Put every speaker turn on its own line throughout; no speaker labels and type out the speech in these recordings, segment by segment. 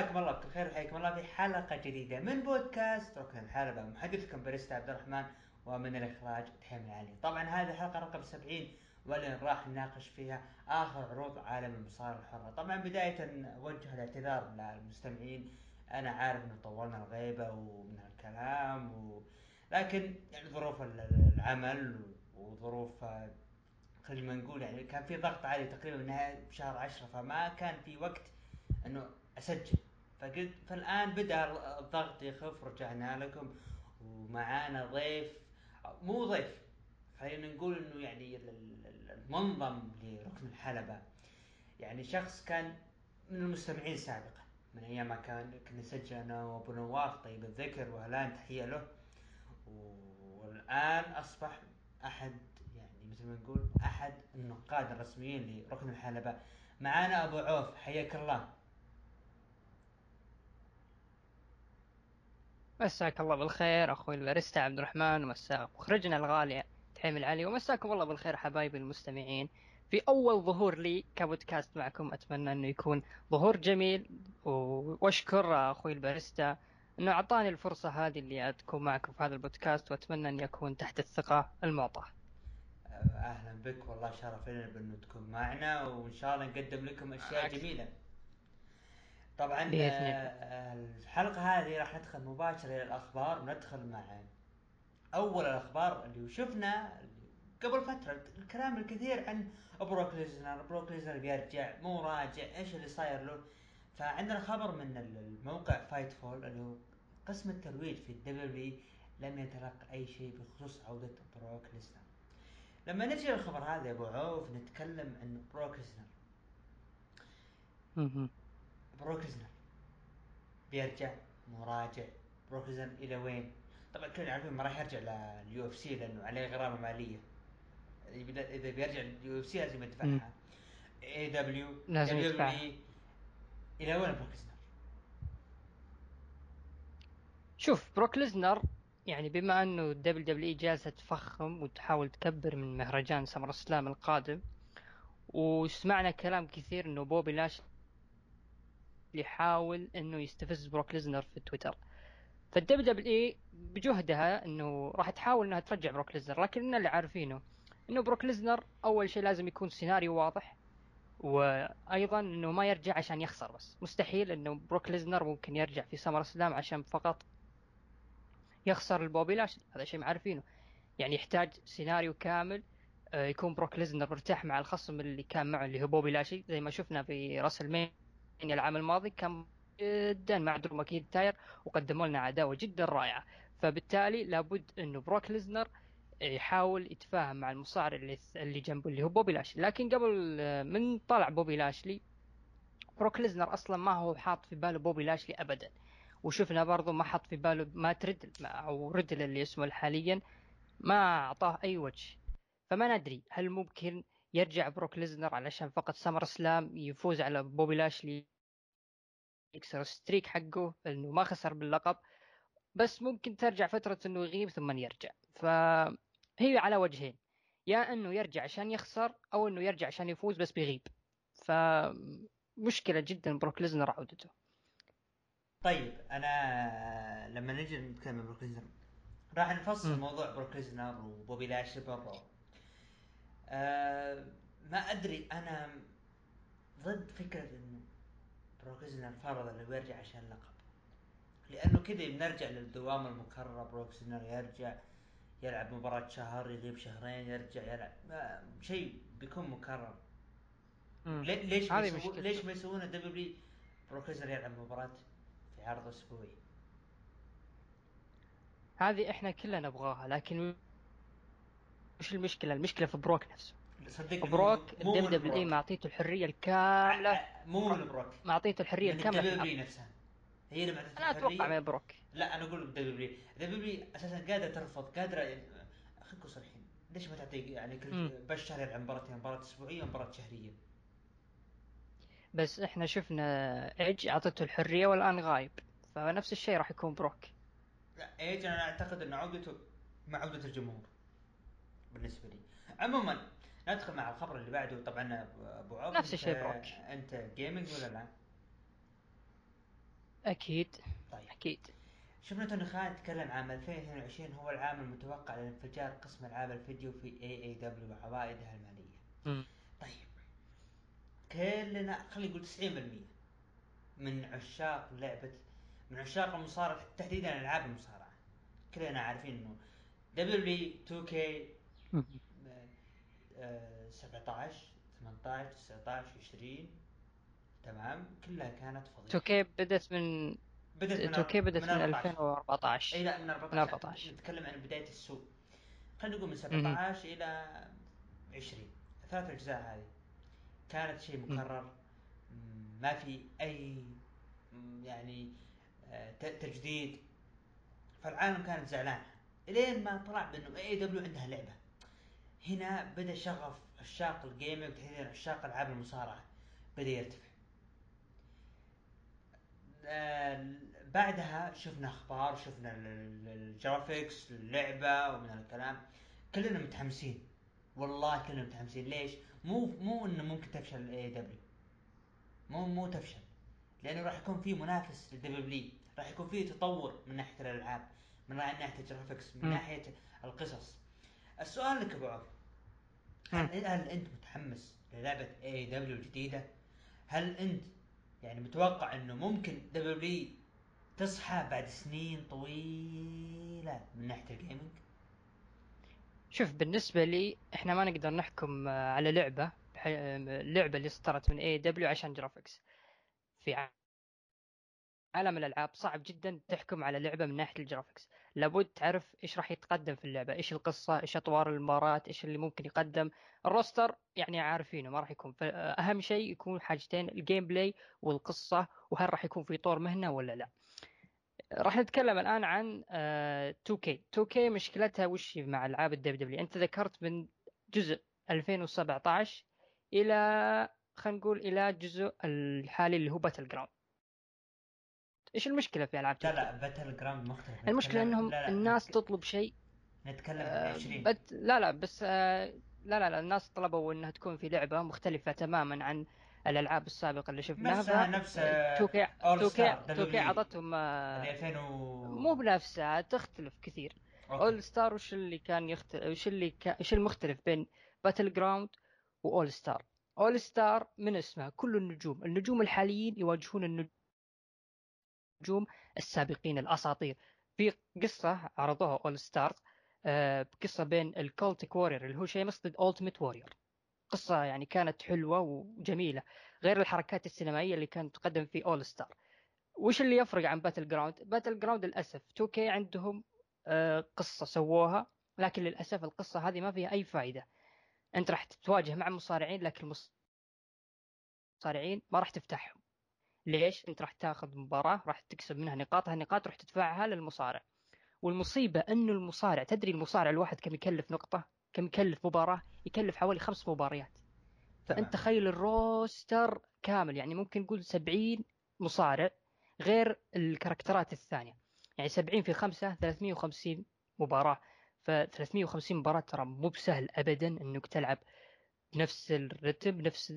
مساكم الله بكل خير وحياكم الله في حلقة جديدة من بودكاست ركن الحلبة. محدثكم باريستا عبد الرحمن، ومن الإخراج تحيم العلي. طبعا هذه الحلقة رقم 70 واللي راح نناقش فيها آخر عروض عالم المصارعة الحرة. طبعا بداية أوجه الاعتذار للمستمعين، أنا عارف إنه طولنا الغيبة ومن الكلام لكن يعني ظروف العمل وظروف خلينا نقول يعني كان في ضغط عالي تقريبا من نهاية شهر 10، فما كان في وقت انه اسجل. فقلت فالان بدا الضغط يخف، رجعنا لكم ومعانا ضيف، مو ضيف، خلينا نقول انه يعني المنظم لركن الحلبة، يعني شخص كان من المستمعين سابقا من ايام ما كنا نسجل انا وابو نواف طيب الذكر، والان تحيه له. والان اصبح احد، يعني مثل ما نقول احد النقاد الرسميين لركن الحلبة. معانا ابو عوف، حياك الله.
مساك الله بالخير اخوي الباريستا عبد الرحمن، ومساك مخرجنا الغالي تحيم العلي، ومساكم الله بالخير حبايبي المستمعين في اول ظهور لي كبودكاست معكم. اتمنى انه يكون ظهور جميل، واشكر اخوي الباريستا انه اعطاني الفرصة هذه اللي تكون معكم في هذا البودكاست، واتمنى ان يكون تحت الثقة المعطاة.
اهلا بك، والله شرف لنا بانه تكون معنا، وان شاء الله نقدم لكم اشياء
أكثر
جميلة. طبعا
باذن الله.
الحلقة هذه راح ندخل مباشرة الى الاخبار، وندخل مع اول الاخبار اللي شفنا قبل فترة الكلام الكثير عن بروك ليزنر بيرجع، مو راجع، ايش اللي صاير له. فعندنا خبر من الموقع فايت فول اللي هو قسم الترويج في الدبليو، لم يتلقى اي شيء بخصوص عودة بروك ليزنر. لما نجي للخبر هذا يا ابو عوف نتكلم عن
مهم.
بروك ليزنر بيرجع، مراجع، بروك ليزنر الى وين؟ طبعا كلنا عارفين ما راح يرجع لليو اف سي لانه عليه غرامه ماليه، اذا بيرجع لليو اف سي لازم
مم.
يدفعها. اي دبليو،
لازم
دبليو
يدفعها.
اي، الى وين بروك ليزنر؟
شوف بروك ليزنر، يعني بما انه دبليو دبليو اي جالسه تفخم وتحاول تكبر من مهرجان سمر سلام القادم، وسمعنا كلام كثير انه بوبي لاش يحاول انه يستفز بروك ليزنر في تويتر. فالدبليو دبليو اي بجهدها انه راح تحاول انها ترجع بروك ليزنر، لكن اللي عارفينه انه بروك ليزنر اول شيء لازم يكون سيناريو واضح، وايضا انه ما يرجع عشان يخسر. بس مستحيل انه بروك ليزنر ممكن يرجع في سمر سلام عشان فقط يخسر البوبي لاشلي، هذا شيء معرفينه. يعني يحتاج سيناريو كامل، يكون بروك ليزنر مرتاح مع الخصم اللي كان معه اللي هو بوبي لاشي، زي ما شفنا في راس المانيا العام الماضي كان جدا مع درو ماكينتاير، وقدموا لنا عداوة جدا رائعة. فبالتالي لابد انه بروك ليزنر يحاول يتفاهم مع المصارع اللي جنبه اللي هو بوبي لاشلي. لكن قبل من طلع بوبي لاشلي، بروك ليزنر اصلا ما هو حاط في باله بوبي لاشلي ابدا. وشفنا برضو ما حط في باله مات ريدل او ريدل اللي اسمه حاليا، ما أعطاه أي وجه. فما ندري هل ممكن يرجع بروك ليزنر علشان فقط سمر سلام يفوز على بوبي لاشلي، يكسر الستريك حقه انه ما خسر باللقب. بس ممكن ترجع فترة انه يغيب ثم يرجع. فهي على وجهين، يا انه يرجع عشان يخسر، او انه يرجع عشان يفوز بس بيغيب. فمشكلة جدا بروك ليزنر عودته.
طيب انا لما نجي نتكلم عن بروك ليزنر راح نفصل
مم.
موضوع بروك ليزنر وبوبي لاشلي برا. ما ادري، انا ضد فكرة انه بروك ليزنر فرض انه بيرجع عشان اللقب، لانه كذا بنرجع للدوام المكرر. بروك ليزنر يرجع يلعب مباراة شهر، يغيب شهرين، يرجع يلعب، شيء بيكون مكرر.
مم.
ليش ما
هذه
يسوون،
مشكلته.
دبليو بروك ليزنر يلعب مباراة في عرض اسبوعي؟
هذه احنا كلنا نبغاها، لكن وش المشكلة؟ المشكلة في بروك نفسه.
صدقني
بروك
مو
الدب
من
دبل اي
بروك،
معطيته الحريه الكامله.
مو من بروك،
ما اعطيته الحريه
من
الكامله في
الدبليو
العرض.
نفسها، هي اللي معطته
انا اتوقع
الحرية.
من بروك.
لا انا اقول دبليو اساسا قادرة ترفض، قادرة خليكم صريحين، ليش ما تعطي يعني كل
امم
بشر يلعب مباراتين، مباراة اسبوعية ومباراة شهرية؟
بس احنا شفنا ايج اعطته الحريه والان غايب، فنفس الشيء راح يكون بروك.
لا ايج انا اعتقد ان عودته مع عودة الجمهور بالنسبة لي. عموما ندخل مع الخبر اللي بعده. طبعا ابو عوف،
نفس
انت
الشيء بروك.
انت جيمنج ولا لا؟
اكيد.
طيب
اكيد.
شفنا توني خان تكلم عام 2022 هو العام المتوقع لانفجار قسم العاب الفيديو في اي دبليو وعوائدها الماليه.
مم.
طيب كلنا خلينا نقول 90% من عشاق لعبه، من عشاق المصارعه تحديدا العاب المصارعه، كلنا عارفين انه دبليو 2 كي
مم.
17 18 19 20 تمام كلها كانت فظيعه.
2K بدت من
بدت
2K
من
بدت من
14. اي
2014.
لا من
من
14
14.
نتكلم عن بدايه السوق. خلينا نقول من
مم.
17 الى 20 ثلاث اجزاء هذه كانت شيء
مم.
مكرر. ما في اي يعني تجديد. فالعالم كانت زعلانه الين ما طلع بانه اي دبليو عندها لعبه. هنا بدا شغف عشاق الجيمنج وتحديدا عشاق العاب المصارعه بدا يرتفع. بعدها شفنا اخبار، شفنا الجرافيكس اللعبه ومن الكلام، كلنا متحمسين. والله كلنا متحمسين. ليش؟ مو انه ممكن تفشل الاي دبليو، مو تفشل، لانه راح يكون في منافس للدبليو، راح يكون في تطور من ناحيه الالعاب، من ناحيه الجرافيكس، من
مم.
ناحيه القصص. السؤال لك ابو عوف،
مم.
هل انت متحمس للعبه اي دبليو الجديده؟ هل انت يعني متوقع انه ممكن دبليو تصحى بعد سنين طويله من ناحيه الجيمنج؟
شوف، بالنسبة لي احنا ما نقدر نحكم على لعبة اللعبة اللي صدرت من اي دبليو عشان جرافيكس. في عالم الالعاب صعب جدا تحكم على لعبة من ناحية الجرافيكس. لابد تعرف ايش راح يتقدم في اللعبة، ايش القصة، ايش اطوار المباراة، ايش اللي ممكن يقدم. الروستر يعني عارفينه ما راح يكون، فاهم شيء يكون حاجتين: الجيم بلاي والقصة، وهل راح يكون في طور مهنة ولا لا. راح نتكلم الآن عن 2K. 2K مشكلتها وش هي مع ألعاب الدبليو دبليو؟ أنت ذكرت من جزء 2017 إلى، خلينا نقول إلى الجزء الحالي اللي هو باتل جراوند. إيش المشكلة في ألعاب
لا
2K؟
لا باتل جراوند مختلف،
المشكلة
نتكلم
إنهم
لا لا
الناس تطلب شيء.
نتكلم عن 20.
لا لا بس لا لا لا، الناس طلبوا انها تكون في لعبة مختلفة تماما عن الالعاب السابقة اللي شفناها. ف
نفسها نفس
2K
اول
2K
ستار دبليو
2K
بي
عطتهم
اللي 2000
مو بنفسها، تختلف كثير.
اوكي.
اول ستار وش اللي كان وش المختلف بين باتل جراوند واول ستار؟ اول ستار من اسمها كل النجوم الحاليين يواجهون النجوم السابقين الاساطير. في قصة عرضوها اول ستار، قصة بين الكولتيك وورير اللي هو شيء ضد التيميت وورير. قصة يعني كانت حلوة وجميلة، غير الحركات السينمائية اللي كانت تقدم في اول ستار. وش اللي يفرق عن باتل جراوند؟ باتل جراوند للأسف 2K عندهم قصة سووها، لكن للأسف القصة هذه ما فيها أي فائدة. أنت راح تتواجه مع مصارعين، لكن المصارعين ما راح تفتحهم. ليش؟ أنت راح تاخذ مباراة راح تكسب منها نقاط، هالنقاط راح تدفعها للمصارع. والمصيبة أنه المصارع، تدري المصارع الواحد كم يكلف نقطة؟ كم يكلف مباراة؟ يكلف حوالي 5 مباريات. فأنت
تمام.
تخيل الروستر كامل، يعني ممكن نقول 70 مصارع، غير الكاركترات الثانية. يعني 70 في 5 350 مباراة. ف 350 مباراة ترى مو بسهل أبدا أنك تلعب بنفس الرتم، نفس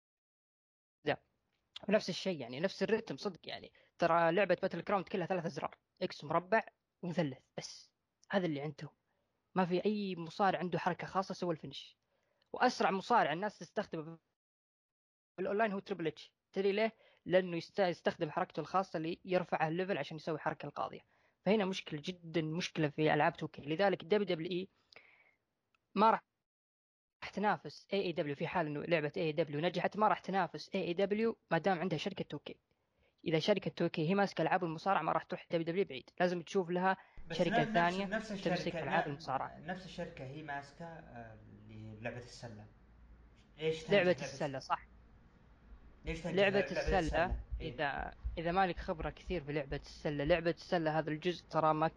ذا، ونفس الشيء يعني نفس الرتم صدق. يعني ترى لعبة باتل جراوند كلها 3 أزرار: إكس مربع ومثلث بس. هذا اللي عندهم. ما في أي مصارع عنده حركة خاصة سوى الفينش. وأسرع مصارع الناس تستخدمه بالاونلاين هو تريبل اتش. تدري ليه؟ لانه يستخدم حركته الخاصه اللي يرفعها الليفل عشان يسوي الحركه القاضيه. فهنا مشكله جدا، مشكله في العاب 2K. لذلك دبليو دبليو اي ما راح تنافس اي دبليو في حال انه لعبه اي دبليو نجحت. ما راح تنافس اي دبليو ما دام عندها شركه 2K. اذا شركه 2K هي ماسكه العاب المصارعه ما راح تروح دبليو دبليو بعيد، لازم تشوف لها
بس
شركه ثانيه
نفس
تمسك
الشركه
العاب المصارعه.
نفس الشركه هي ماسكه لعبه السله. ليش
لعبه
تنجح لعبه
السله
السله؟
صح.
ليش تنجح
لعبة
لعبه
السلة،
السله؟ إيه؟
إذا مالك خبرة كثير في لعبة السلة، لعبة السلة هذا الجزء ترى ما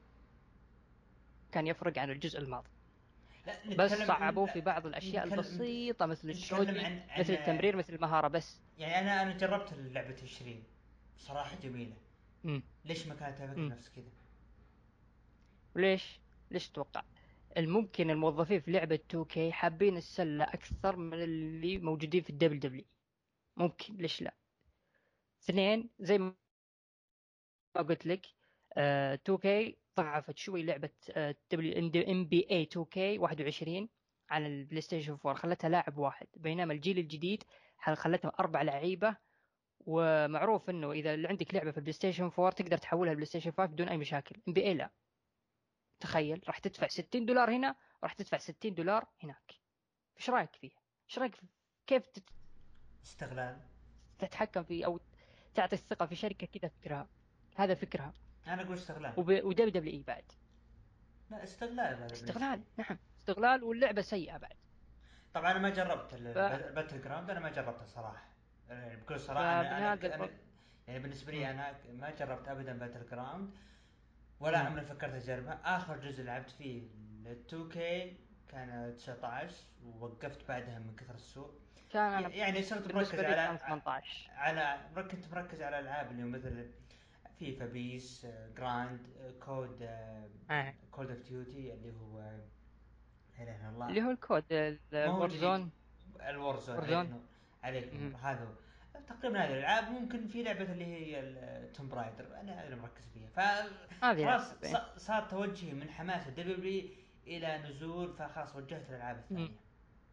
كان يفرق عن الجزء الماضي.
لا
بس
نتكلم
صعبوا
لا
في بعض الأشياء
نتكلم
البسيطة مثل
نتكلم
الدوجي،
عن
مثل التمرير، مثل المهارة بس.
يعني انا جربت لعبه 20 صراحه جميله.
امم.
ليش ما كانت افكر
امم.
نفس كذا؟
وليش؟ ليش تتوقع؟ الممكن الموظفين في لعبة 2K حابين السلة أكثر من اللي موجودين في الدبليو دبليو. ممكن، ليش لا؟ اثنين، زي ما ما قلت لك 2K ضعفت شوي لعبة NBA 2K 21 على البلاي ستيشن 4، خلتها لاعب واحد، بينما الجيل الجديد خلتها 4 لعيبة. ومعروف انه اذا اللي عندك لعبة في البلاي ستيشن 4 تقدر تحولها البلاي ستيشن 5 بدون اي مشاكل. NBA لا، تخيل راح تدفع $60 هنا وراح تدفع $60 هناك. ايش رايك فيها؟ ايش رايك كيف
استغلال.
تتحكم في او تعطي الثقة في شركة كذا؟ فكرها هذا فكرها.
انا اقول استغلال.
ودبليو دبليو اي بعد
لا، استغلال هذا بالنسبه لي.
استغلال، نعم استغلال، واللعبة سيئة بعد.
طبعا انا ما جربت
ف...
الباتل جراوند، انا ما جربتها صراحه. يعني بكل صراحه
فمن هذا
انا
الوقت.
يعني بالنسبه لي
مم.
انا ما جربت ابدا باتل جراوند، ولا
مم.
عمري فكرت اجربها. اخر جزء لعبت فيه ال 2K كان 19، ووقفت بعدها من كثر السوء.
كان انا
يعني صرت مركز
بالنسبة لي
على
كان 18.
كنت مركز على العاب اللي مثل فيفا، بيس، جراند، كود،
آه.
كود اوف ديوتي اللي هو لا اله الا الله.
اللي هو الكود
ما هو جديد.
الورزون.
الورزون، عليك
ورزون.
نور. عليك نور،
مم.
هذا هو. تقريبا هذه الالعاب. ممكن في لعبه اللي هي التوم رايدر، انا هذا اللي مركز فيها.
هذه
فخلاص
لعبة.
صار توجهي من حماس الدبليو الى نزول، فخلاص وجهت للالعاب
مم.
الثانيه.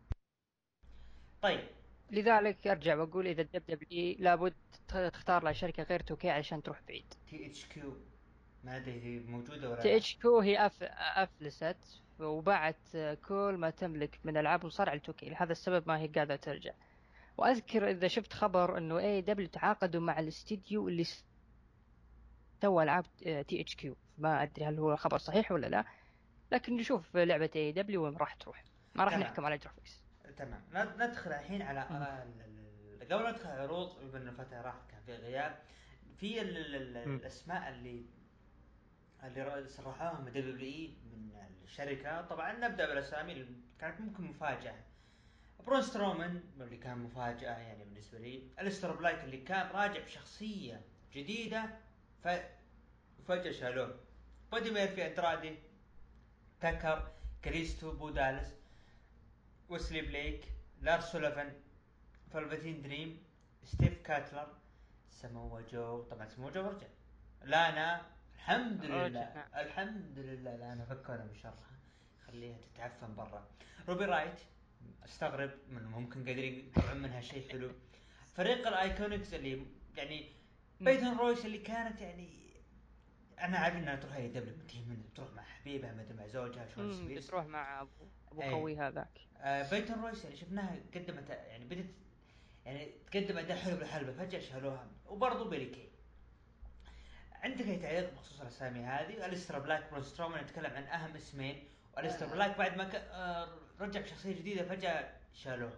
طيب.
لذلك ارجع واقول اذا الدب دبليو اي لابد تختار لها شركة غير 2K عشان تروح بعيد.
تي اتش كيو، ما ادري هي موجوده ولا
تي
لا.
اتش كو هي افلست وباعت كل ما تملك من العاب وصار على 2K، لهذا السبب ما هي قاعدة ترجع. واذكر اذا شفت خبر انه اي دبليو تعاقدوا مع الاستديو اللي سوى العاب تي اتش كيو، ما ادري هل هو خبر صحيح ولا لا، لكن نشوف لعبة اي دبليو وين راح تروح، ما راح
تمام.
نحكم على جرافيكس.
تمام. ندخل الحين على
مم.
قبل ما ندخل على العروض، بما ان الفتره راحت كان في غياب في
مم.
الاسماء اللي صرحوها من دبليو اي من الشركه. طبعا نبدا بالاسامي اللي كانت ممكن مفاجاه. برون سترومان اللي كان مفاجاه يعني بالنسبه لي. الستر بلاك اللي كان راجع بشخصيه جديده، فجاه شالوه. بودي ميرفي، اندرادي، تاكر، كريستو، بودالس، ويسلي بليك، لارس سوليفان، فالفتين دريم، ستيف كاتلر، سمو جو. طبعا سمو جو رجع. لانا، الحمد
رجع
لله
نعم.
الحمد لله، لانا فكونا من شرها، خليها تتعفن برا. روبي رايت، استغرب من ممكن قادرين يطلعون منها شيء حلو. فريق الايكونكس اللي يعني
مم.
بيتن رويس اللي كانت يعني انا عارف انها تروح هي دبل منتهي منها، بتروح مع حبيبها مثل مع زوجها شون سبيرس.
بتروح مع ابو
ايه.
خوي هذاك.
بيتن رويس يعني شفناها قدمت يعني بدت يعني تقدم اداء حلو بالحلبه، فجاه شالوها. وبرضه بيلي كي. عندك اي تعليق بخصوص الاسامي هذه؟ الستر بلاك، برون سترومان، نتكلم عن اهم اسمين. والستر بلاك بعد ما رجع بشخصيه جديده فجاه شالوه.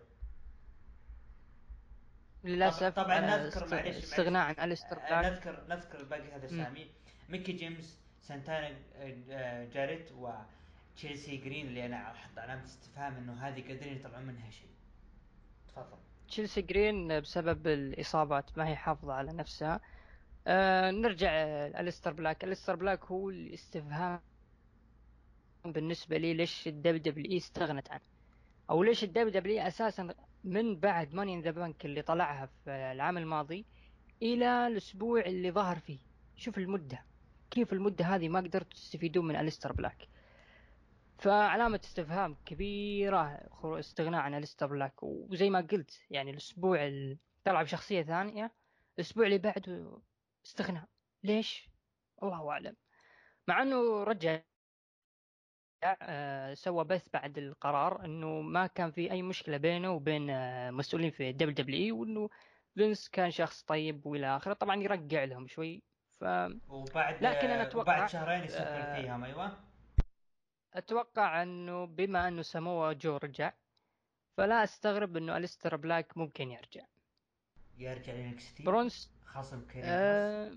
للاسف
طبعا نذكر، معلش
استغناء عن الستر بلاك.
نذكر باقي هذا
مم.
الاسامي. ميكي جيمس، سانتانا، جاريت، وتشيلسي جرين اللي انا احط علامه استفهام انه هذه قادرين يطلعون منها شيء. تفضل.
تشيلسي جرين بسبب الاصابات ما هي حافظة على نفسها. نرجع الستر بلاك. الستر بلاك هو الاستفهام بالنسبة لي، ليش الدبليو دبليو اي استغنت عنه، او ليش الدبليو دبليو اي اساسا من بعد ماني ان ذا بانك اللي طلعها في العام الماضي الى الاسبوع اللي ظهر فيه. شوف المدة، كيف المدة هذه ما قدرتوا تستفيدون من الستر بلاك. فعلامة استفهام كبيرة استغناء عن الستر بلاك. وزي ما قلت يعني الاسبوع اللي طلع بشخصية ثانية، الاسبوع اللي بعده استغناء. ليش؟ الله اعلم. مع انه رجع سوى بث بعد القرار انه ما كان في اي مشكله بينه وبين مسؤولين في دبليو دبليو اي، وانه فينس كان شخص طيب والى اخره. طبعا يرجع لهم شوي. ف لكن انا
وبعد
اتوقع
شهرين يسفل
آه،
فيهم. ايوه.
اتوقع انه بما انه سموه جو رجع، فلا استغرب انه الستر بلاك ممكن يرجع.
يرجع لينكس تي،
برونس
خصم كيرين كروس.
آه،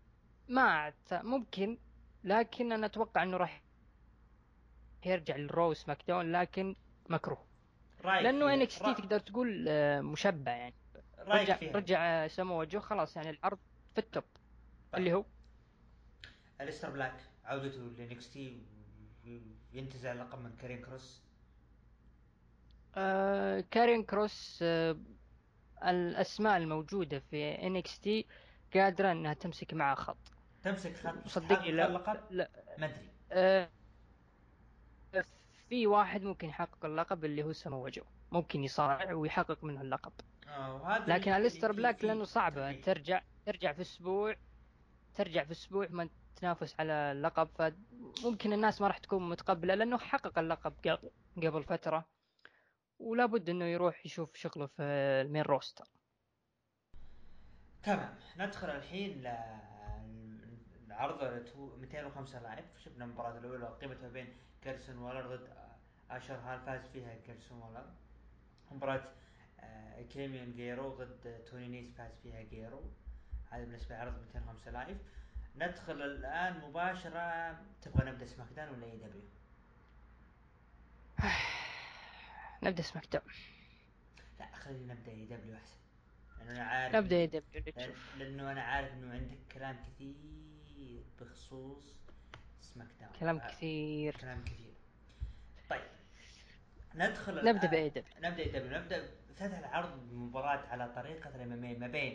ممكن، لكن انا اتوقع انه راح يرجع للرو سماك داون، لكن مكروه.
رايك
لانه
فيها
انكس تي تقدر تقول مشبع يعني.
رايك فيها.
رجع سمو جو خلاص يعني العرض في التوب.
طيب.
اللي هو
الستر بلاك عودته لينكس تي، ينتزع اللقب من كيرين كروس.
كارين كروس. الاسماء الموجوده في انكس تي قادره انها تمسك معه خط.
تمسك خط بس
صدقني
تحقق
لا
اللقب؟
لا.
ما ادري.
آه، في واحد ممكن يحقق اللقب اللي هو سمو جو، ممكن يصارع ويحقق منه اللقب.
وهذا
لكن
اللي
أليستر
فيه
بلاك لأنه صعبة
ترجيح.
ترجع في أسبوع، ترجع في أسبوع ما تنافس على اللقب، فممكن الناس ما راح تكون متقبلة لأنه حقق اللقب قبل فترة، ولا بد إنه يروح يشوف شغله في المين روستر.
تمام، ندخل الحين لعرض 205 لاعب. شفنا المباراة الأولى قيمتها بين كيرسون وولر ضد أشر هال، فاز فيها كيرسون وولر. مباراة كيميون جيرو ضد توني نيس، فاز فيها جيرو. هذا بالنسبة لعرض 205 لاعب. ندخل الآن مباشرة. تبغى نبدأ سماك داون ولا اي دبليو؟
نبدأ سماك داون.
لا خلينا نبدأ اي دبليو أحسن، لأنه أنا عارف
نبدأ اي دبليو نشوف.
لأنه أنا عارف إنه عندك كلام كثير بخصوص سماك داون.
كلام كثير.
كلام كثير. طيب ندخل
نبدأ
الآن.
باي دبليو.
نبدأ فتح العرض بمباراة على طريقة الMMA ما بين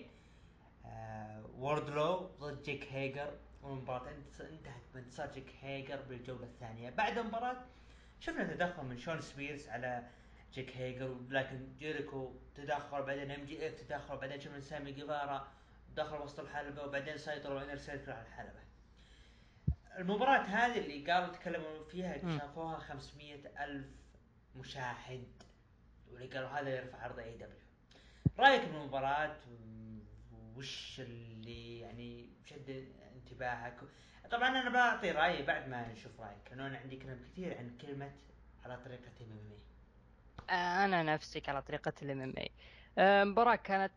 ووردلو ضد جيك هيجر. والمباراة انتهت بانتصار جيك هيجر بالجولة الثانية. بعد المباراة شفنا تدخل من شون سبيرز على جيك هيجر، لكن جيريكو تدخل، بعدين MJF تدخل، بعدين شفنا سامي جيفارا دخل وسط الحلبة، وبعدين سيطروا وينر سيركل على الحلبة. المباراة هذه اللي قالوا تكلموا فيها شافوها 500 ألف مشاهد، واللي قالوا هذا يرفع عرض اي دبليو. رايك بالمباراة؟ وش اللي يعني شد انتباهك؟ طبعا انا بعطي رايي بعد ما نشوف رايك، لانه انا عندي كلام كثير عن كلمة على طريقة MMA.
أنا نفسك على طريقة الام ام اي. مباراة كانت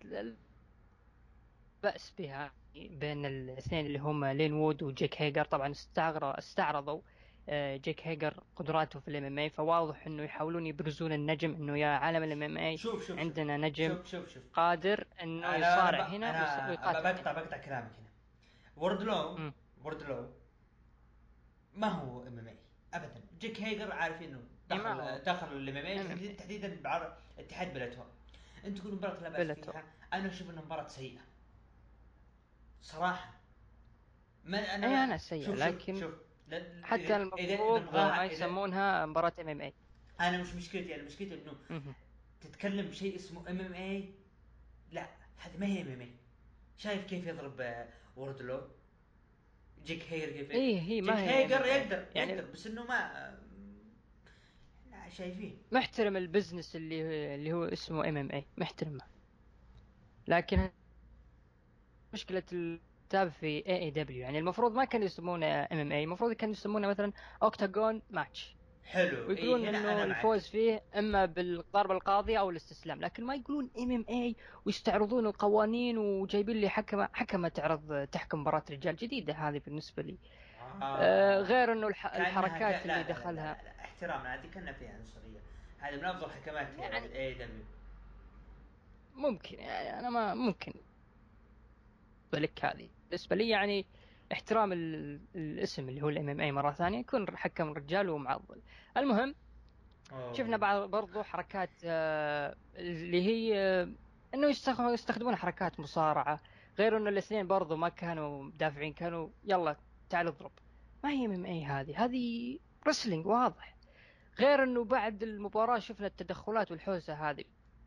بأس بها بين الاثنين اللي هم لين وود وجيك هيجر. طبعا استعرضوا جيك هيجر قدراته في الام ام اي، فواضح انه يحاولون يبرزون النجم انه يا عالم الام ام اي
شوف
عندنا نجم
شوف.
قادر انه
انا انا
يصارع هنا ويقاتل هنا.
بقطع كلامك هنا. وردلو
مم.
وردلو ما هو MMA ابدا. جيك هيجر عارف انه
اي ما هو
دخل الMMA
ام ام اي
تحديدا بعرض اتحاد بلاتور. انت تقول مباراة لا باس
بلاتور.
فيها، انا اشوف انها مباراة سيئة صراحة. ما انا
اي
ما
انا سيء،
شوف
لكن حتى
اذا
المفروض ما
نبغاها، اذا
يسمونها مباراة ام ام اي.
انا مش مشكلتي، انا مشكلتي انه تتكلم بشيء اسمه MMA. لا هذه ما هي MMA. شايف كيف يضرب وردلو؟ جيك هيجر كيف؟
ايه هي
جيك
ما هي ام
هيجر
ام اي
يقدر
يعني.
بس انه ما لا شايفين.
محترم البزنس اللي هو اسمه ام ام اي، محترمه. لكن مشكلة الكتاب في اي اي دبليو، يعني المفروض ما كانوا يسمونه ام ام اي، المفروض كانوا يسمونه مثلا اوكتاجون ماتش،
حلو،
ويقولون
اي هنا
انه
انا معك.
الفوز فيه اما بالضربة القاضية او الاستسلام، لكن ما يقولون ام ام اي ويستعرضون القوانين وجايبين لي حكمة تعرض تحكم مباراة رجال. جديدة هذه بالنسبة لي. غير انه
كانها
الحركات اللي
لا لا لا لا
دخلها.
لا, لا. احتراما، هذه كنا فيها عنصريه. هذه من افضل حكمات
يعني
اي دبليو.
ممكن، يعني انا ما ممكن لك هذه بالنسبه لي يعني احترام الاسم اللي هو الام ام اي مره ثانيه يكون حكم رجال ومعضل. المهم، شفنا
أوه.
بعض برضو حركات اللي هي انه يستخدمون حركات مصارعه. غير انه الاثنين برضو ما كانوا مدافعين، كانوا يلا تعال اضرب. ما هي ام ام اي هذه رسلينج واضح. غير انه بعد المباراه شفنا التدخلات والحوسه هذه.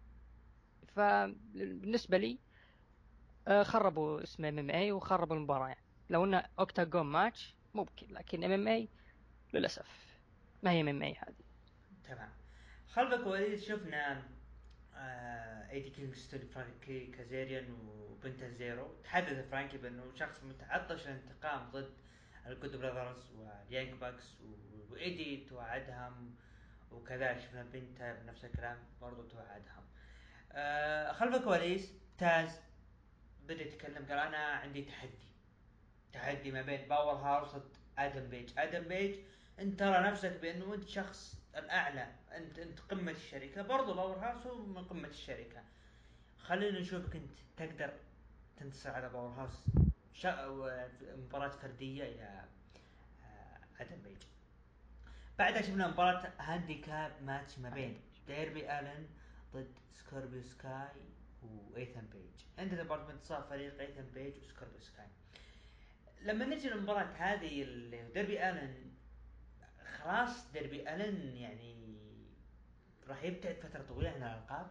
فبالنسبه لي خربوا اسم ام ام اي وخربوا المباراة. يعني لو انه اوكتاجون ماتش ممكن، لكن ام ام اي للاسف ما هي ام ام اي هذه.
تمام. خلفك وليد شفنا ايدي كينغستون فرانكي كازيريان وبنت زيرو. تحدث فرانكي بانه شخص متعطش للانتقام ضد الجود براذرز واليانج باكس، وايدي توعدهم، وكذلك شفنا بنتها بنفس الكلام برضو توعدهم. خلف الكواليس تاز بدأ يتكلم، قال انا عندي تحدي ما بين باور هاوس ضد ادم بيج. ادم بيج انت ترى نفسك بانه انت شخص الاعلى، انت قمة الشركة، برضو باور هاوس هو من قمة الشركة. خلينا نشوفك انت تقدر تنتصر على باور هاوس مباراة فردية يا ادم بيج. بعدها شفنا مباراة هانديكاب ماتش ما بين ديربي الن ضد سكوربيو سكاي وايثن بيج. انت تبغى انتصار فريق ايثن بيج وسكوربيو سكاي. لما نجي للمباراة هذه اللي ديربي ألن، خلاص ديربي ألن يعني راح يبتعد فترة طويلة عن الألقاب.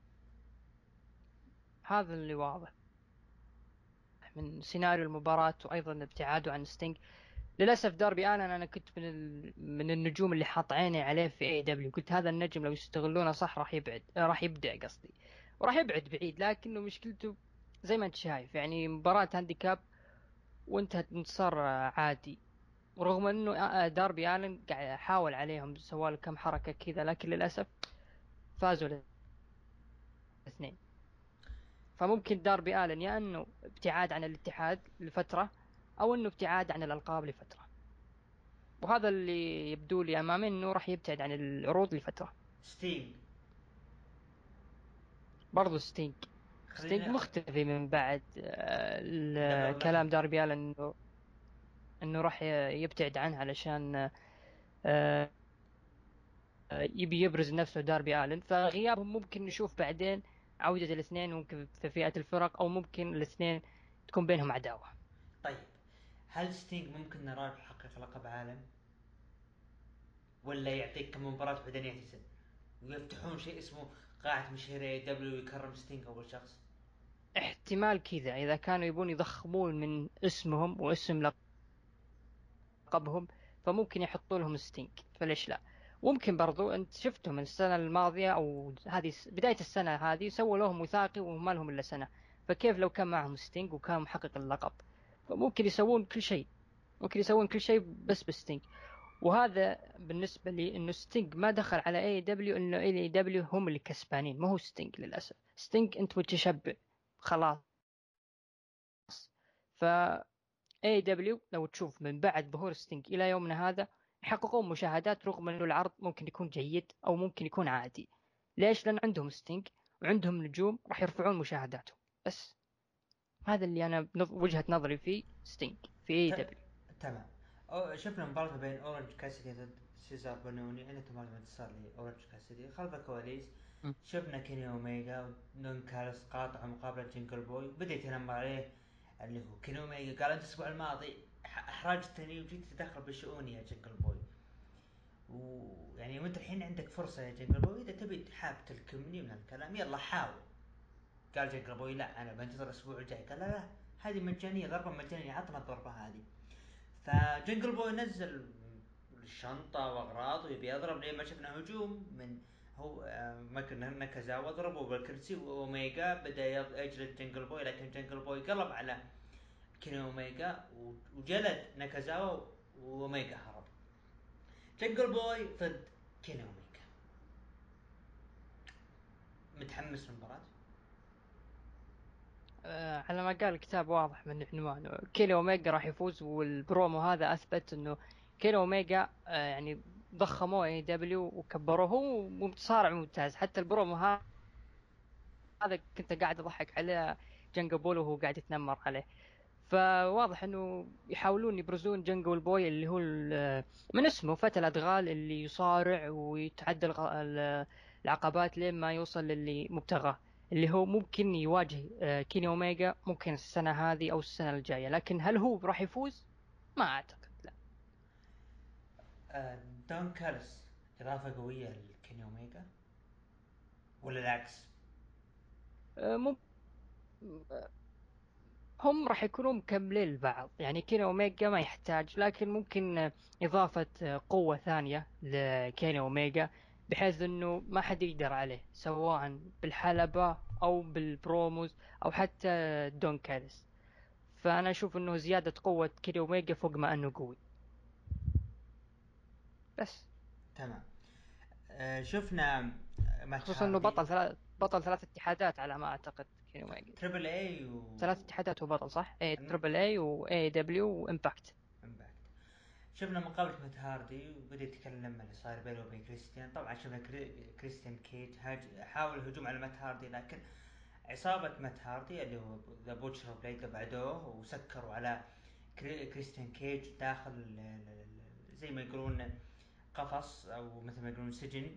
هذا اللي واضح من سيناريو المباراة، وأيضا ابتعاده عن ستينج. للأسف داربي ألن أنا كنت من النجوم اللي حاط عيني عليه في اي دبليو. قلت هذا النجم لو يستغلونه صح راح يبعد، راح يبدع قصدي، وراح يبعد بعيد. لكنه مشكلته زي ما انت شايف، يعني مباراة هانديكاب وانتهت انتصار عادي. ورغم انه داربي ألن قاعد حاول عليهم، سوى له كم حركة كذا، لكن للأسف فازوا الاثنين. فممكن داربي ألن يا انه ابتعاد عن الاتحاد لفترة، او انه ابتعاد عن الألقاب لفترة. وهذا اللي يبدو لي امامي، انه راح يبتعد عن العروض لفترة.
ستينج
برضو ستينج. ستينج
خلينا
مختفي من بعد
دبليو
كلام
ماتر.
داربي ألن انه راح يبتعد عنه علشان آه، يبي يبرز نفسه داربي ألن. فغيابهم ممكن نشوف بعدين عودة الاثنين، ممكن في فئة الفرق، او ممكن الاثنين تكون بينهم عداوة.
طيب، هل ستينج ممكن نراه يحقق لقب عالم، ولا يعطيك كم مباراة بعدين يعتزل ويفتحون شيء اسمه قاعة مشاهير اي دبليو ويكرم ستينج اول شخص؟
احتمال كذا، اذا كانوا يبون يضخمون من اسمهم واسم لقبهم، فممكن يحطوا لهم ستينج. فليش لا؟ ممكن برضو انت شفتهم السنة الماضية او هذه بداية السنة هذه سووا لهم وثائقي وما لهم الا سنة. فكيف لو كان معهم ستينج وكان محقق اللقب؟ فممكن يسوون كل شيء، ممكن يسوون كل شيء بس بستينج. وهذا بالنسبة لي انه ستينج ما دخل على اي دبليو، انه اي دبليو هم اللي كسبانين، ما هو ستينج. للأسف ستينج انت متشبع خلاص. ف اي دبليو لو تشوف من بعد ظهور ستينج الى يومنا هذا يحققون مشاهدات، رغم انه العرض ممكن يكون جيد او ممكن يكون عادي. ليش؟ لان عندهم ستينج وعندهم نجوم راح يرفعون مشاهداتهم. بس هذا اللي انا وجهة نظري في ستينج في اي
ت...
دبليو.
تمام. شفنا مباراة بين اورنج كاسيدي ضد سيزار بانوني، عندنا تمام انتصار لاورنج كاسيدي. خلف الكواليس شفنا كيني اوميجا ودون كارس قاطع مقابلة جينجل بوي، بدأ يتنمر عليه اللي هو كيني اوميجا. قال انت الاسبوع الماضي احرجتني وجيت تدخل بشؤوني يا جينجل بوي، ويعني وانت الحين عندك فرصة يا جينجل بوي، اذا تبي حاب تلكمني من الكلام يلا حاول. قال جينجل بوي لا انا بنتظر الاسبوع الجاي. قال لا هذه مجانية، ضربة مجانية، عطنا الضربة هذه. فجنجل بوي نزل الشنطة واغراض ويبي يضرب، لين ما شفنا هجوم من هو ناكازاوا ضربه بالكرسي، واوميجا بدا يجلد جنجل بوي، لكن جنجل بوي قلب على كيني اوميجا وجلد ناكازاوا، واوميجا هرب. جنجل بوي ضد كيني اوميجا، متحمس للمباراة؟
على ما قال الكتاب واضح من عنوانه كيلو اوميجا راح يفوز. والبرومو هذا اثبت انه كيلو اوميجا يعني ضخموه اي دبليو وكبروه، هو متصارع ممتاز. حتى البرومو هذا كنت قاعد اضحك عليه جنجل بول وهو قاعد يتنمر عليه. فواضح انه يحاولون يبرزون جنجل بوي اللي هو من اسمه فتى الادغال، اللي يصارع ويتعدى العقبات لين ما يوصل للي مبتغاه، اللي هو ممكن يواجه كيني اوميجا ممكن السنة هذه او السنة الجاية. لكن هل هو راح يفوز؟ ما اعتقد، لا.
دون كارس اضافة قوية لكيني اوميجا ولا العكس؟
ممكن هم راح يكونوا مكملين لبعض، يعني كيني اوميجا ما يحتاج، لكن ممكن اضافة قوة ثانية لكيني اوميجا، بحيث انه ما حد يقدر عليه سواء بالحلبة او بالبروموز او حتى دون كاليس. فانا اشوف انه زيادة قوة كيني اوميجا فوق ما انه قوي. بس
تمام. شفنا مات
خصوصا انه
هاردي.
بطل ثلاث اتحادات على ما اعتقد كيني اوميجا.
تريبل اي
ثلاث اتحادات هو بطل، صح؟ اي تربل اي واي دبليو وامباكت.
امباكت. شفنا مقابلة مات هاردي وبدأ يتكلم اللي صار بينه وبين كريستيان. طبعا شفنا كريستيان كيج حاول الهجوم على مات هاردي، لكن عصابة مات هاردي اللي هو ذا بوتشر بليد بعدوه وسكروا على كريستيان كيج داخل زي ما يقولون قفص، او مثل ما يقولون سجن.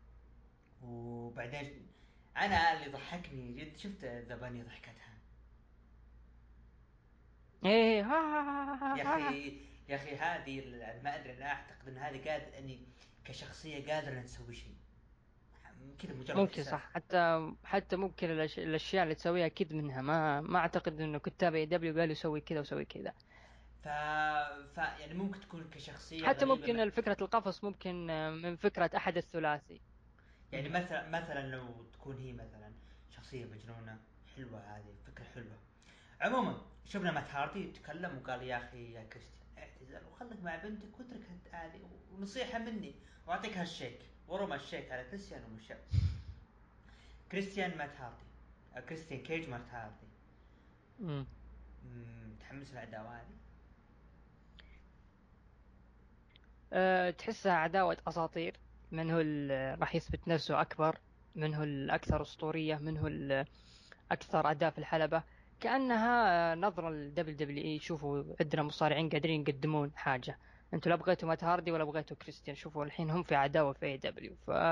وبعدين انا اللي ضحكني جد شفت ذا باني ضحكتها.
ايه
يا اخي يا اخي هذه ما ادري، انا اعتقد ان هذه قادر اني كشخصيه قادره نسوي شيء كذا مجرد
ممكن
احساس.
صح. حتى ممكن الاشياء اللي تسويها اكيد منها، ما اعتقد انه كتاب اي دبليو قالوا يسوي كذا وسوي كذا.
ف... يعني ممكن تكون كشخصيه
حتى
غريبه
ممكن فكرة القفص ممكن من فكرة احد الثلاثي.
يعني
مهم.
مثلا لو تكون هي مثلا شخصيه مجنونه، حلوه هذه فكره حلوه. عموما شفنا مات هاردي يتكلم وقال يا اخي يا كريستيان اعتزل وخلك مع بنتك واترك هذه، ونصيحه مني واعطيك هالشيك، ورمى الشيك على كريستيان ومشى. كريستيان مات هاردي، كريستيان كيج مات هاردي.
مم.
متحمس العداوه هذه.
تحسها عداوة اساطير. من هو راح يثبت نفسه اكبر، من هو الاكثر اسطورية، من هو اكثر اداء في الحلبة. كأنها نظرة للدبليو دبليو اي، شوفوا عندنا مصارعين قادرين يقدمون حاجة. انتوا لا بغيتوا مات هاردي ولا بغيتوا كريستيان، شوفوا الحين هم في عداوة في اي دبليو.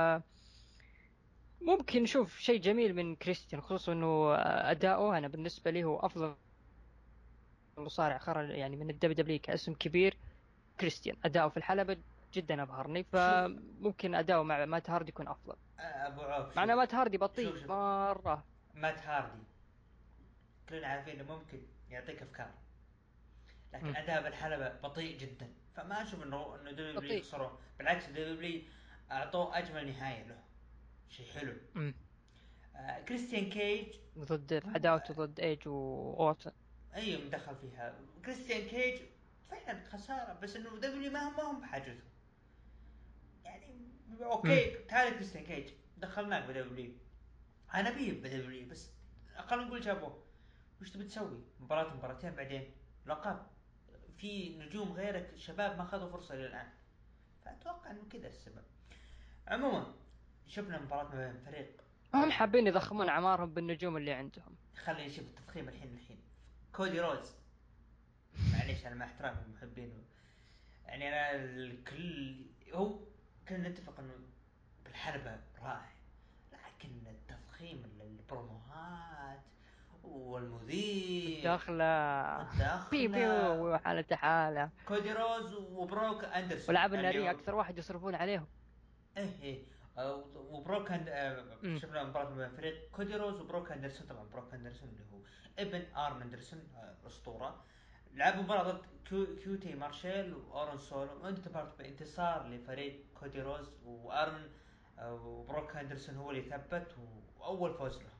ممكن نشوف شيء جميل من كريستيان، خصوصا انه اداؤه انا بالنسبه لي هو افضل مصارع خرج يعني من الدبليو دبليو كاسم كبير. كريستيان اداؤه في الحلبة جدا ابهرني،
شوف
فممكن اداؤه مع مات هاردي يكون افضل.
ابو عوف،
مع
شوف
ان مات هاردي
شوف
بطيء
شوف
مره.
مات هاردي كلنا عارفين انه ممكن يعطيك افكار، لكن
مم.
اداء بالحلبة بطيء جدا. فما اشوف انه دبليو
بطيء.
يخسرون، بالعكس دبليو اعطوه اجمل نهايه له، شيء حلو.
مم.
كريستيان كيج
ضد عداوته ضد ايج واورتن.
اي مدخل فيها. كريستيان كيج فعلا خساره، بس انه دبليو ما هم بحاجته يعني.
مم.
اوكي تعال كريستيان كيج دخلناك بدبليو، انا بيه بدبليو، بس اقل نقول جابوه. وش تبي تسوي؟ مباراتين بعدين لقب، في نجوم غيرك شباب ما خذوا فرصه الى الان. فاتوقع انه كذا السبب. عموما شفنا مباراة ما بين فريق
هم حابين يضخمون اعمارهم بالنجوم اللي عندهم.
خلينا نشوف التضخيم الحين. كودي روز، معليش انا مع احترامي للمحبين، يعني انا الكل هو كنا نتفق انه بالحلبة رائع، لكن التضخيم البروموهات والمذيع
الدخله بيو
والدخلة.
بيو حالة حالة.
كودي روز وبروك اندرسون
والعاب
اللي
النارية
هو
اكثر واحد يصرفون عليهم.
ايه وبروك شفنا مباراة بين فريق كودي روز وبروك اندرسون. طبعا بروك اندرسون اللي هو ابن ارن اندرسون، اسطورة. لعبوا مباراة ضد كيوتي مارشيل واورن سولو، وانتهت بانتصار لفريق كودي روز وارن. وبروك اندرسون هو اللي ثبت واول فوز له.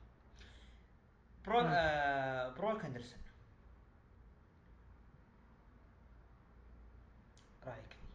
بروك اندرسون، رايك فيه؟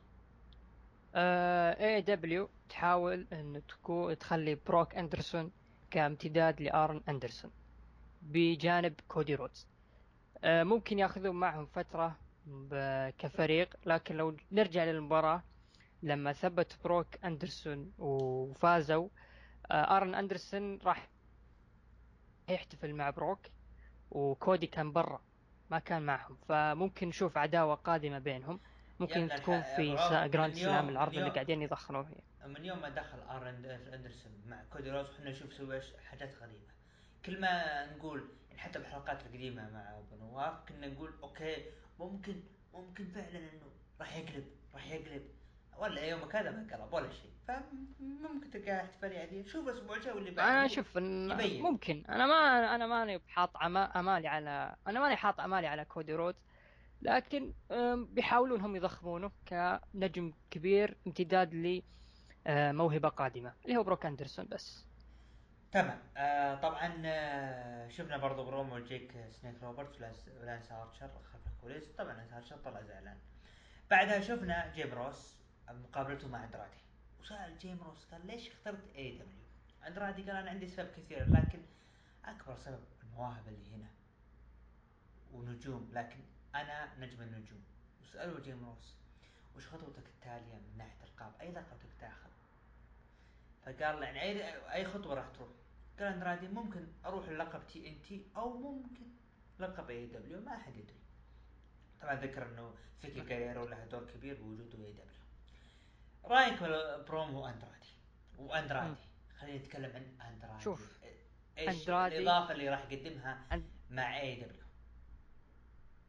اي دبليو تحاول ان تخلي بروك اندرسون كامتداد لارن اندرسون بجانب كودي رودز. ممكن ياخذون معهم فترة كفريق، لكن لو نرجع للمباراة لما ثبت بروك اندرسون وفازوا، ارن اندرسون راح يحتفل مع بروك، وكودي كان برا ما كان معهم. فممكن نشوف عداوة قادمة بينهم،
يا
ممكن
ابن
تكون
ابو
في
عوف،
جراند سلام، العرض اللي قاعدين يضخموه فيه.
من يوم ما دخل ارن اندرسون مع كودي روز احنا نشوف سوى حاجات غريبه. كل ما نقول يعني حتى بالحلقات القديمه مع ابو نواف كنا نقول اوكي ممكن فعلا انه راح يقلب ولا يوم هذا ما قلب ولا شيء. فممكن تلقى احتفاليه عاديه، شوف الاسبوع الجاي واللي بعده
انا
هو
اشوف ان
يبين.
ممكن، انا ماني بحاط امالي على، انا ماني حاط امالي على كودي رودز، لكن بيحاولون هم يضخمونه كنجم كبير امتداد لموهبة قادمة اللي هو بروك اندرسون بس.
تمام. طبعا شفنا برضو برومو جيك سنيك روبرتس ولانس ارشر خلف الكواليس. طبعا لانس ارشر طلع زعلان. بعدها شفنا جيم روس مقابلته مع اندرادي، وسأل جيم روس قال ليش اخترت اي دبليو؟ اندرادي قال انا عندي اسباب كثيره، لكن اكبر سبب المواهب اللي هنا ونجوم، لكن انا نجم النجوم. وسألوا جيم روس وش خطوتك التاليه من ناحيه القاب، اي لقب تبي تاخذ؟ فقال يعني اي خطوه راح تروح؟ قال اندرادي ممكن اروح اللقب تي ان تي او ممكن لقب اي دبليو، ما احد يدري. طبعا ذكر انه فيكي جايرو له دور كبير بوجوده اي دبليو. رايك برومو اندرادي
مم.
واندرادي؟ خلينا نتكلم عن اندرادي.
شوف،
ايش
اندرادي
الاضافه اللي راح يقدمها
عند
مع اي دبليو؟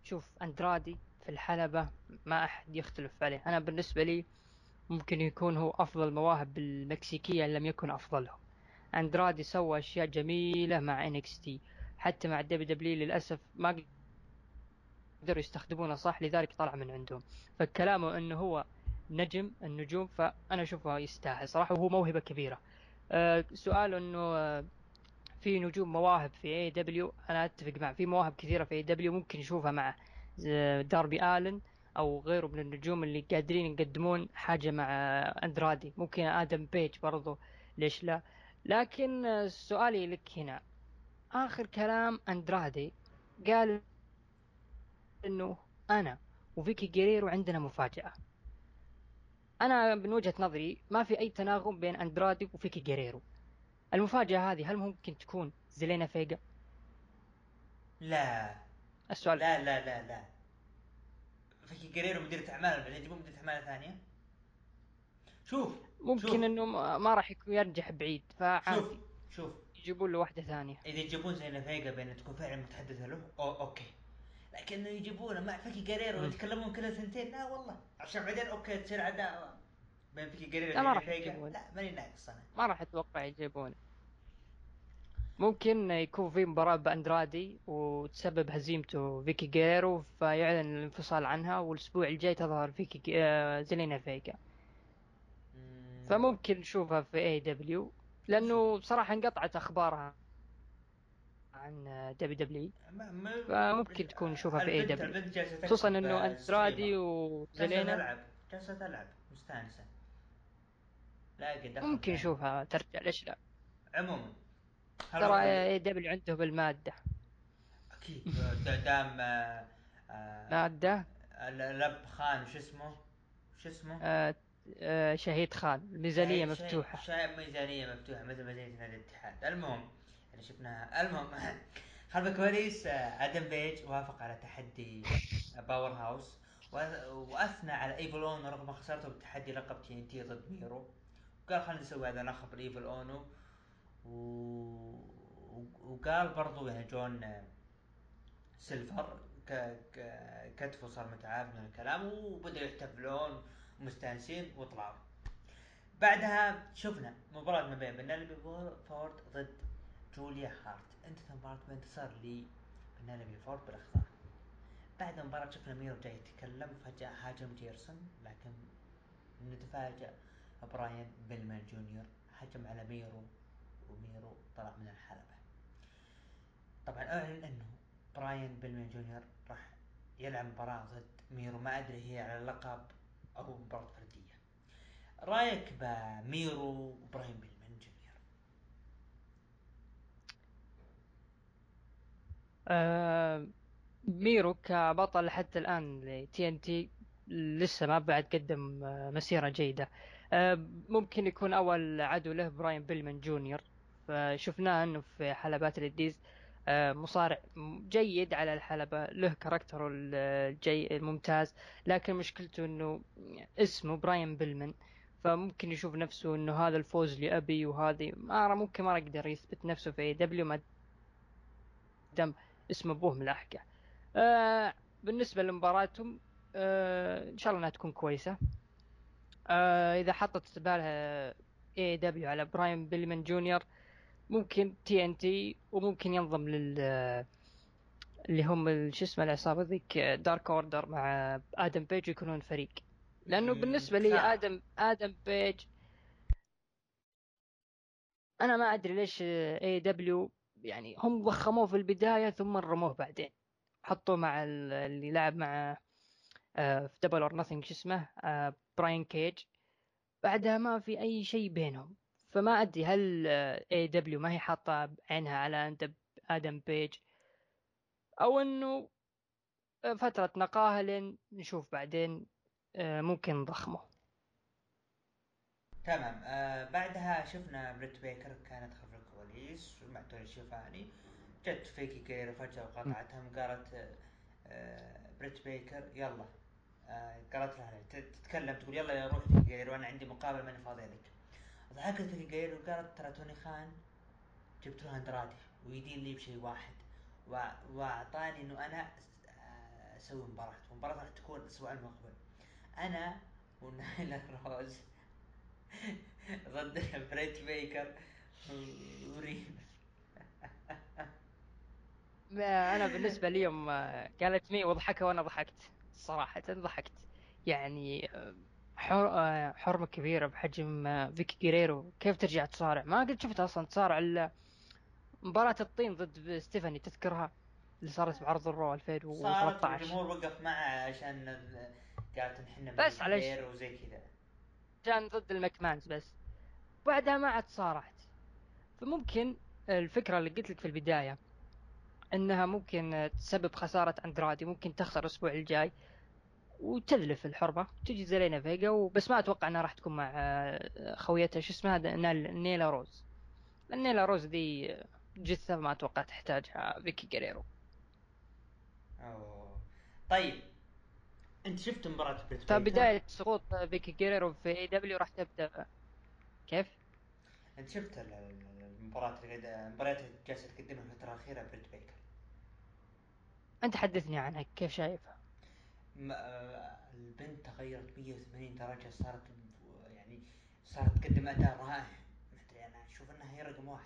شوف أندرادي في الحلبة ما أحد يختلف عليه. أنا بالنسبة لي ممكن يكون هو أفضل مواهب المكسيكية إن لم يكن أفضلهم. أندرادي سوى أشياء جميلة مع NXT، حتى مع الدبليو للأسف ما قدروا يستخدمونه صح، لذلك طلع من عندهم. فكلامه انه هو نجم النجوم، فانا اشوفه يستاهل صراحه، وهو موهبه كبيره. سؤال انه في نجوم مواهب في اي دبليو، انا اتفق معه، في مواهب كثيره في اي دبليو ممكن نشوفها مع داربي آلن او غيره من النجوم اللي قادرين يقدمون حاجه مع اندرادي. ممكن ادم بيج برضو، ليش لا؟ لكن سؤالي لك هنا، اخر كلام اندرادي قال انه انا وفيكي جيريرو عندنا مفاجأة. انا من وجهة نظري ما في اي تناغم بين اندرادي وفيكي جيريرو. المفاجأة هذه هل ممكن تكون زيلينا فيجا؟
لا
السؤال
لا، فيكي جريرو مديرة اعمال، بعدين يجيبون مديرة اعمال ثانية. شوف شوف
ممكن انه ما راح يكون يرجح بعيد،
شوف
فعادي
شوف
يجيبون له واحدة ثانية.
اذا يجيبون زي نافيجا بين تكون فعلا متحدثة له اوكي، لكن يجيبونه مع فيكي جريرو
مم.
ويتكلمون كل ثنتين، لا والله، عشان بعدين اوكي تصير عداوة بين فيكي جريرو
لا ما
وزي
راح
نافيجا،
يجيبون،
لا ماني ناقص انا.
ما راح اتوقع يجيبون. ممكن يكون في مباراة باندرادي وتسبب هزيمته فيكي جيريرو فيعلن الانفصال عنها، والاسبوع الجاي تظهر زيلينا فيجا.
مم،
فممكن نشوفها في اي دبليو،
نشوف.
لانه صراحه انقطعت اخبارها عن دبليو دبليو،
ما
فممكن تكون نشوفها في اي دبليو،
البنت جالسة
خصوصا
تكتب
انه
ستريمر،
اندرادي
جالسة
وزلينا
تلعب جالسة تلعب مستانسة، لاقي دخل
ممكن
ثاني.
نشوفها ترجع، ليش لا؟
عموما
ترى
هالمرة
اي دبليو عنده بالماده.
اكيد دام
ماده.
لب خان وش اسمه، شو اسمه،
آه، شهيد خان، الميزانيه مفتوحه.
شيء ميزانية مفتوحة مثل ميزانية نادي الاتحاد. المهم اللي شفناها، المهم خلف الكواليس ادم بيج وافق على تحدي باور هاوس، واثنى على ايفل اونو رغم خسارته بتحدي لقب تي ان تي ضد ميرو، وقال خلينا نسوي هذا لقب الايفل اونو و... وقال برضو يعني جون سيلفر كتفه صار متعافى من الكلام، وبدأوا يحتفلون مستانسين وطلعوا. بعدها شفنا مباراة ما بين بنالبي فورد ضد جوليا هارت، انتهت المباراة بانتصار بنالبي فورد بالاخضر. بعد المباراة شفنا ميرو جاي يتكلم، فجأة هاجم جيرسون، لكن نتفاجأ براين بيلمان جونيور هجم على ميرو، وميرو طلع من الحلبة. طبعا اعلن انه براين بيلمان جونيور راح يلعب مباراة ضد ميرو، ما ادري هي على اللقب او مباراة فردية. رايك بميرو وبراين بيلمان جونيور؟
آه، ميرو كبطل حتى الان لتي ان تي لسه ما بعد قدم مسيره جيده. ممكن يكون اول عدو له براين بيلمان جونيور، فشفناه انه في حلبات الإنديز مصارع جيد على الحلبة، له كاركتره الجي الممتاز، لكن مشكلته انه اسمه براين بيلمان، فممكن يشوف نفسه انه هذا الفوز لأبي، وهذه ممكن ما يقدر يثبت نفسه في اي دبليو ما دام اسم ابوه ملاحقه. بالنسبة لمباراتهم ان شاء الله انها تكون كويسة. اذا حطت في بالها اي دبليو على براين بيلمان جونيور، ممكن تي ان تي، وممكن ينضم اللي هم شو اسمه العصابة ذيك دارك اوردر مع ادم بيج، يكونون فريق. لانه بالنسبة لي
كفاح.
ادم بيج، انا ما ادري ليش اي دبليو يعني هم ضخموه في البداية ثم رموه بعدين، حطوه مع اللي لعب مع في دبل اور نثينج شو اسمه براين كيج، بعدها ما في اي شيء بينهم. فما ادري هل اي دبليو ما هي حاطه عينها على ادم بيج، او انه فتره نقاهه لين نشوف بعدين ممكن نضخمه.
تمام. بعدها شفنا بريت بيكر كانت خلف الكواليس مع توني شيفاني، جت فيكي كير فجأة
م.
وقطعتهم، قالت بريت بيكر يلا، قالت لها تتكلم تقول يلا يا روح فيكي كير وانا عندي مقابلة ماني فاضي لك. ضحكت فيكي كير وقالت ترى توني خان جبت له اندرادي ويدين لي بشيء واحد، واعطاني انه انا اسوي مباراة راح تكون الاسبوع المقبل، انا ونايلا روز ضد بريت بيكر ورين.
انا بالنسبه لي يوم قالت مي وضحكها وانا ضحكت صراحه ضحكت. يعني حرمه كبيره بحجم فيكي جيريرو كيف ترجع تصارع؟ ما قد شفتها اصلا تصارع الا مباراه الطين ضد ستيفاني، تذكرها اللي صارت بعرض الرو
صارت
2013.
والجمهور وقف معه عشان قالت نحن
بس
ملك
علشان
هير وزي كذا.
ضد المكمانز بس، بعدها ما عاد صارعت. فممكن الفكره اللي قلت لك في البدايه انها ممكن تسبب خساره اندرادي، ممكن تخسر الاسبوع الجاي وتذلف الحربة تجي زلينا فيجا وبس. ما اتوقع انها راح تكون مع خويتها شو اسمها نيلا روز، لان نيلا روز دي جثة ما اتوقع تحتاجها فيكي جريرو.
أوه. طيب انت شفت مباراة بريت بيكر؟
فبداية سقوط فيكي جريرو في اي دبليو راح تبدأ كيف؟
انت شفت المباراة المباريات اللي جالسة تقدمها الفترة الأخيرة بريت بيكر؟
انت حدثني عنها، كيف شايفها؟
البنت تغيرت 180 درجة، صارت يعني صارت تقدم أداء رائع. مدري أنا أشوف أنها هي رقم واحد،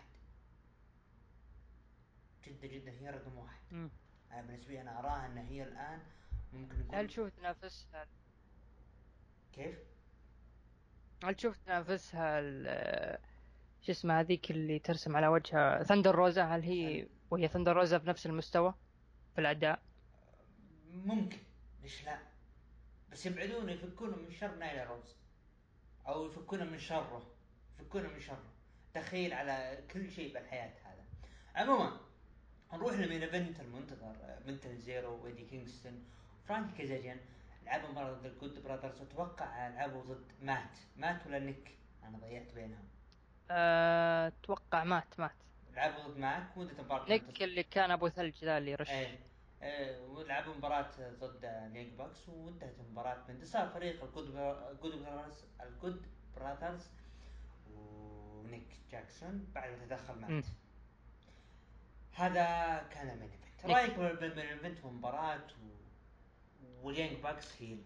جدا جدا هي رقم واحد.
مم.
أنا بالنسبة لي أنا أراها أن هي الآن ممكن
هل
نقول.
تشوف تنافسها
كيف؟
هل تشوف تنافسها شو اسمها هذيك اللي ترسم على وجهها ثندر روزا؟ هل
ثن...
هي وهي ثندر روزا بنفس المستوى في الأداء؟
ممكن، ليش لا؟ بس يبعدونه يفكونه من شر نايلا روز، او يفكونه من شره، يفكونه من شره. دخيل على كل شيء بالحياة هذا. عموما نروح لمين ايفنت المنتظر، بنتل زيرو وإيدي كينغستون فرانك كازاجيان. لعبوا مباراة ضد الجود براذرز، واتوقع لعبوا ضد مات ولا نيك، انا ضيعت بينهم.
اتوقع مات.
لعبوا ضد مات وانتهت المباراة
نيك اللي كان ابو ثلج ذا اللي
ايه.
يرش.
ولعبوا مباراة ضد اليانج باكس، وانتهت المباراة بانتصار فريق الجود براذرز ونيك جاكسون بعد ما تدخل
مم.
مات. هذا كان المين ايفنت.
نيك
رايك بالمين ايفنت ومباراة واليانج باكس هيل؟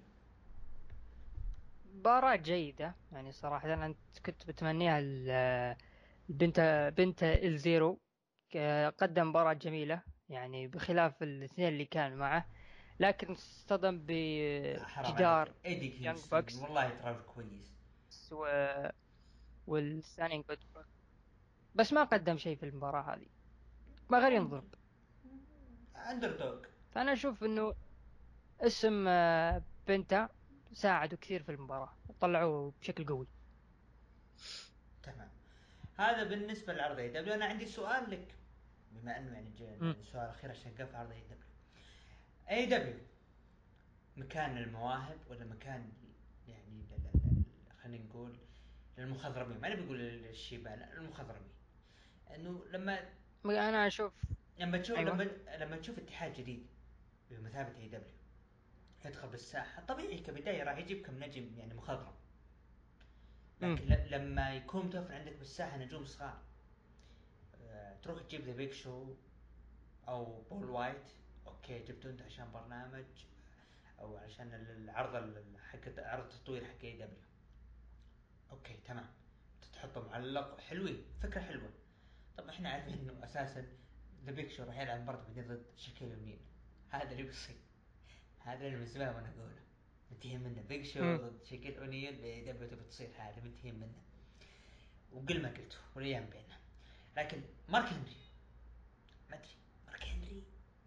مباراة جيدة يعني صراحة. أنا كنت بتمنيها البنت بنت الزيرو قدم مباراة جميلة يعني بخلاف الاثنين اللي كانوا معه، لكن اصطدم
لا حرام عليك،
بجدار
ايدي
يانج
كينغستون
باكس
والله ترى كويس.
و... والثاني بس ما قدم شيء في المباراة هذه، ما غير
ممكن
ينضرب.
اندر دوغ.
فأنا أشوف إنه اسم بنتا ساعدوا كثير في المباراة وطلعوه بشكل قوي.
تمام. هذا بالنسبة للعرض اي دبليو. انا عندي سؤال لك، بما انه يعني
مم.
السؤال الاخير عشان نقف عرض اي دبليو. اي دبليو مكان المواهب ولا مكان يعني خلينا نقول للمخضرمين؟ ما نبي نقول الشيبان، المخضرمين. انه
أنا أشوف
لما تشوف
أيوة.
لما تشوف اتحاد جديد بمثابة اي دبليو يدخل بالساحة، طبيعي كبداية راح يجيب كم نجم يعني مخضرم.
مم.
لكن لما يكون متوفر عندك بالساحة نجوم صغار، تروح تجيب ذا بيج شو او بول وايت. اوكي جبته انت عشان برنامج او عشان العرض حق عرض التطوير حق اي دبليو. اوكي تمام، تحطه معلق حلوين، فكرة حلوة. طب احنا عارفين انه اساسا ذا بيج شو راح يلعب برضه بعدين ضد شاكيل اونيل. هذا اللي بيصير، هذا اللي من زمان وانا اقوله. منتهين منه بيج شو
مم.
ضد شاكيل اونيل بدبليو تبي تصير، هذا منتهين منه. وقل ما قلته والايام بيننا. لكن مارك هنري، ما ادري، مارك هنري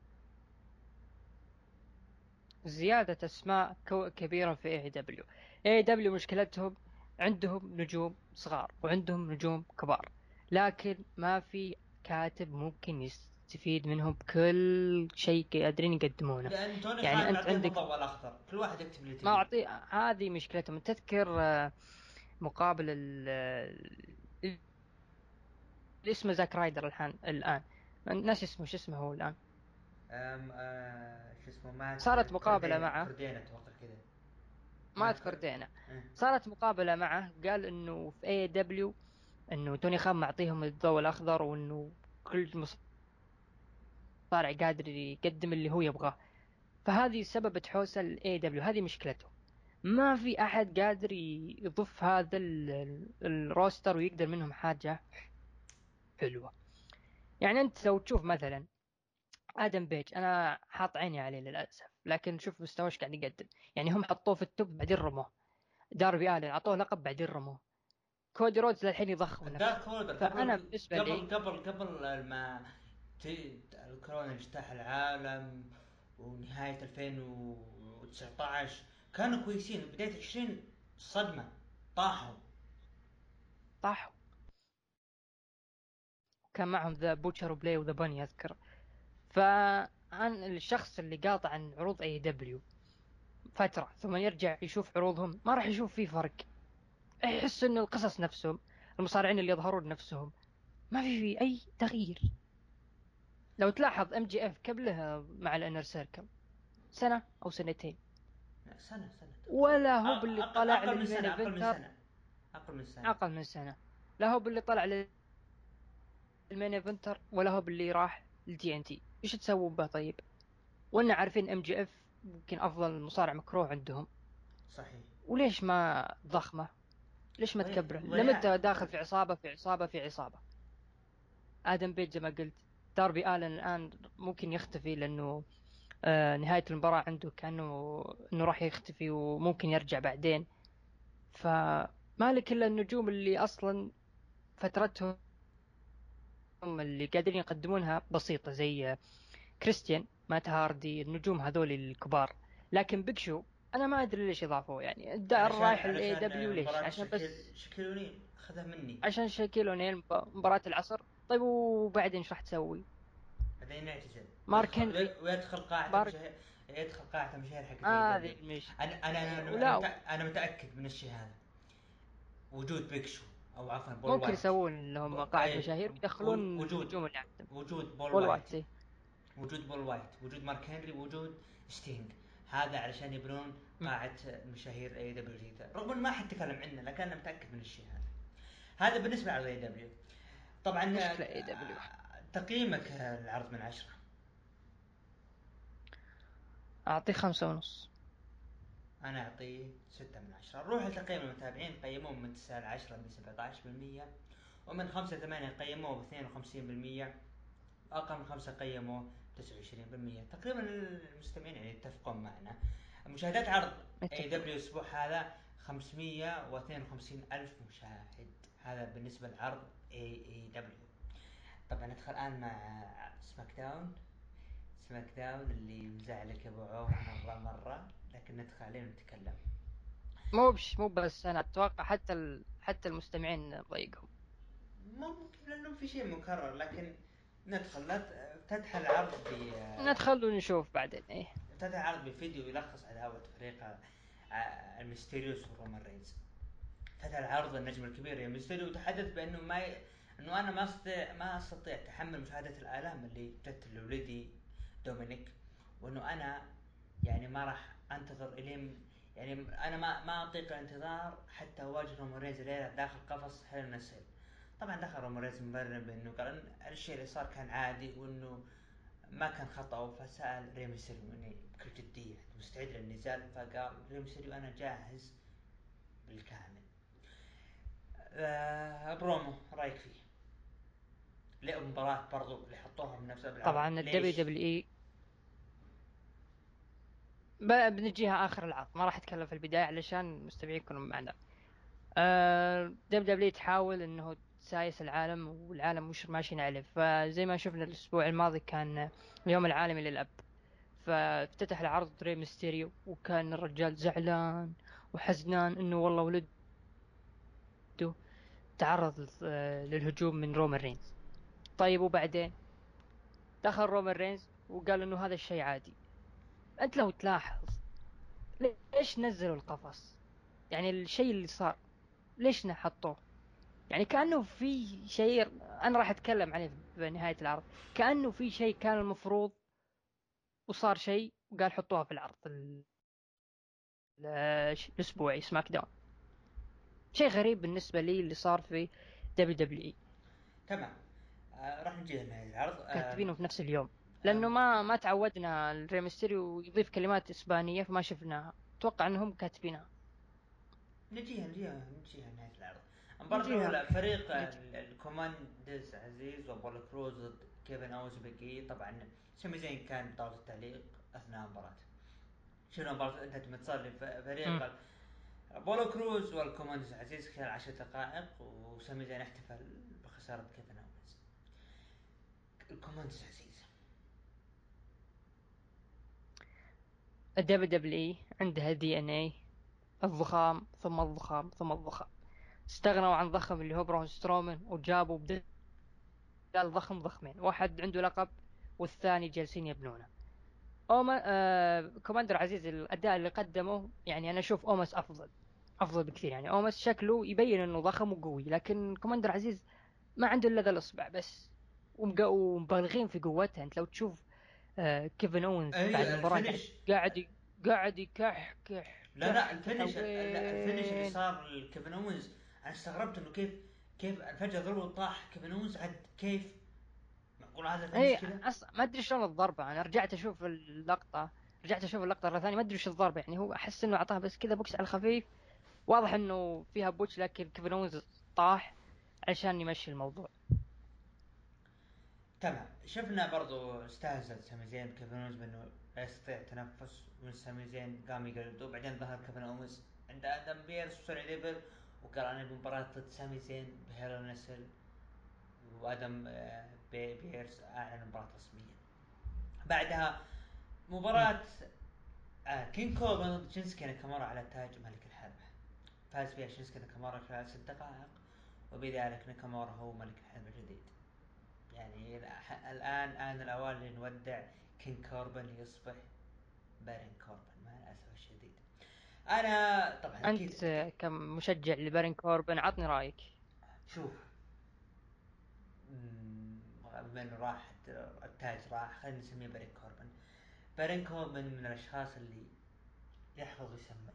زيادة أسماء كبيرة في اي دبليو. اي دبليو مشكلتهم عندهم نجوم صغار وعندهم نجوم كبار، لكن ما في كاتب ممكن يستفيد منهم بكل شيء قادرين يقدمونه.
لان توني
يعني
خان
أنت
معطيهم
عندك
الضوء الاخضر، كل واحد يكتب اللي
ما
تبيه.
أعطي، هذه مشكلتهم. تذكر مقابل اللي اسمه زاك رايدر الآن ناس اسمه شو اسمه هو الآن.
شو اسمه مات
صارت مقابلة
كوردينا،
معه،
كوردينا اتوقع كذا.
ما
مات
أذكر دينا.
أه.
صارت مقابلة معه قال إنه في اي دبليو انه توني خان معطيهم الضوء الاخضر، وانه كل مصارع قادر يقدم اللي هو يبغاه. فهذه سببت حوسه الاي دبليو، هذه مشكلته. ما في احد قادر يضيف هذا الروستر ويقدر منهم حاجه حلوه. يعني انت لو تشوف مثلا ادم بيج، انا حاط عيني عليه للاسف، لكن شوف مستواه ايش قاعد يقدم. يعني هم حطوه في التوب بعدين رموه. داربي الين عطوه لقب بعدين رموه. كودي رودز للحين يضخم نفسه.
الدارك اوردر
فانا بالنسبه لي
قبل ما الكورونا اجتاح العالم ونهاية 2019 كانوا كويسين. بداية 20 صدمة، طاحوا.
طاحوا. كان معهم ذا بوتشر وبلاي وذا باني اذكر. فعن الشخص اللي قاطع عن عروض اي دبليو فترة ثم يرجع يشوف عروضهم، ما راح يشوف فيه فرق. يحس ان القصص نفسهم، المصارعين اللي يظهرون نفسهم، ما في اي تغيير. لو تلاحظ ام جي اف قبلها مع الانر سيركل سنة او سنتين،
سنة تقريبا.
ولا هو اللي طلع
أقل من
للمين
سنة، أقل من
ايفنتر.
سنة، أقل من سنة.
اقل من سنة. لا هو اللي طلع للمين ايفنتر ولا هو اللي راح للتي ان تي. ايش تسووا به طيب؟ وانا عارفين ام جي اف يمكن افضل مصارع مكروه عندهم.
صحيح.
وليش ما ضخمه؟ ليش ما تكبره؟ لمتى داخل في عصابه في عصابه في عصابه؟ ادم بيج زي ما قلت. داربي آلن الان ممكن يختفي لانه نهايه المباراه عنده كانه انه راح يختفي وممكن يرجع بعدين. فمالك الا النجوم اللي اصلا فترتهم اللي قادرين يقدمونها بسيطه، زي كريستيان مات هاردي، النجوم هذول الكبار. لكن بيج شو انا ما ادري ليش اضافوه. يعني الدار رايح الاي دبليو ليش؟
مباراة
عشان بس
شكيل أونيل أخذها مني.
عشان شاكيل اونيل مباراة العصر. طيب وبعدين ايش راح تسوي؟
بعدين يعتزل
مارك هنري.
ويدخل قاعة
مارك
المشاهير. يدخل قاعة المشاهير حق اي
هذه
دبليو.
المشكلة.
أنا متأكد من الشيء هذا. وجود بيكشو، أو عفوا بول
ممكن
وايت.
يسوون لهم قاعة مشاهير ويدخلون
وجود
النجوم اللي عندهم.
بول
بول
وايت.
وايت إيه.
وجود مارك هنري، وجود ستينج. هذا علشان يبنون
م.
قاعة مشاهير اي دبليو جديدة، رغم ان ما حد تكلم عنه، لكن انا متأكد من الشيء هذا بالنسبة على اي دبليو. طبعا
مشكلة اي دبليو.
تقييمك العرض من 10؟
اعطيه 5.5.
انا اعطيه 6/10. نروح لتقييم المتابعين. قيموه من 9 ل 10 ب 17%، ومن 5 ل 8 قيموه ب 52%، واقل من 5 قيموه 29%. تقريبا المستمعين يعني يتفقون معنا. مشاهدات عرض اي
متفق.
دبليو الاسبوع هذا 552 الف مشاهد. هذا بالنسبة لعرض اي دبليو. طبعا ندخل الان مع سماك داون اللي مزعلك يا ابو عوف مرة، لكن ندخل عليه ونتكلم.
مو بس انا اتوقع حتى حتى المستمعين ضايقهم.
ممكن لانه في شيء مكرر، لكن ندخل. لا تدخل العرض
ندخل ونشوف بعدين ايه.
ابتدى عرض بفيديو يلخص عداوة فريق الميستيريوس ورومان رينز. فتح العرض النجم الكبير يا ميستيريو وتحدث بانه انه انا ما استطيع تحمل مشاهدة الالام اللي جت لولدي دومينيك، وانه انا يعني ما راح انتظر الين، يعني انا ما اطيق الانتظار حتى اواجه رومان رينز الليله داخل قفص هيل نسل. طبعا دخل رومان رينز مبرر بانه قال ان الشيء اللي صار كان عادي وانه ما كان خطأ. فسأل ري ميستيريو يعني بكل جدية مستعد للنزال، فقال ري ميستيريو أنا جاهز بالكامل. برومو رأيك فيه؟ ليه المباراة برضو اللي حطوها من نفس العرض
طبعا الدبليو
ليش؟
دبليو اي بنجيها اخر العرض، ما راح اتكلم في البدايه علشان المستمعين يكونوا معنا. دبليو دبليو تحاول انه تسايس العالم، والعالم مش ماشيين عليه. فزي ما شفنا الاسبوع الماضي كان اليوم العالمي للاب، فافتتح العرض ري ميستيريو وكان الرجال زعلان وحزنان انه والله ولده تعرض للهجوم من رومان رينز. طيب وبعدين دخل رومان رينز وقال انه هذا الشيء عادي. انت لو تلاحظ ليش نزلوا القفص؟ يعني الشيء اللي صار ليش حطوه؟ يعني كأنه في شيء أنا راح أتكلم عليه في نهاية العرض. كأنه في شيء كان المفروض وصار شيء وقال حطوها في العرض الأسبوعي سماك داون. شيء غريب بالنسبة لي اللي صار في دبليو دبليو إي.
تمام. راح نجي لنهاية العرض.
كاتبينه في نفس اليوم. لانه ما تعودنا الريمستيريو يضيف كلمات اسبانيه فما شفناها، اتوقع انهم كاتبينها.
نجيها نهاية العرض. المباراة
نجيها
الأولى فريق
نجي.
الكوماندز عزيز وبولو كروز ضد كيفن أوز بيكي. طبعا سامي زين كان بطاولة التعليق أثناء المباراة. شنو المباراة انتهت بانتصار
مم.
لفريق بولو كروز والكوماندز عزيز خلال 10 دقائق، وسامي زين احتفل بخسارة كيفن أوز. الكوماندز عزيز
الدبليو دبليو اي عندها دي ان اي، الضخام ثم الضخام ثم الضخام. استغنوا عن ضخم اللي هو برون سترومان وجابوا بدل ضخم ضخمين، واحد عنده لقب والثاني جالسين يبنونه. اوما كوماندر عزيز الاداء اللي قدمه، يعني انا اشوف اومس افضل بكثير. يعني اومس شكله يبين انه ضخم وقوي، لكن كوماندر عزيز ما عنده الا ذا الاصبع بس، ومبالغين في قوتها. انت لو تشوف كيفن اونز بعد
اي
المباراة
الفينش.
قاعد يكح
لا
كحه
الفينش، لا الفينش اللي
وين.
صار لكيفن أوز، انا استغربت انه كيف فجأة ضربه طاح كيفن أوز عد كيف. معقول هذا الفينش
اي
كذا؟
اصلا ما ادري شلون الضربه، انا رجعت اشوف اللقطه مره ثانيه، ما ادري وش الضربه. يعني هو احس انه اعطاها بس كذا بوكس على الخفيف، واضح انه فيها بوتش، لكن كيفن اونز طاح عشان يمشي الموضوع.
تمام. شفنا برضو استهزأ سامي زين كيفن أوز بانه لا يستطيع التنفس، ومن سامي زين قام يقلده. بعدين ظهر كيفن أوز عند ادم بيرس وسوني ديفل وقال انا بمباراة ضد سامي زين بهيلو نسل، وادم بيرس اعلن مباراة رسميا. بعدها
مم.
مباراة كين كوبن ضد شينسكي ناكامورا على تاج ملك الحلبة. فاز فيها شينسكي ناكامورا خلال 6 دقائق، وبذلك ناكامورا هو ملك الحلبة الجديد. يعني الآن آن الأوان لنودع كين كوربن ليصبح بارين كوربن مع الأسف الشديد. أنا طبعا أكيد
انت كمشجع لبارين كوربن عطني رايك.
شوف، بما انه راح التاج راح، خلينا نسميه بارين كوربن. بارين كوربن من الاشخاص اللي يحفظ ويسمع،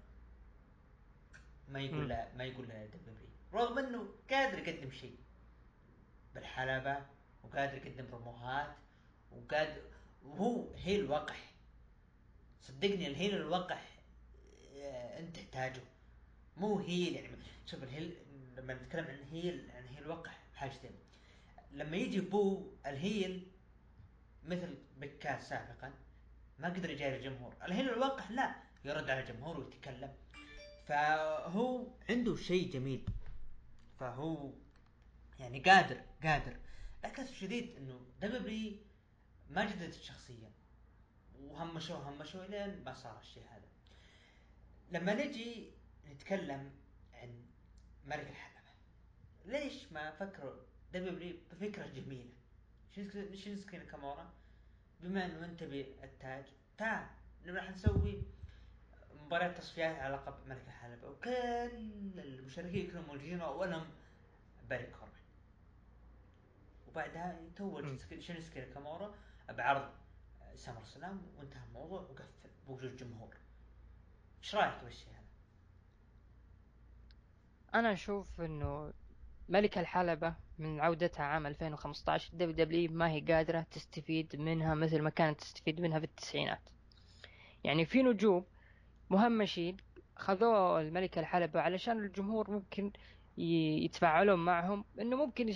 مم.
ما يقول لا دبليو، رغم انه قادر يقدم شيء بالحلبة، وقادر يقدم رموهات، وقادر، وهو هي الوقح. صدقني الهيل الوقح انت تحتاجه، مو هيل يعني. شوف الهيل لما نتكلم عن هيل، عن هيل وقح حاجتين. لما يجي بو الهيل مثل بكاس سابقا ما قدر يجاري الجمهور، الهيل الوقح لا، يرد على الجمهور ويتكلم. فهو عنده شيء جميل، فهو يعني قادر. لكن الشديد انه دبليو ما جددت الشخصيه، وهمشوا الين ما صار الشيء هذا. لما نجي نتكلم عن ملك الحلبة، ليش ما فكروا دبليو بفكرة جميلة؟ شينسكي ناكامورا بما انه انت بالتاج، تعال راح نسوي مباراة تصفيات على لقب ملك الحلبة، وكل المشاركين كانوا موجودين اولهم باري كوربن. وبعدها يتوج
مم.
شينسكي ناكامورا بعرض سامر سلام، وانتهى الموضوع وقفل بوجود جمهور. ايش رايك بالشيء هذا؟
انا اشوف انه ملك الحلبة من عودتها عام 2015 دبليو دبليو ما هي قادرة تستفيد منها مثل ما كانت تستفيد منها في التسعينات. يعني في نجوم مهمشين خذوه الملكة الحلبة علشان الجمهور ممكن يتفاعلون معهم، انه ممكن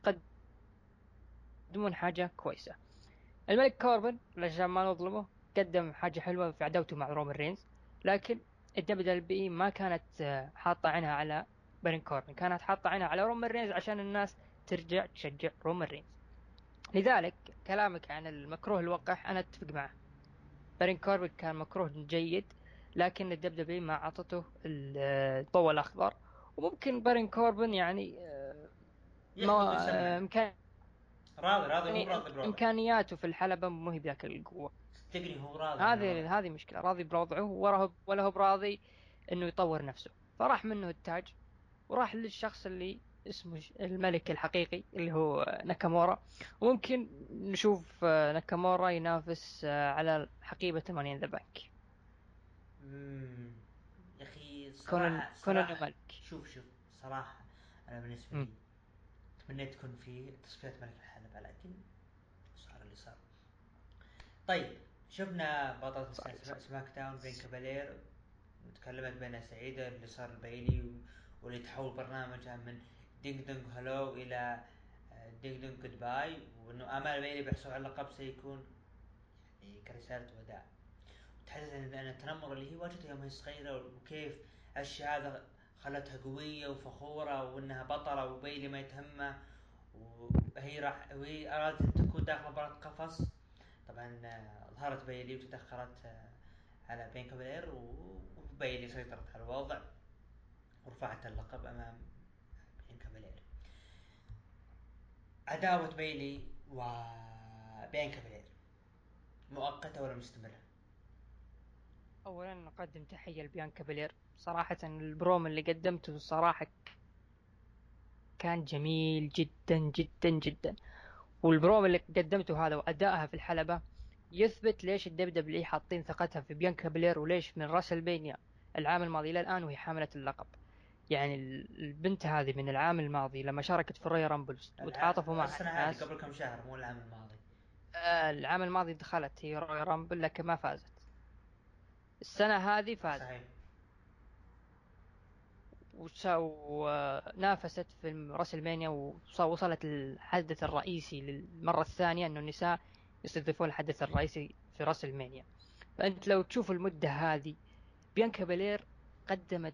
يقدمون حاجة كويسة. الملك كوربن علشان ما نظلمه قدم حاجة حلوة في عداوته مع رومان رينز، لكن الدبليو دبليو ما كانت حاطة عينها على بارين كوربن، كانت حاطة عينها على رومان رينز عشان الناس ترجع تشجع رومان رينز. لذلك كلامك عن المكروه الوقح أنا أتفق معه. بارين كوربن كان مكروه جيد، لكن الدبليو ما عطته الضوء الأخضر. وممكن بارين كوربن يعني
يحفظ
ما
ويسمع. راضي مو
يعني
راضي بوضعه.
إمكانياته في الحلبة مو هي بذاك القوة.
صدقني هو راضي من وضعه.
هذه مشكلة، راضي بوضعه ولا هو براضي إنه يطور نفسه، فراح منه التاج وراح للشخص اللي اسمه الملك الحقيقي اللي هو ناكامورا. وممكن نشوف ناكامورا ينافس على حقيبة الماني ان ذا بانك،
مم. يا اخي
كون انه ملك.
شوف صراحة انا بالنسبة
مم.
لي تمنيت تكون في تصفيات ملك الحلبة، لكن صار اللي صار. طيب شفنا بطلة
صحيح صحيح.
سماك داون بين كابالير، وتكلمت بينها سعيدة اللي صار البيلي واللي تحول برنامجها من دينج دونج هلو إلى دينج دونج جود باي، وإنه آمال بيلي بيحصل على اللقب سيكون يعني كرسالة وداع. تحدث عن التنمر اللي هي واجهته يوم هي صغيرة، وكيف الشيء هذا خلتها قوية وفخورة وإنها بطلة وبيلي ما يتهمه، وهي أرادت أن تكون داخل مباراة قفص. طبعا ظهرت بيلي وتدخلت على بين كابلير، وبيلي سيطرت على الوضع ورفعت اللقب أمام بين كابلير. عداوة بيلي وبين كابلير مؤقتة ولا مستمرة؟
اولا نقدم تحيه لبيانكا بلير، صراحه البروم اللي قدمته صراحه كان جميل جدا جدا جدا. والبروم اللي قدمته هذا وادائها في الحلبه يثبت ليش الدب دبليو حاطين ثقتها في بيانكا بلير، وليش من راس البينيا العام الماضي الى الان وهي حامله اللقب. يعني البنت هذه من العام الماضي لما شاركت في الرويال رامبل وتعاطفوا معها
السنة هذه
الناس.
قبل كم شهر، مو العام الماضي.
العام الماضي دخلت هي رويال رامبل لكن ما فازت. السنة هذه فازت
صحيح.
ونافست في راسلمانيا ووصلت الحدث الرئيسي للمرة الثانية انه النساء يستضيفون الحدث الرئيسي في راسلمانيا. فانت لو تشوف المدة هذه بيانكا بيلير قدمت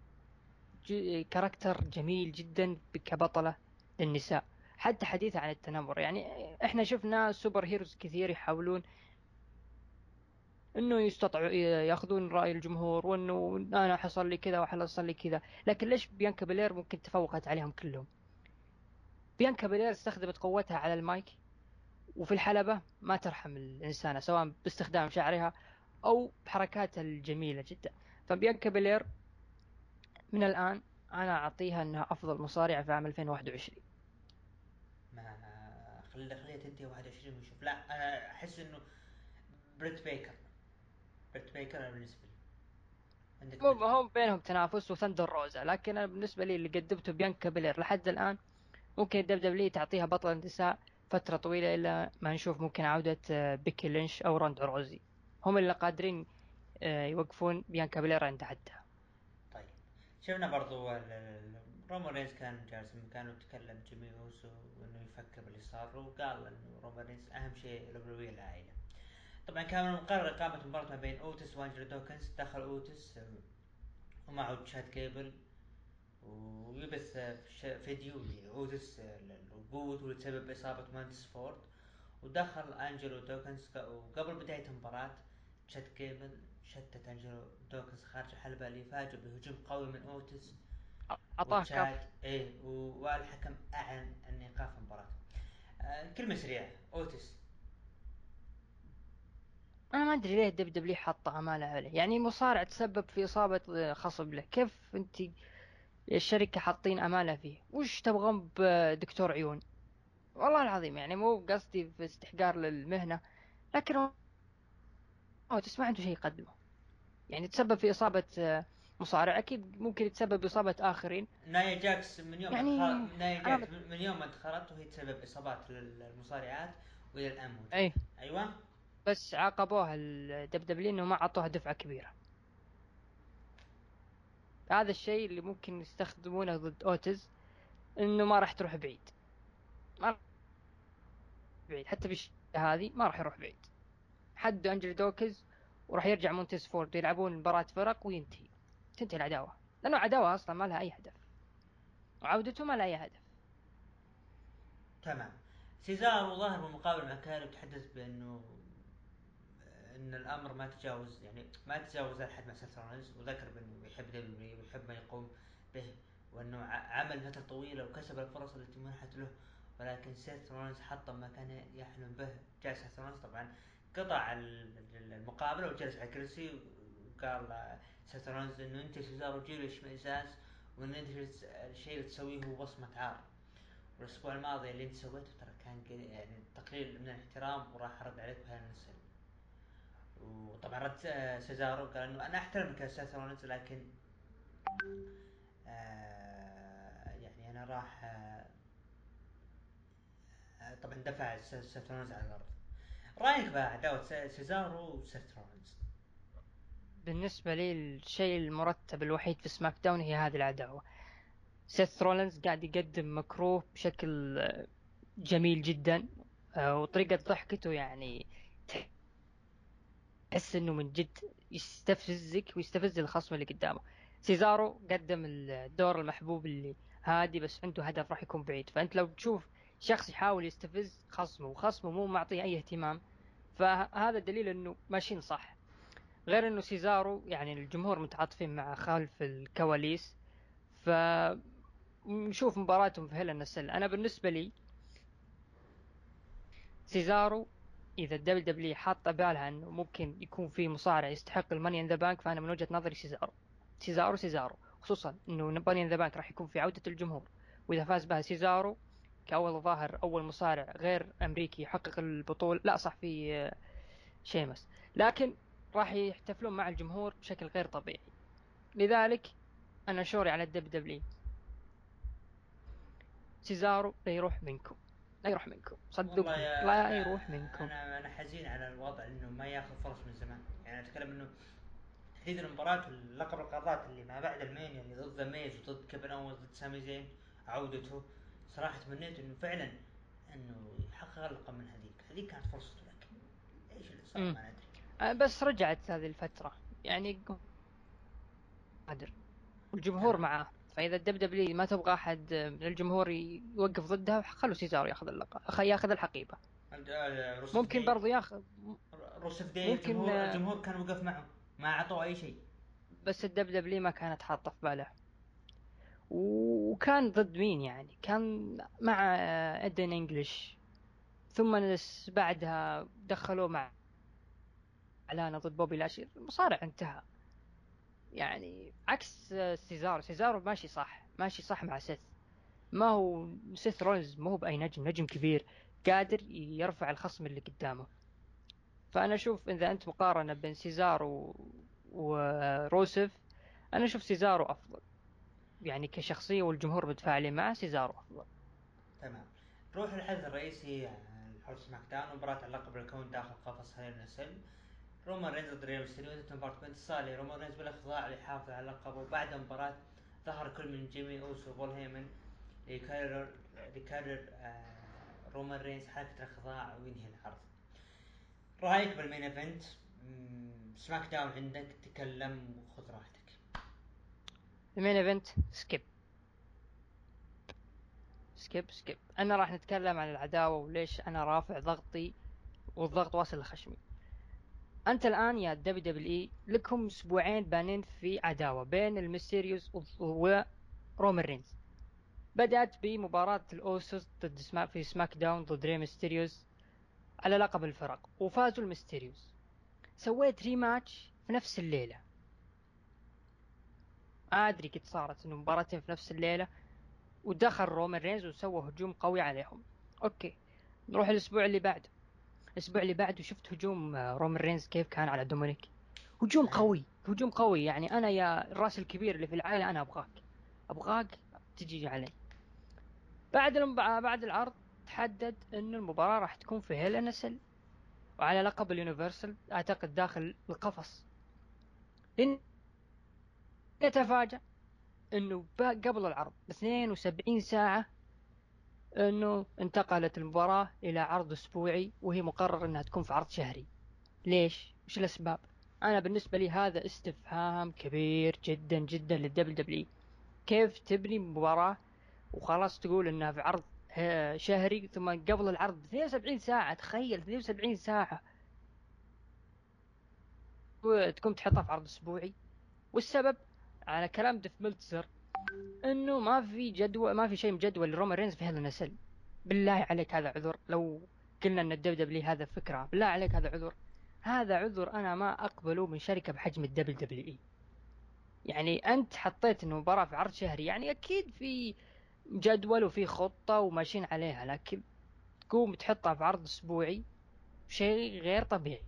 كاركتر جميل جدا كبطلة للنساء. حتى حديثها عن التنمر، يعني احنا شفنا سوبر هيروز كثير يحاولون انه يستطيعوا ياخذون راي الجمهور، وانه انا حصل لي كذا وحصل لي كذا. لكن ليش بيانكا بيلير ممكن تفوقت عليهم كلهم؟ بيانكا بيلير استخدمت قوتها على المايك وفي الحلبة ما ترحم الإنسانة، سواء باستخدام شعرها أو بحركاتها الجميلة جدا. فبيانكا بيلير من الآن أنا أعطيها أنها أفضل مصارعة في عام 2021.
ما خليها تنتهي 21 ونشوف. لا انا احس انه بريت بيكر، بريت بيكر أنا بالنسبه لي. عندك بريت بيكر.
هم بينهم تنافس وثندر روزا، لكن أنا بالنسبة لي اللي قدمته بيانكا بيلير لحد الآن ممكن الدب دبليو تعطيها بطلة نساء فترة طويلة إلا ما نشوف ممكن عودة بيكي لينش أو راند روزي. هم اللي قادرين يوقفون بيانكا بيلير عند حدها.
طيب شفنا برضو رومان رينز كان جالس مكانه يتكلم جيمي اوسو، وانه يفكر باللي صار، وقال انه رومان رينز اهم شيء الاولويه للعائله. طبعا كان من المقرر اقامه مباراه ما بين اوتس وانجلو دوكنز. دخل اوتس ومعه تشاد كيبل، ويبث فيديو لأوتس القوة واللي تسبب إصابة مانتس فورد. ودخل أنجلو دوكنز وقبل بداية المباراة تشاد كيبل شتت أنجلو دوكنز خارج الحلبة ليفاجئ بهجوم قوي من أوتس
أعطاه
وتشاد.
كف.
والحكم أعلن أن إيقاف المباراة. كلمة سريعة أوتس.
أنا ما أدري ليه الدب دبليو حاطة أمالة عليه، يعني مصارع تسبب في إصابة خصب له، كيف أنت الشركة حاطين أمالة فيه؟ وش تبغون بدكتور عيون؟ والله العظيم يعني مو قصدي في استحقار للمهنة، لكن هو تسمع عنده شيء يقدمه. يعني تسبب في إصابة مصارع، أكيد ممكن يتسبب بإصابة آخرين.
نايا جاكس من يوم ما
يعني
دخل، نايا
أنا
جاكس من يوم ما دخلت وهي تسبب إصابات للمصارعات وإلى الآن
أي،
موجودة. أيوة.
بس عاقبوها الدب دبليو إنه ما عطوها دفعة كبيرة. هذا الشيء اللي ممكن يستخدمونه ضد أوتز، إنه ما راح تروح بعيد. ما راح بعيد حتى بالشيء هذه، ما راح يروح بعيد. حد أنجل دوكز وراح يرجع مونتيز فورد يلعبون مباراة فرق وينتهي، تنتهي العداوة، لأنه عداوة أصلا ما لها أي هدف، وعودته ما لها أي هدف.
تمام. سيزار ظاهر بالمقابل مع كاري وتحدث بانه ان الامر ما تجاوز، يعني ما تجاوز الحد مع سيث رولينز، وذكر بانه يحب دبليو ويحب ما يقوم به، وانه عمل فتره طويله وكسب الفرص التي منحت له. ولكن سيث رولينز حطم ما كان يحلم به. جاء سيث رولينز طبعا قطع المقابله وجلس على الكرسي، وقال سيث رولينز انه انت سيزار وجيل اشمئزاز، وان انت الشيء اللي تسويه هو بصمه عار. والاسبوع الماضي اللي انت سويته ترى كان يعني تقليل من الاحترام، وراح ارد عليك بهذا النسل. وطبعا رد سيزارو قال انه انا احترمك يا سيث رولينز، لكن يعني انا راح طبعا دفع سيث رولينز على الارض. رايك بقى عداوه سيزارو وسيث رولينز؟
بالنسبة لي الشيء المرتب الوحيد في سماك داون هي هذه العداوة. سيث رولينز قاعد يقدم مكروه بشكل جميل جدا، وطريقة ضحكته يعني تحس انه من جد يستفزك ويستفز الخصم اللي قدامه. سيزارو قدم الدور المحبوب اللي هادي بس عنده هدف راح يكون بعيد، فانت لو تشوف شخص يحاول يستفز خصمه وخصمه مو معطيه اي اهتمام، فهذا دليل انه ماشيين صح. غير انه سيزارو يعني الجمهور متعاطفين مع خلف الكواليس، فنشوف مباراتهم في هيل ان سيل. انا بالنسبه لي سيزارو، اذا الدبليو دبليو حاطه بالها انه ممكن يكون في مصارع يستحق الماني ان ذا بانك، فانا من وجهة نظري سيزارو، خصوصا انه ماني ان ذا بانك راح يكون في عودة الجمهور، واذا فاز بها سيزارو كأول ظاهر اول مصارع غير امريكي يحقق البطولة، لا صح في شيمس، لكن راح يحتفلون مع الجمهور بشكل غير طبيعي. لذلك انا شوري على الدب دبليو، سيزارو لا يروح منكم، لا يروح منكم،
والله
صدقني
يا
لا
انا
يروح منكم.
انا حزين على الوضع انه ما ياخذ فرص من زمان. يعني اتكلم انه تحديدا المباراة اللقب القارات اللي ما بعد المانيا اللي ضد ذا ميز وضد كيفن اونز ضد سامي زين عودته، صراحة تمنيت انه فعلا انه يحقق اللقب من هذيك كانت فرصته، لكن ايش اللي صار
امم
ما ندري.
بس رجعت هذه الفترة يعني قادر والجمهور
تمام.
معاه، فإذا الدب دبليو ما تبغى أحد من الجمهور يوقف ضدها خلوا سيزارو ياخذ اللقب، ياخذ الحقيبة.
روسف
ممكن
داي.
برضو ياخذ،
روسف داي
ممكن
الجمهور كان وقف معه، ما اعطوه اي شيء.
بس الدب دبليو ما كانت حاطة في باله. وكان ضد مين يعني؟ كان مع إيدن إنجليش، ثم بعدها دخلوه مع إعلانه ضد بوبي لاشي، المصارع انتهى. يعني عكس سيزارو ماشي صح، ماشي صح مع سيث. ما هو سيث رولز، ما هو بأي نجم كبير قادر يرفع الخصم اللي قدامه. فأنا أشوف إذا أنت مقارنة بين سيزارو وروسف، أنا أشوف سيزارو أفضل يعني كشخصية، والجمهور متفاعلين معه، سيزارو أفضل.
تمام. نروح للحدث الرئيسي حول سماك داون، مباراة على اللقب الكون داخل قفص هيل نسل. رومان رينز ضد ريال ميستيريو، انتم صالح رومان رينز بالاخضاع ليحافظ على اللقب، وبعد المباراة ظهر كل من جيمي اوسو وبول هيمن ليكرر رومان رينز حركة الاخضاع وينهي العرض. رايك بالمين ايفنت؟ سماك داون عندك، تكلم وخذ راحتك.
المين ايفنت سكيب. أنا راح نتكلم عن العداوة وليش أنا رافع ضغطي والضغط واصل لخشمي. أنت الآن يا دبليو دبليو إي لكم أسبوعين بانين في عداوة بين الميستيريوس ورومان رينز. بدأت بمباراة الأوسوس ضد في سماك داون ضد ري ميستيريوس على لقب الفرق، وفازوا الميستيريوس. سويت ريماتش في نفس الليلة، ما أدري كيف صارت إنه مباراتين في نفس الليلة، ودخل رومان رينز وسوى هجوم قوي عليهم. أوكي، نروح الأسبوع اللي بعده. الأسبوع اللي بعده شفت هجوم رومان رينز كيف كان على دومينيك. هجوم
صحيح.
قوي، هجوم قوي، يعني أنا يا الراس الكبير اللي في العائلة أنا أبغاك تجي علي. بعد العرض تحدد إنه المباراة راح تكون في هيل ان سيل وعلى لقب اليونيفرسال، أعتقد داخل القفص. نتفاجأ إنه قبل العرض ب 72 ساعة إنه انتقلت المباراة إلى عرض أسبوعي، وهي مقرر إنها تكون في عرض شهري. ليش؟ وش الأسباب؟ أنا بالنسبة لي هذا استفهام كبير جدا جدا للدبليو دبليو. كيف تبني مباراة وخلاص تقول إنها في عرض شهري، ثم قبل العرض ب 72 ساعة، تخيل 72 ساعة تقوم تحطها في عرض أسبوعي. والسبب على كلام ديف ملتزر انه ما في جدول، ما في شيء مجدول لرومان رينز في هذا النسل. بالله عليك هذا عذر؟ لو قلنا ان الدبليو دبليو هذا فكره، بالله عليك هذا عذر؟ هذا عذر انا ما اقبله من شركه بحجم الدبليو دبليو اي. يعني انت حطيت انه مباراه في عرض شهري، يعني اكيد في جدول وفي خطه وماشيين عليها، لكن تقوم تحطها في عرض اسبوعي، شيء غير طبيعي.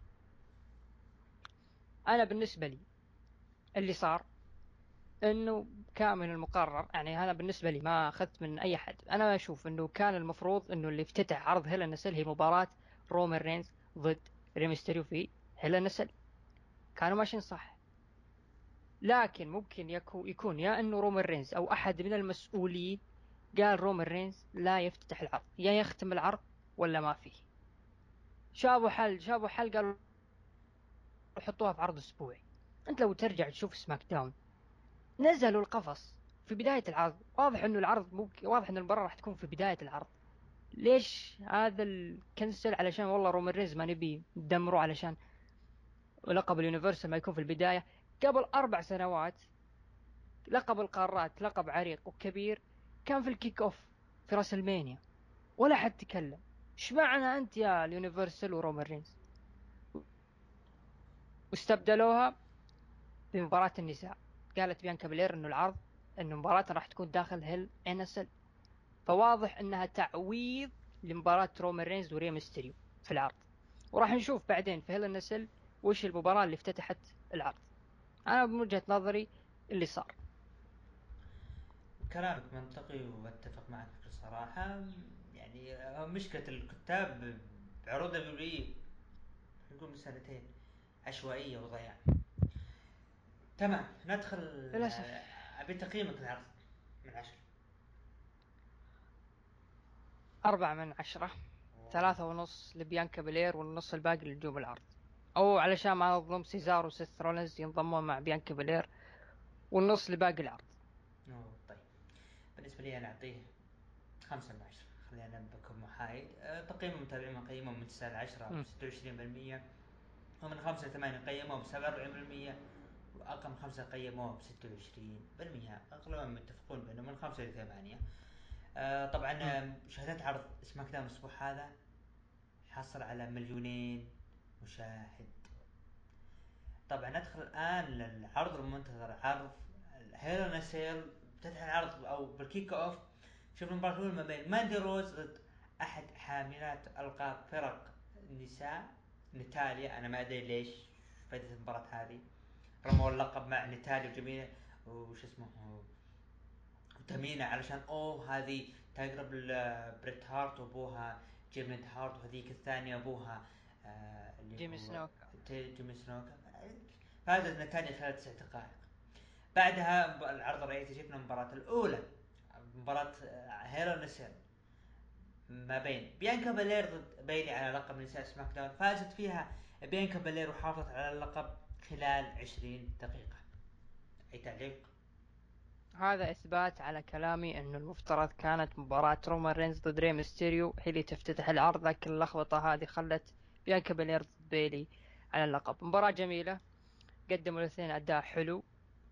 انا بالنسبه لي اللي صار انه كان من المقرر، يعني انا بالنسبه لي ما اخذت من اي حد، انا اشوف انه كان المفروض انه اللي افتتح عرض هيل ان سيل هي مباراه رومان رينز ضد ريمستيريو في هيل ان سيل، كانوا ماشيين صح. لكن ممكن يكون يا انه رومان رينز او احد من المسؤولين قال رومان رينز لا يفتتح العرض، يا يختم العرض ولا ما فيه. شابوا حل قالوا حطوها في عرض اسبوعي. انت لو ترجع تشوف سماك داون، نزلوا القفص في بداية العرض، واضح انه العرض ممكن، واضح ان المباراة راح تكون في بداية العرض. ليش هذا الكنسل؟ علشان والله رومان رينز ما نبي ندمره، علشان لقب اليونيفرسال ما يكون في البداية. قبل 4 سنوات لقب القارات، لقب عريق وكبير، كان في الكيك اوف في راس المانيا ولا حد تكلم. ايش معنى انت يا اليونيفرسال ورومان رينز؟ واستبدلوها بمباراة النساء. قالت بيانكا بلير انه العرض، انه مباراة راح تكون داخل هيل انسل، فواضح انها تعويض لمباراة رومان رينز وري ميستيريو في العرض. وراح نشوف بعدين في هيل نسل وش المباراة اللي افتتحت العرض. انا من وجهة نظري اللي صار.
كلامك منطقي واتفق معك بصراحة. يعني مشكلة الكتاب بعروض دبليو نقول من سنتين عشوائية وضياع. تمام ندخل.
للأسف.
أبي تقييمك العرض من 10.
4/10. 3.5 لبيانكا بلير والنص الباقي لنجوم العرض. او علشان ما اظلم سيزار وسيث رولنز ينضمون مع بيانكا بلير، والنص لباقي العرض.
طيب بالنسبة لي أنا أعطيه 5/10. خلينا بكون محايد. تقييم المتابعين من قيمه من 9 ل10 ب26%، ومن 5 ل8 قيموه ب47%، وأقل من 5 قيموه ب26%. أغلبهم متفقون بأنه من 5 ل8. طبعا مشاهدات عرض سماك داون الأسبوع هذا حصل على 2,000,000 مشاهد. طبعا ندخل الآن للعرض المنتظر، عرض هيل سيل. بتفتح العرض أو بالكيك أوف شوف المباراة الأولى ما بين ماندي روز ضد أحد حاملات ألقاب فرق النساء، نتاليا. أنا ما أدري ليش فائدة المباراة هذه. رموا اللقب مع نتاليا وجميلة وش اسمه وتمينة، علشان هذه تقرب بريت هارت وابوها جيمي هارت، وهذيك الثانية ابوها اللي
جيمي
هو
سنوكا.
جيمي سنوكا. فازت نتاليا خلال 9 دقائق. بعدها العرض الرئيسي شفنا المباراة الأولى، مباراة هيرو نسل ما بين بيانكا بالير ضد بيلي على لقب نساء سماك داون. فازت فيها بيانكا بالير وحافظت على اللقب خلال 20 دقيقة. أي تعليق؟
هذا إثبات على كلامي أنه المفترض كانت مباراة رومان رينز ضد ري ميستيريو هي اللي تفتتح العرض، لكن اللخبطة هذه خلت بيانكا بلير ضد بيلي على اللقب. مباراة جميلة، قدموا الاثنين أداء حلو.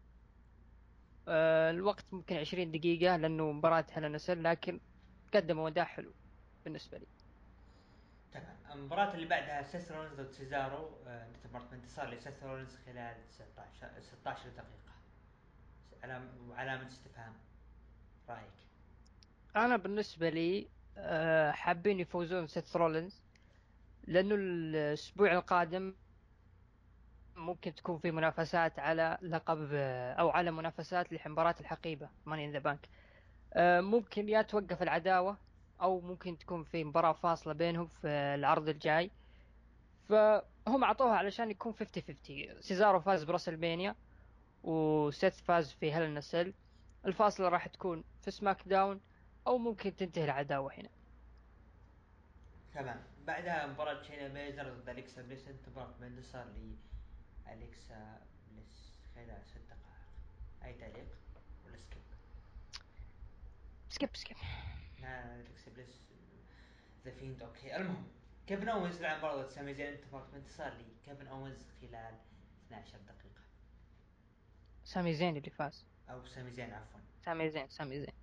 الوقت ممكن 20 دقيقة لأنه مباراة هيل نسل، لكن قدموا أداء حلو بالنسبة لي.
تمام. المباراة اللي بعدها سيث رولينز ضد سيزارو. انتصار لسيث رولينز خلال 16 دقيقة. وعلامة استفهام، رأيك؟
أنا بالنسبة لي حابين يفوزون سيث رولينز، لأنه الأسبوع القادم ممكن تكون في منافسات على لقب، أو على منافسات لمباراة الحقيبة ماني إن ذا بانك. ممكن يا توقف العداوة، أو ممكن تكون في مباراة فاصلة بينهم في العرض الجاي. فهم أعطوها علشان يكون 50-50. سيزارو فاز براسلمانيا وسيث فاز في هيل إن سيل. الفاصلة راح تكون في سماك داون، أو ممكن تنتهي العداوة هنا.
تمام. بعدها مباراة شينا بيزر ضد أليكسا بليس. انتظار بانتصار لأليكسا بليس خلال 6 دقائق. أي تعليق ولا سكيب؟
سكيب سكيب.
لا، أليكسا بليس ذا فيند. أوكي. المهم كيفن أوينز لعب مباراة سامي زين. انتظار بانتصار لكيفن أوينز خلال 12 دقيقة.
سامي زين اللي فاز.
أو سامي زين عفوا.
سامي زين.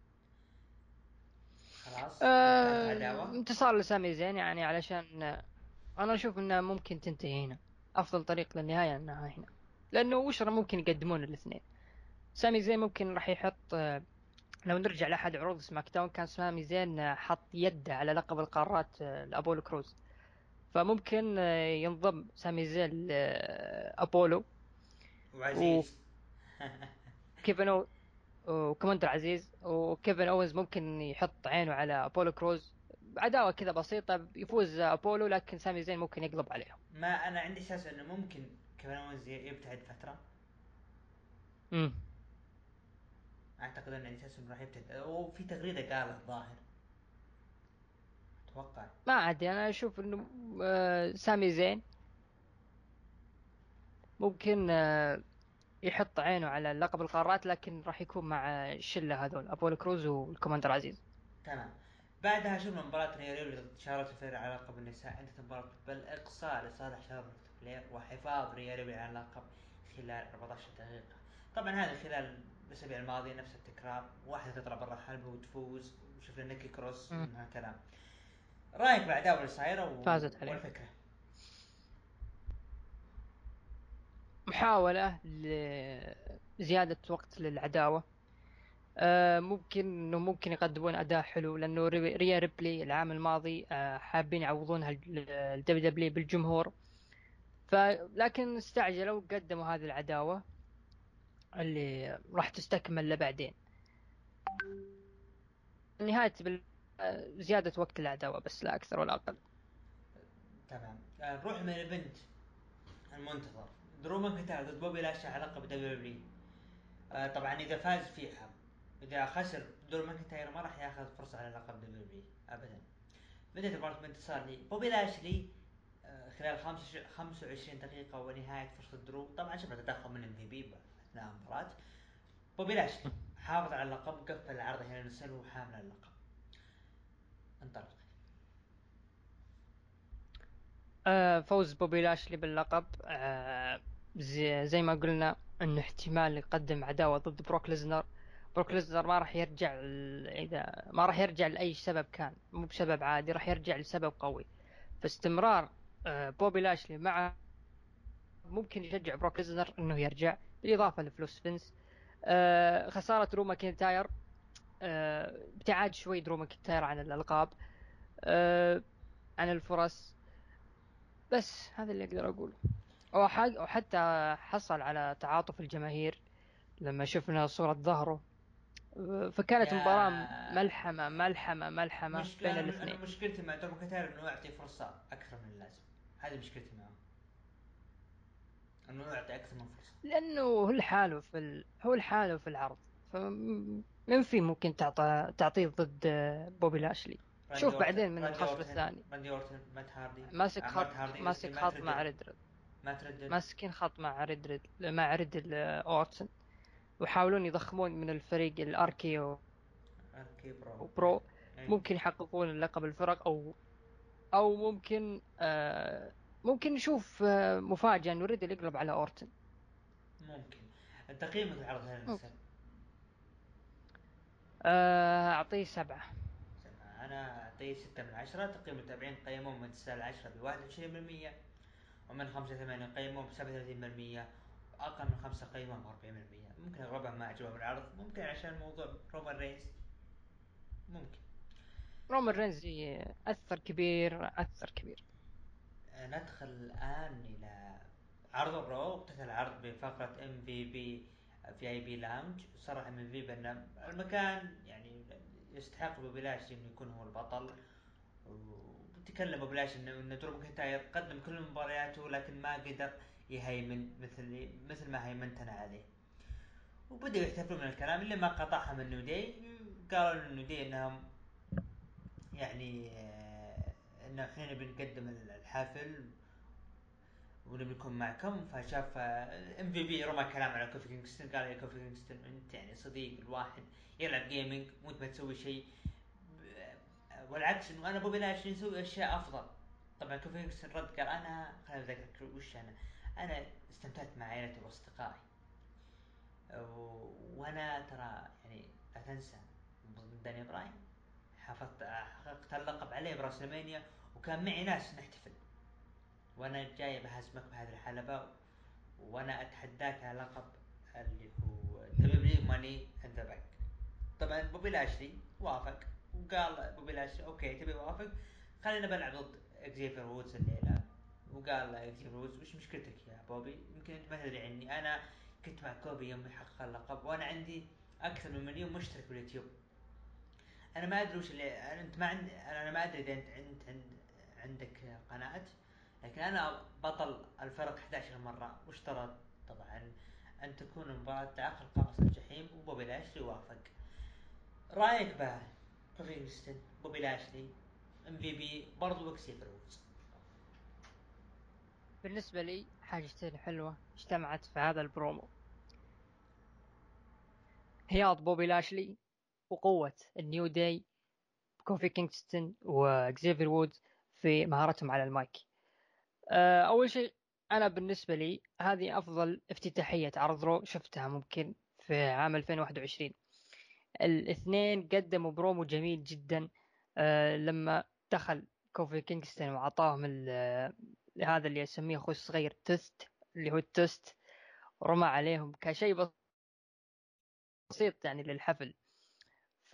خلاص انتهت العداوة.
انتصار لسامي زين، يعني علشان انا اشوف انها ممكن تنتهي هنا. افضل طريق للنهاية انها هنا، لانه وش ممكن يقدمون الاثنين. سامي زين ممكن راح يحط، لو نرجع لاحد عروض سماك داون كان سامي زين حط يده على لقب القارات لابولو كروز. فممكن ينضم سامي زين لابولو
وعزيز.
وكيفن وكماندر عزيز، وكيفن اوز ممكن يحط عينه على ابولو كروز. عداوة كذا بسيطة، يفوز أبولو لكن سامي زين ممكن يقلب عليهم.
ما انا عندي احساس انه ممكن كيفن اونز يبتعد فتره.
امم
اعتقد ان عندي احساس انه راح يبتعد، وفي تغريده قالها الظاهر، اتوقع.
ما عادي، أنا أشوف إنه سامي زين ممكن يحط عينه على لقب القارات، لكن راح يكون مع الشلة هذول أبولو كروز والكوماندر عزيز.
تمام. بعدها شفنا مباراة ريا ريبلي ضد شارلوت فلير على لقب النساء، انتهت المباراة بالإقصاء لصالح شارلوت فلير وحفاظ ريا ريبلي على اللقب خلال 14 دقيقة. طبعا هذا خلال الأسابيع الماضية نفس التكرار، واحدة تطلع برا الحلبة وتفوز، وشفنا نيكي كروس
مم.
ومن هالكلام. رايك بالعداوة اللي صايرة
فازت عليه.
والفكرة؟
محاولة لزيادة وقت للعداوة. ممكن انه ممكن يقدمون اداء حلو، لانه ريا ريبلي العام الماضي حابين يعوضونها الدبليو دبليو بالجمهور. لكن استعجلوا قدموا هذه العداوة اللي راح تستكمل لبعدين. نهاية زيادة وقت العداوة بس، لا أكثر ولا أقل.
تمام. نروح من البنت المنتظر، درو ماكنتاير ضد بوبي لاشي على لقب دبليو. طبعا اذا فاز فيها، اذا خسر درو ماكنتاير ما راح ياخذ فرصة على لقب دبليو ابدا. بدأت المباراة بانتصار لبوبي لاشلي خلال 25 دقيقة ونهاية فرصة درو. طبعا شفنا تدخل من MVP أثناء المباراة. بوبي لاشلي حافظ على اللقب، قفل العرض هنا نسل وحامل اللقب. انطلق.
فوز بوبي لاشلي باللقب. زي ما قلنا انه احتمال يقدم عداوة ضد بروك ليزنر. بروك ليزنر ما راح يرجع اذا ما راح يرجع لاي سبب كان، مو بسبب عادي، راح يرجع لسبب قوي. فاستمرار بوبي لاشلي مع ممكن يشجع بروك ليزنر انه يرجع، بالاضافة لفلوس فينس. خسارة درو ماكنتاير، ابتعاد شوي درو ماكنتاير عن الالقاب، آه، عن الفرص. بس هذا اللي اقدر اقوله. وحتى حصل على تعاطف الجماهير لما شفنا صورة ظهره. فكانت مباراة
يا
ملحمة ملحمة ملحمة بين
انا
الاثنين.
مشكلتي مع درو ماكنتاير انه يعطي فرصة اكثر من اللازم. هذه مشكلتي معه، انه يعطي اكثر من فرصة.
لأنه هو لحاله في العرض. فمن في ممكن تعطيه ضد بوبي لاشلي. شوف بعدين من الخصم الثاني
راندي اورتن، مات هاردي،
ماسك
مات
خط
هاردي قصدي،
ماسك
مات
خط مع
ريدل.
ريدل.
مات ريدل.
ماسكين خط مع ريدل أورتن. ويحاولون يضخمون من الفريق الاركي
اركي برو.
وبرو.
اي.
ممكن يحققون لقب الفرق، او ممكن ممكن نشوف مفاجأة انه ريدل يقلب على اورتن.
ممكن. تقييمك العرض هل
ممكن.
النساء؟
اعطيه 7.
انا اعطيه 6 من 10. تقييم المتابعين قيموه من 9 ل10 ب21%، ومن 5 ل8 قيموه ب37%، واقل من 5 قيموه ب40%. ممكن اغلبها ما عجبهم العرض، ممكن عشان موضوع رومان رينز، ممكن.
رومان رينز اثر كبير.
ندخل الان الى عرض الرو. اقتتل العرض بفقرة MVP لاونج. صرح MVP بان المكان يعني يستحق ببلاش انه يكون هو البطل. وتكلم ببلاش انه درو ماكنتاير قدم كل مبارياته لكن ما قدر يهيمن مثل ما هيمنت انا عليه. وبدأوا يحتفلون من الكلام اللي ما قطعها من نودي. قالوا للنودي انهم يعني انه احنا بنقدم الحفل ونبي نكون معكم. فشاف MVP رمى كلام على كوفي كينغستون، قال يا كوفي كينغستون انت يعني صديق الواحد يلعب جيمنج وانت ما تسوي شيء، والعكس انه انا بوبي لاشلي نسوي اشياء افضل. طبعا كوفي كينغستون رد قال انا خليني اذكرك وش انا استمتعت مع عائلتي واصدقائي، وانا ترى يعني لا تنسى ضد داني براين حققت اللقب عليه براسلمانيا، وكان معي ناس نحتفل، وانا جاي بهزمك بهذه الحلبة، وانا اتحداك على لقب اللي هو دبليو ماني ان ذا بانك. طبعا بوبي لاشلي وافق، وقال بوبي لاشلي اوكي تبي وافق، خلينا بلعب ضد اكزيفير وودز الليله. وقال اكزيفير وودز وش مشكلتك يا بوبي؟ يمكن انت ما تدري عني، انا كنت مع كوبي يوم يحقق اللقب، وانا عندي اكثر من 1,000,000 مشترك باليوتيوب. انا ما ادري وش اللي انت ما عندي، انا ما ادري اذا عندك قناعات، لكن انا بطل الفرق 11 مره واشترط طبعا ان تكون المباراة داخل قفص الجحيم، وبوبي لاشلي وافق. رايك بقى كوفي كينغستون، بوبي لاشلي، ام في بي برضو اكسيفر وودز.
بالنسبة لي حاجتين حلوة اجتمعت في هذا البرومو: هياط بوبي لاشلي وقوة النيو داي، كوفي كينغستون وإكزيفير وودز في مهارتهم على المايك. أول شيء، أنا بالنسبة لي هذه أفضل افتتاحية عرض رو شفتها ممكن في عام 2021. الاثنين قدموا برومو جميل جدا. لما دخل كوفي كينغستون وعطاهم هذا اللي يسميه أخوي الصغير تيست، اللي هو التيست، ورمى عليهم كشيء بسيط يعني للحفل. ف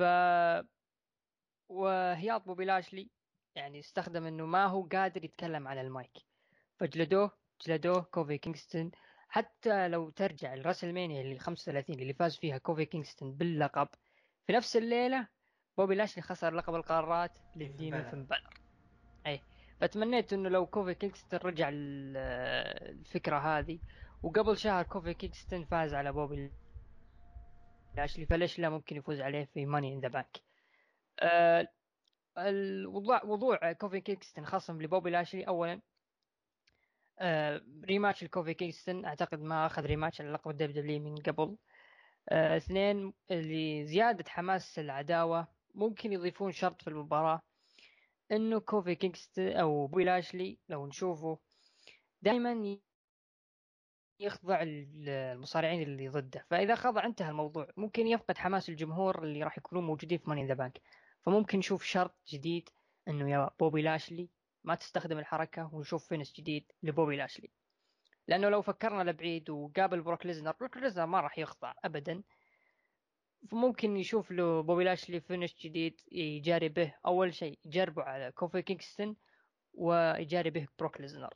وهياط بوبي لاشلي يعني استخدم انه ما هو قادر يتكلم على المايك، فجلدوه كوفي كينغستون. حتى لو ترجع الراسلمانيا اللي 35 اللي فاز فيها كوفي كينغستون باللقب، في نفس الليلة بوبي لاشلي خسر لقب القارات للديمن فين بالر. اي، فتمنيت انه لو كوفي كينغستون رجع الفكرة هذه. وقبل شهر كوفي كينغستون فاز على بوبي لاشلي، فليش لا ممكن يفوز عليه في ماني ان ذا بانك. وضوع كوفي كينغستون خصم لبوبي لاشلي. اولا ريماتش الكوفي كينغستون اعتقد ما اخذ ريماتش على لقب الدبليو دبليو من قبل. اثنين، لزيادة حماس العداوة ممكن يضيفون شرط في المباراة انه كوفي كينغستون او بوبي لاشلي لو نشوفه دائما يخضع المصارعين اللي ضده، فاذا خضع انتهى الموضوع، ممكن يفقد حماس الجمهور اللي راح يكونون موجودين في ماني ذا بانك. فممكن نشوف شرط جديد انه يا بوبي لاشلي ما تستخدم الحركه، ونشوف فينس جديد لبوبي لاشلي. لانه لو فكرنا لبعيد وقابل بروك ليزنر ما راح يخضع ابدا. فممكن يشوف له بوبي لاشلي فينش جديد يجاري به. اول شيء يجربه على كوفي كينغستون، ويجاري به بروك ليزنر.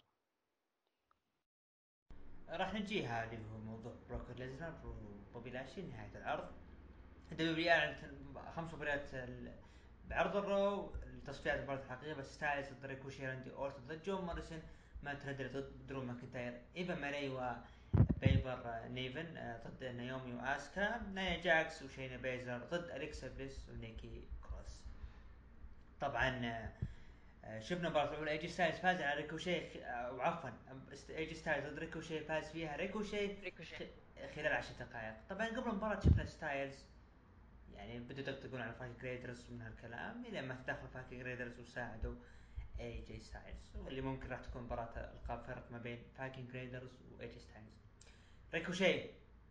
راح نجيها اللي هو موضوع بروك ليزنر وبوبي لاشلي نهاية العرض. دبليو اعلنت 5 مباريات بعرض الرو لتصفيات المباراة الحقيقية، بس ستايلز ضد ريكوشي، راندي اورتون ضد جون موريسون، مات ريدر ضد درو ماكنتاير، ايفا مالي وبيبر نيفن ضد نايومي واسكا، نايا جاكس وشينا بيزر ضد اليكسا بليس ونيكي كروس. طبعا شفنا مباراة الأولى ايجي ستايلز فاز على ريكوشي، وعفوا ايجي ستايلز ضد ريكوشي فاز فيها ريكوشي
ريكوشي.
خلال 10 دقائق. طبعا قبل المباراة شفنا ستايلز يعني بدوا يطقطقون على فاكي جريدرز ومن هالكلام، الى ما تدخل فاكي جريدرز وساعدوا اي جي ستايلز، واللي ممكن راح تكون مباراة القاب فرق ما بين فاكي جريدرز واي جي ستايلز. ريكوشي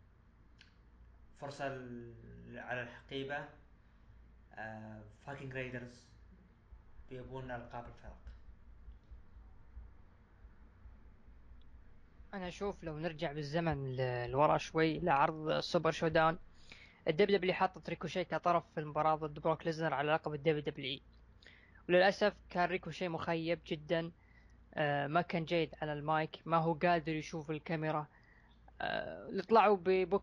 فرصة على الحقيبة، فاكي جريدرز بيبون القاب الفرق.
انا اشوف لو نرجع بالزمن لورا شوي لعرض السوبر شو داون، الدبليو دبليو حطت ريكوشي كطرف في المباراة ضد بروك ليزنر على لقب الدبليو دبليو. وللأسف كان ريكوشي مخيب جدا. ما كان جيد على المايك، ما هو قادر يشوف الكاميرا. اللي طلعوا ببوكينج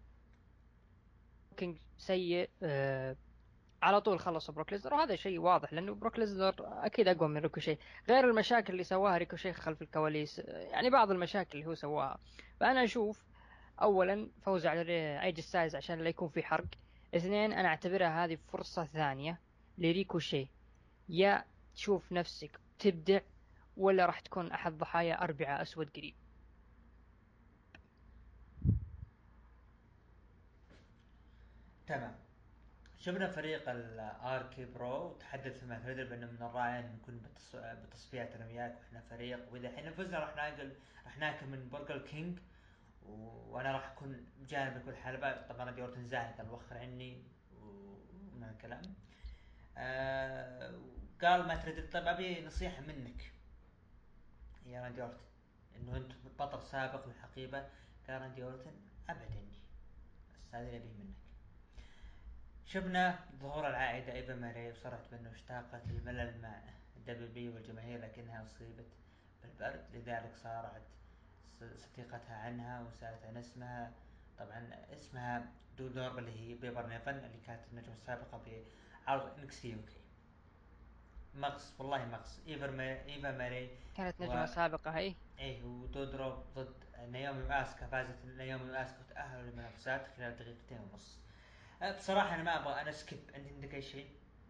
سيء. على طول خلصوا بروك ليزنر، وهذا شيء واضح لأنه بروك ليزنر أكيد أقوى من ريكوشي. غير المشاكل اللي سواها ريكوشي خلف الكواليس، يعني بعض المشاكل اللي هو سواها. فأنا أشوف أولا فوز على ايج ستايلز عشان لا يكون في حرق. اثنين، أنا أعتبرها هذه فرصة ثانية لريكوشي، يا تشوف نفسك تبدع، ولا راح تكون أحد ضحايا أربعة أسود قريب.
تمام. شفنا فريق الاركي برو وتحدث مع ثريدر بانه من الرائع ان نكون بتصفيات انا وياك واحنا فريق، واذا احنا فزنا راح ناكل من برجر كينج، وانا راح اكون بجانبك بالحلبة. طبعا راندي اورتن زاهد الوخر عني ومن هالكلام. قال ما تريد. طيب ابي نصيحة منك يا راندي اورتن، انه انت بطل سابق للحقيبة. قال راندي اورتن ابعد عني، بس هذا اللي ابيه منك. شفنا ظهور العائدة ايفا ماري، وصرحت بانه اشتاقت للملل مع دبليو بي والجماهير، لكنها اصيبت بالبرد، لذلك صارعت صديقتها عنها وسألت عن اسمها. طبعا اسمها دو دور اللي هي بيبر نيفن، اللي كانت النجمة السابقة عرض انكسي يوكي. مغص والله مغص. ايفا ماري
كانت
و
نجمة سابقة هي.
ايه ودودروب ضد نايومي واسكا. فازت نايومي واسكا وتأهلوا للمنافسات خلال دقيقتين ونص. بصراحة انا ما ابغى، انا سكيب. عندك اي شيء؟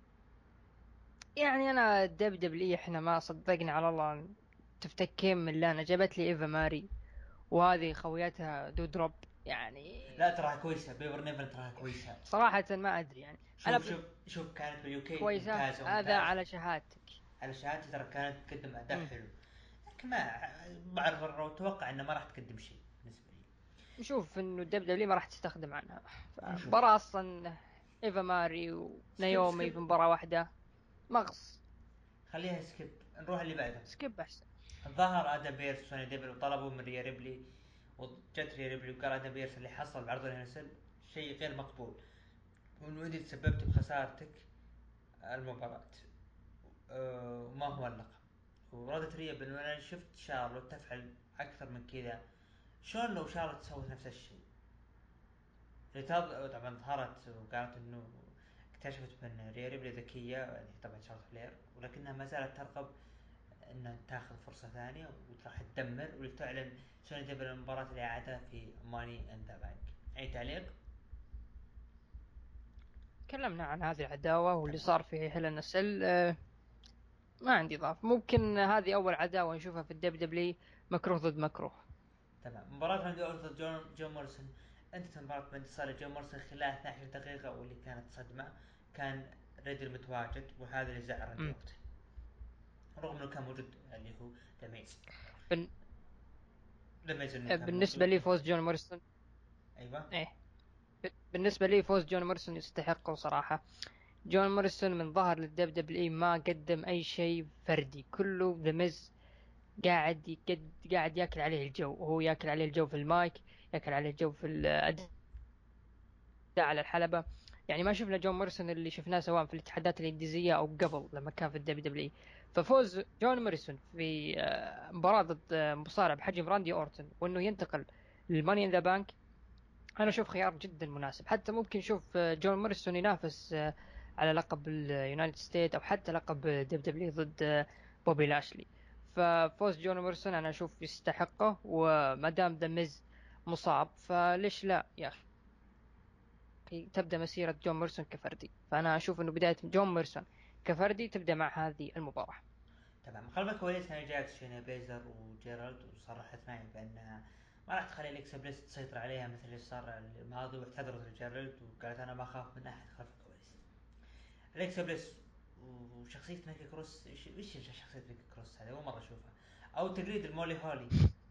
يعني انا دبليو احنا ما صدقنا على الله تفتكين من لانا جابت لي ايفا ماري وهذه خوياتها دودروب يعني.
لا تراها كويسة، بيبر نيفل تراها كويسة.
صراحة ما ادري يعني. انا
شوف كانت باليوكي
كويسة
ممتازة
هذا
ممتازة.
على شهادتك.
على شهادتي ترى كانت تقدم اداء
امم
حلو. لكن ما بعرف اتوقع انه ما راح تقدم شيء بالنسبة لي.
نشوف انه دبليو ما راح تستخدم عنها.
نشوف.
فمباراة اصلا ايفا ماري
سكيب
ونايومي
سكيب.
في مباراة واحدة مغص.
خليها سكيب. نروح اللي بعده.
سكيب احسن.
ظهر ادم بيرس وسوني ديفل وطلبوا من ريا ريبلي، وجت ريا ريبلي وقال ادم بيرس اللي حصل بعرض الهنسل شيء غير مقبول، وانه انت تسببت بخسارتك المباراة. وما هو اللقب. وردت ريا بانه انا شفت شارلوت تفعل اكثر من كذا. شلون لو شارلوت سوت نفس الشيء؟ طبعا ظهرت وقالت انه اكتشفت من ريا ريبلي ذكية، يعني طبعا شارلوت فلير، ولكنها ما زالت ترغب انها تاخذ فرصة ثانية وراح تدمر ولتعلن سوني ديفل المباراة الإعادة في ماني ان ذا بانك. اي تعليق؟
تكلمنا عن هذه العداوة واللي
تمام.
صار في هيل النسل. ما عندي إضافة. ممكن هذه أول عداوة نشوفها في الدبليو. مكروه ضد مكروه.
تمام. مباراة راندي اورتون ضد جون موريسون. انتهت مباراة بانتصار جون موريسون خلال 12 دقيقة، واللي كانت صدمة. كان ريدل متواجد وهذا اللي زعل راندي
مم.
اورتون، رغم انه كان موجود اللي هو دميز.
بن...
دميز انه كان
بالنسبة
موجود.
لي فوز جون موريسون.
ايوه.
إيه. بالنسبة لي فوز جون موريسون يستحقه صراحة. جون موريسون من ظهر للدبليو ما قدم أي شيء فردي، كله ذا ميز قاعد ياكل عليه الجو، وهو ياكل عليه الجو في المايك، ياكل عليه الجو في الأداء على الحلبة. يعني ما شفنا جون موريسون اللي شفناه سواء في الاتحادات الإنديزية أو قبل لما كان في الدبليو. ففوز جون موريسون في مباراة ضد مصارع بحجم راندي أورتون وإنه ينتقل للماني إن ذا بانك، أنا أشوف خيار جدا مناسب. حتى ممكن نشوف جون موريسون ينافس على لقب اليونايتد ستيت أو حتى لقب دبليو ضد بوبي لاشلي. ففوز جون موريسون أنا أشوف يستحقه، وما دام ذا ميز مصاب فليش لا يا أخي تبدأ مسيرة جون موريسون كفردي. فأنا أشوف إنه بداية جون موريسون كفردي تبدأ مع هذه المباراة.
تمام. خلف الكواليس كان جاكس شينا بيزر وجيرالد، وصرحت معي بانها ما راح تخلي اليكسا بليس تسيطر عليها مثل اللي صار الماضي، واعتذرت لجيرالد وقالت انا ما اخاف من احد خلف الكواليس. اليكسا بليس وشخصية ميكي كروس، ايش شخصية ميكي كروس هذه؟ اول مرة اشوفها. او تقليد المولي هولي.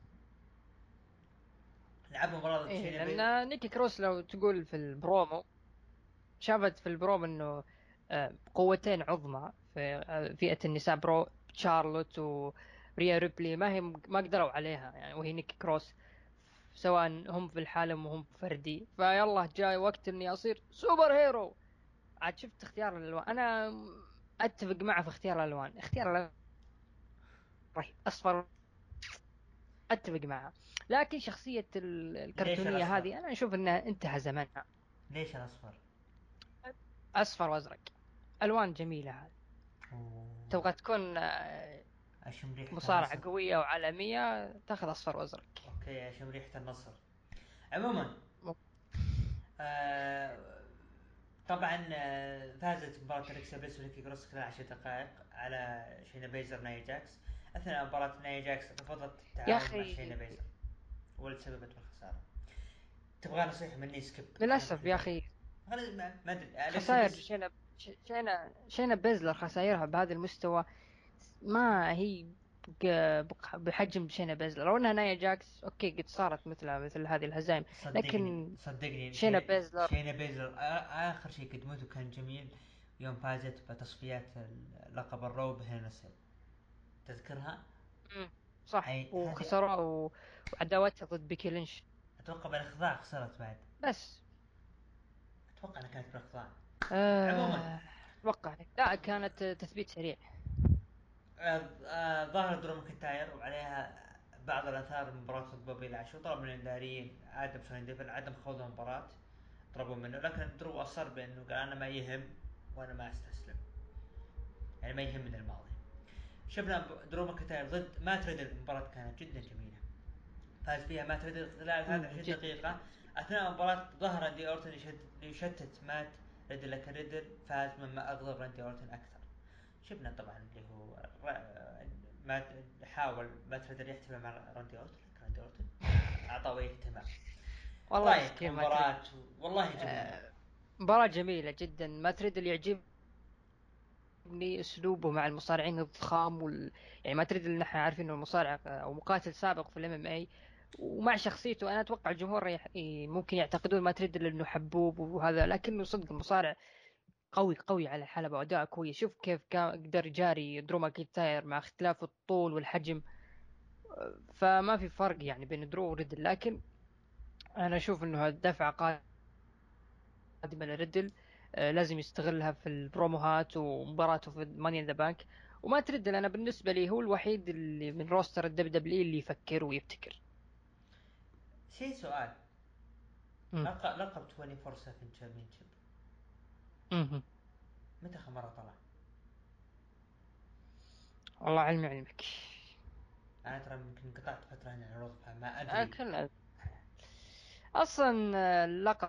لعبوا مباراة ضد
إيه،
شينا بيزر.
لأن نيكي كروس لو تقول في البرومو، شافت في البرومو إنه قوتين عظمى في فئة النساء، شارلوت وريا ريبلي، ما قدروا عليها يعني، وهي نيكي كروس، سواء هم في الحالة وهم فردي. فيلا جاي وقت إني أصير سوبر هيرو. عاد شفت اختيار الألوان، أنا أتفق معه في اختيار الألوان. اختيار الألوان رهيب، أصفر، أتفق معها. لكن شخصية
ليش
الكرتونية
الاصفر؟
هذه أنا أشوف أنها انتهى زمانها.
ليش الاصفر؟
أصفر وأزرق، ألوان جميلة هذه.
أوه.
تبغى تكون
اشم ريحة
مصارعة
النصر.
قوية وعالمية، تاخذ أصفر وأزرق.
اوكي، اشم ريحة النصر. عموما
م-
آه طبعا فازت مباراة اليكسا بليس ونيكي كروس خلال 10 دقائق على شينا بيزر نايا جاكس. اثناء مباراة نايا جاكس رفضت
يا
التعاون مع
أخي
شينا بيزر، واللي تسببت بالخسارة. تبغى نصيحة مني؟ سكيب. خلينا نروح
للأسف يا
اللي بعده.
أخي
ما ادري اليكسا
خسائر
بليس.
شينا بيزلر، خسائرها بهذا المستوى ما هي بحجم شينا بيزلر. لو انها نايا جاكس اوكي قد صارت مثل هذه الهزائم، لكن
صدقني
شينا بيزلر.
شينا بيزر اخر شيء قدمته كان جميل، يوم فازت بتصفيات لقب الرو بهنسل. تذكرها؟
مم. صح،
هذه
وخسروا وعداوتها ضد بيكي لينش.
اتوقع بالاخضاع خسرت بعد.
بس
اتوقع انها كانت بالاخضاع. عموما
آه، اتوقع لا، كانت تثبيت سريع.
ظهر درو ماكنتاير وعليها بعض الاثار من مباراة ضد بوبي لاشو. طلب من الاداريين سوني ديفل عدم خوض المباراة، طلبوا منه، لكن درو اصر بانه قال انا ما يهم وانا ما استسلم، يعني ما يهمني الماضي. شفنا درو ماكنتاير ضد مات ريدل، المباراة كانت جدا جميلة، فاز فيها مات ريدل خلال هذه 20
جدا
دقيقة.
جميل.
اثناء المباراة ظهر راندي اورتن يشتت مات ريدل، لكن ريدل فاز مما اغضب راندي اورتن اكثر. شفنا طبعا اللي هو مات حاول مات ريدل يحتفل مع راندي اورتن، لكن راندي اورتن ما اعطاه اي اهتمام.
والله
رايك
مسكين ما تريد.
المباراة؟ والله جميلة.
مباراة جميلة جدا. ما تريد اللي يعجبني اسلوبه مع المصارعين الضخام يعني ما تريد اللي نحن عارفين انه المصارع او مقاتل سابق في الام ام اي، ومع شخصيته انا اتوقع الجمهور ممكن يعتقدون ما تريد انه حبوب وهذا، لكنه صدق المصارع قوي قوي على الحلبة واداء كويس. شوف كيف كان قدر يجاري درو ماكنتاير مع اختلاف الطول والحجم. فما في فرق يعني بين درو وريدل، لكن انا اشوف انه الدفعة قادمة لريدل. لازم يستغلها في البروموهات ومباراته في ماني ان ذا بانك. وما تريدل انا بالنسبة لي هو الوحيد اللي من روستر الدب دبليو اللي يفكر ويبتكر.
سؤال،
مم.
لقب 24/7 تشامبيونشيب
مم.
متى اخر مرة طلع؟
والله علمي علمك.
انا ترى يمكن قطعت فترة هنا على العروض فما ادري.
كان اصلا اللقب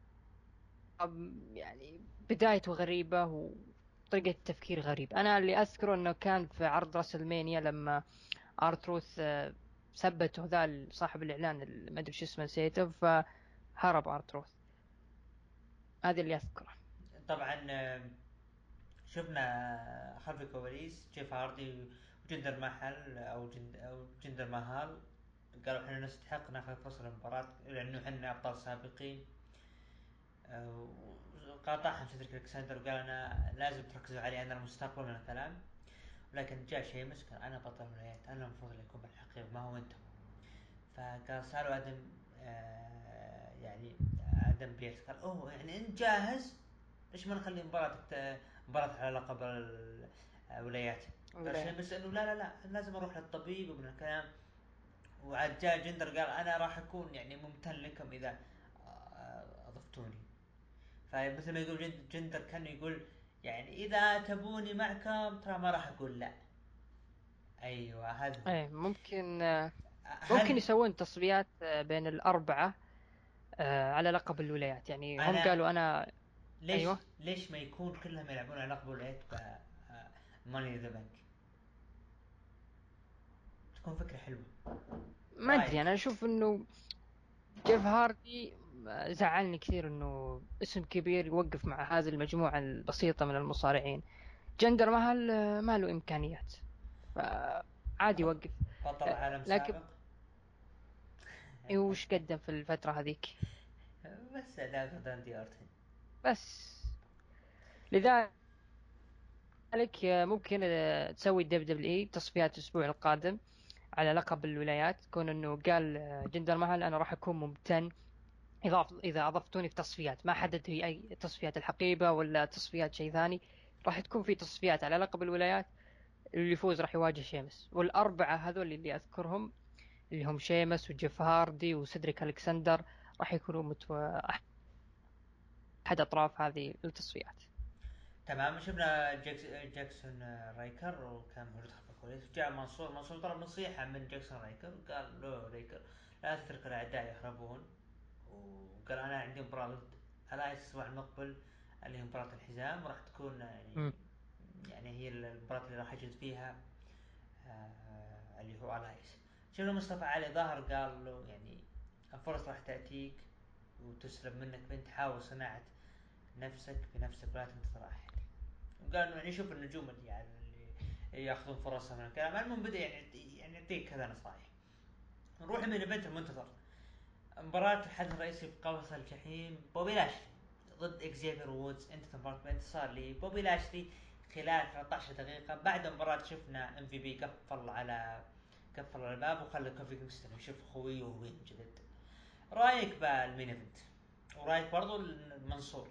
يعني بدايته غريبة وطريقة تفكير غريب. انا اللي اذكره انه كان في عرض راسلمانيا لما ارتروث ثبته ذا صاحب الاعلان ما ادري شو اسمه نسيته، فهرب ارتروث. هذا اللي اذكره.
طبعا شفنا خلف الكواليس جيف هاردي وجندر محل او جندر مهال قالوا احنا نستحق ناخذ فرصة المباراة لانه احنا ابطال سابقين. قاطعهم سيدريك الكسندر وقال انا لازم تركزوا علي، انا المستقبل من الكلام. لكن جاء شيمس قال انا بطل الولايات، انا المفروض اللي اكون بالحقيبة ما هو انتم. فقال سالوا ادم يعني ادم بيرس قال اوه يعني انت جاهز؟ ليش ما نخلي مباراة على لقب الولايات؟ قال شيمس انه لا لا لا لازم اروح للطبيب ومن الكلام. وعاد جاء جندر قال انا راح اكون يعني ممتن لكم اذا اضفتوني. فمثل ما يقول جندر كان يقول يعني اذا تبوني معكم ترى ما راح اقول لا. ايوه هذا هو.
ايه ممكن ممكن
هل
يسوون تصفيات بين الأربعة على لقب الولايات. يعني هم
انا
قالوا أنا.
ليش
أيوة.
ليش ما يكون كلهم يلعبون على لقب الولايات ماني ذا بانك؟ تكون فكرة حلوة.
ما أدري،
رايك؟
أنا أشوف إنه جيف هاردي زعلني كثير إنه اسم كبير يوقف مع هذه المجموعة البسيطة من المصارعين. جندر مهل ما له إمكانيات، فعادي يوقف.
بطل عالم
لكن
سابق.
وش قدم في الفترة هذيك؟
بس اداء راندي اورتن.
بس لذلك ممكن تسوي الدب دبليو اي تصفيات الأسبوع القادم على لقب الولايات، كون انه قال جندر مهل انا راح اكون ممتن اذا اضفتوني في تصفيات. ما حدد هي اي تصفيات، الحقيبه ولا تصفيات شيء ثاني. راح تكون في تصفيات على لقب الولايات. اللي يفوز راح يواجه شيمس، والاربعه هذول اللي اذكرهم اللي هم شيمس وجيف هاردي وسيدريك الكسندر راح يكونوا احد اطراف هذه التصفيات.
تمام. شفنا جاكسون رايكر وكان موجود خلف الكواليس. جاء منصور طلب نصيحة من جاكسون رايكر وقال له رايكر لا تترك الأعداء يهربون. وقال أنا عندي مباراة ضد ألايس الأسبوع المقبل اللي هي مباراة الحزام، وراح تكون
مم.
يعني هي المباراة اللي راح يجد فيها اللي هو ألايس. شفنا مصطفى علي ظهر قال له يعني الفرص راح تأتيك وتسلب منك، فانت حاول صناعة نفسك بنفسك ولا تنتظر أحد. وقال يعني شوف النجوم اللي يعني اللي ياخذون فرصهم من الكلام. المهم بدا يعني يعطيك كذا نصائح. نروح من الايفنت المنتظر، مباراة الحدث الرئيسي في قفص الجحيم، بوبي لاشلي ضد اكزيفير وودز. انتصار لبوبي لاشلي خلال 13 دقيقة. بعد المباراة شفنا ام في بي قفل الباب وخلى كوفي كينغستون يشوف خويه وهو ينجلد. رايك بالمين ايفنت؟ ورايك برضو المنصور؟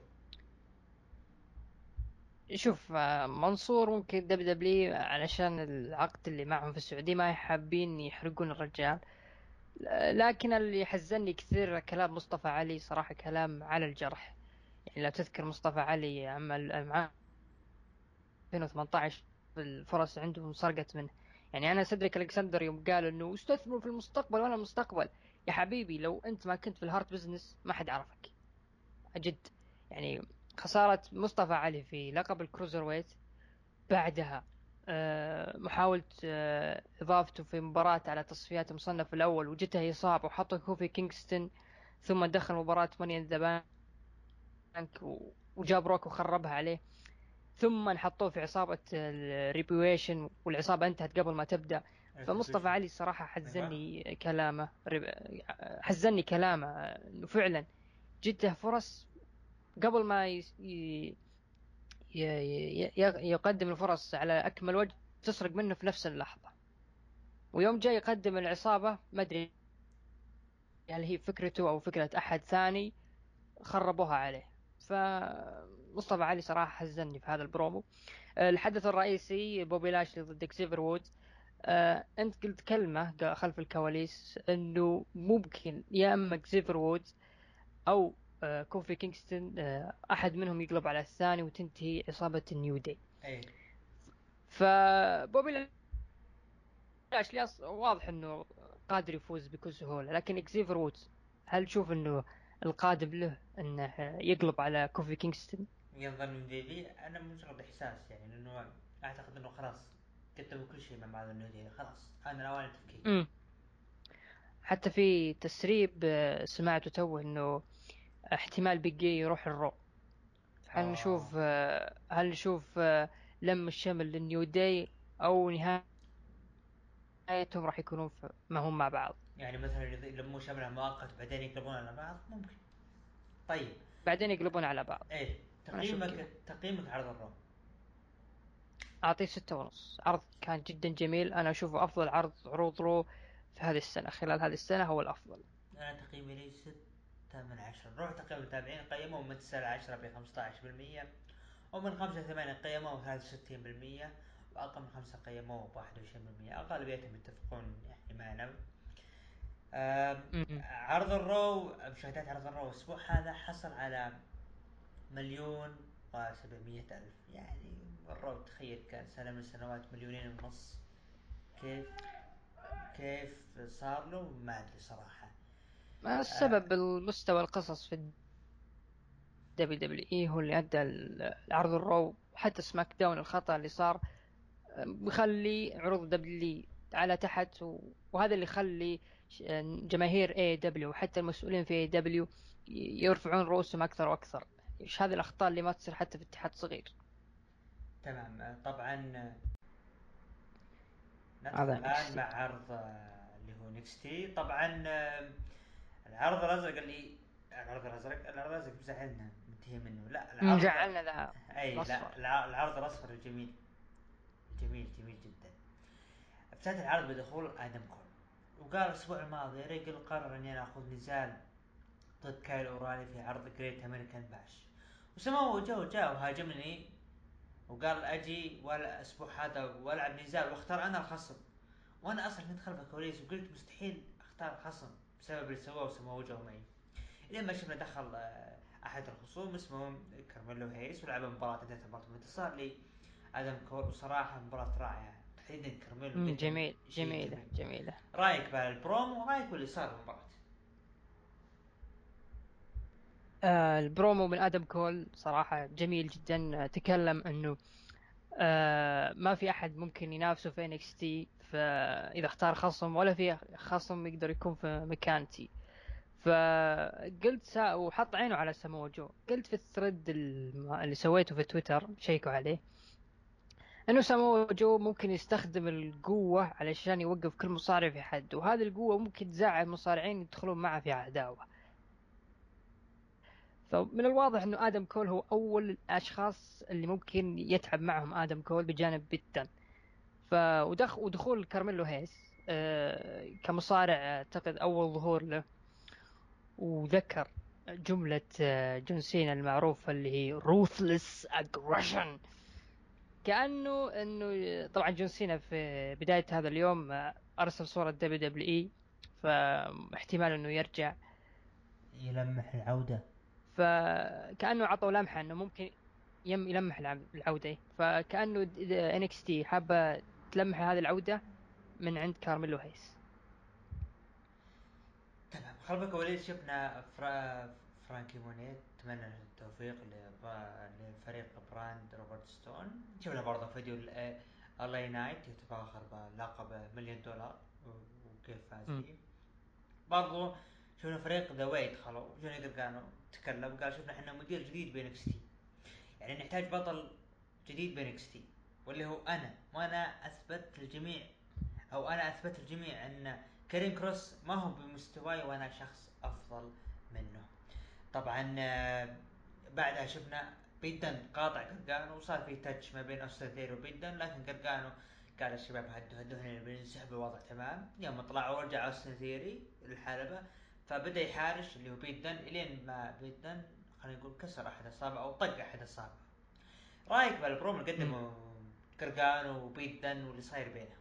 شوف منصور ممكن دب دبليو علشان العقد اللي معهم في السعودية ما حابين يحرقون الرجال. لكن اللي حزني كثير كلام مصطفى علي، صراحة كلام على الجرح. يعني لو تذكر مصطفى علي عام 2018 الفرص عنده انسرقت منه. يعني انا سيدريك الكسندر يوم قال انه استثمروا في المستقبل وانا المستقبل، يا حبيبي لو انت ما كنت في الهارت بزنس ما حد عرفك. جد. يعني خسارة مصطفى علي في لقب الكروزر ويت، بعدها محاولة إضافته في مباراة على تصفيات المصنف الأول وجته إصابة وحطه كوفي كينغستون، ثم دخل مباراة ماني إن ذا بانك وجاب روك وخربها عليه، ثم حطوه في عصابة الريبويشن والعصابة انتهت قبل ما تبدأ. فمصطفى
ريتريبيوشن.
علي صراحة
ايوه.
حزني كلامه انه فعلا جته فرص قبل ما يقدم الفرص على أكمل وجه تسرق منه في نفس اللحظة. ويوم جاي يقدم العصابة ما أدري هل هي فكرته أو فكرة أحد ثاني، خربوها عليه. فمصطفى علي صراحة حزني في هذا البرومو. الحدث الرئيسي بوبي لاشلي ضد اكسيفر وودز. أنت قلت كلمة خلف الكواليس إنه ممكن يا إما اكسيفر وودز أو كوفي كينغستون أحد منهم يقلب على الثاني وتنتهي عصابة النيو داي.
ايه.
فبوبي لاشلي واضح إنه قادر يفوز بكل سهولة، لكن اكسيفر وودز هل تشوف إنه القادم له إنه يقلب على كوفي كينغستون؟
ينظر من ذي انا مجرد احساس، يعني لانه اعتقد انه خلاص قدموا كل شيء مع بعض النادي، خلاص انا اوان التفكير.
امم حتى في تسريب سمعته تو إنه احتمال بيجي يروح الرو.
اه.
هل نشوف لم الشمل للنيو داي، أو نهايتهم راح يكونون ما هم مع بعض
يعني مثلا يلموا شمله مؤقت بعدين يقلبون على بعض ممكن. طيب.
بعدين يقلبون على بعض.
ايه.
أنا أشوف كذا.
تقييمك عرض الرو؟
أعطيه 6.5. عرض كان جدا جميل، أنا أشوفه أفضل عروض رو في هذه السنة، خلال هذه السنة هو الأفضل.
انا تقييمي لي 6/10. روح تقييم المتابعين قيموا من 9 ل10 ب15%، ومن 5 ل8 قيموه 63%، واقل من 5 قيموه ب21%. اغلبيتهم يتفقون يعني معنا.
م-م.
عرض الرو، مشاهدات عرض الرو الاسبوع هذا حصل على 1,700,000. يعني الرو تخيل كان سنة من السنوات 2,500,000. كيف كيف صار له ما ادري صراحة. آه
السبب المستوى القصص في الدبليو دبليو اي هو اللي ادى العرض الرو، وحتى سماك داون الخطأ اللي صار بيخلي عروض دبليو على تحت، وهذا اللي يخلي جماهير اي دبليو وحتى المسؤولين في اي دبليو يرفعون رؤوسهم اكثر واكثر. ايش هذه الاخطاء اللي ما تصير حتى في اتحاد صغير؟
تمام. طبعا ندخل
هذا
الان مع
نكستي.
عرض اللي هو نيكستي. طبعا العرض الازرق اللي العرض الازرق مزعلنا منتهي منه. لا العرض.
زعلنا ذا
اي لا
الاصفر.
العرض الاصفر الجميل، جميل جميل جدا. افتتح العرض بدخول ادم كول، وقال الاسبوع الماضي ريجل قرر اني انا اخذ نزال ضد كايل اورالي في عرض جريت امريكان باش. وسموه جاء وهاجمني وقال اجي ولا اسبوع هذا والعب نزال واختار انا الخصم. وانا اصلا كنت خلف الكواليس وقلت مستحيل اختار الخصم بسبب اللي سووه وجهه معي. الين ما شفنا دخل احد الخصوم اسمه كارميلو هيس ولعب مباراة انتهت المباراة بانتصار لي ادم كول. وصراحة مباراة رائعة، تحديدا كارميلو قدم
جميل،
شيء
جميلة
جميل.
جميلة.
رايك بالبرومو ورايك باللي صار بالمباراة؟
البرومو من ادم كول صراحة جميل جدا. تكلم انه ما في احد ممكن ينافسه في انكس تي، فاذا اختار خصم ولا في خصم يقدر يكون في مكانتي. وحط عينه على سامو جو. قلت في الثريد اللي سويته في تويتر شيكوا عليه، انه سامو جو ممكن يستخدم القوة علشان يوقف كل مصارع في حد، وهذه القوة ممكن تزعل مصارعين يدخلون معه في عداوة. فمن الواضح انه ادم كول هو اول الاشخاص اللي ممكن يتعب معهم ادم كول بجانب بيتن. ودخول كارميلو هيس كمصارع اعتقد اول ظهور له، وذكر جملة جون سينا المعروفة اللي هي ruthless aggression. انه طبعا جون سينا في بداية هذا اليوم ارسل صورة دبليو دبليو اي، فاحتمال انه يرجع.
يلمح العودة.
فكأنه عطوا لمحة انه ممكن يلمح العودة. فكأنه NXT حابة تلمح هذه العودة من عند كارميلو هيس.
تمام. خلفك وليد شفنا فرانكي مونيت، اتمنى التوفيق لفريق براند روبرت ستون. شفنا برضه فيديو الاي نايت يتفاخر بلقب $1,000,000 وكيف فاز فيه. برضو شفنا فريق ذا واي دخلوا، جوني قرقانو تكلم قال شفنا احنا مدير جديد بنكستي، يعني نحتاج بطل جديد بنكستي، واللي هو انا، وانا اثبت الجميع، او انا اثبت الجميع ان كارين كروس ما هو بمستواي وانا شخص افضل منه. طبعا بعدها شفنا بيدن قاطع قرقانو وصار في تاتش ما بين اوستن ثيري وبيدن، لكن قرقانو قال الشباب هدوا هنا بنسحب الوضع تمام. يوم طلعوا ورجع اوستن ثيري للحلبة، فبدأ يحارش اللي هو بيدن الين ما بيدن خلينا نقول كسر احد اصابعه او طق احد اصابعه. رايك بالبروم اللي قدمه قرقانو وبيدن واللي صاير بينهم؟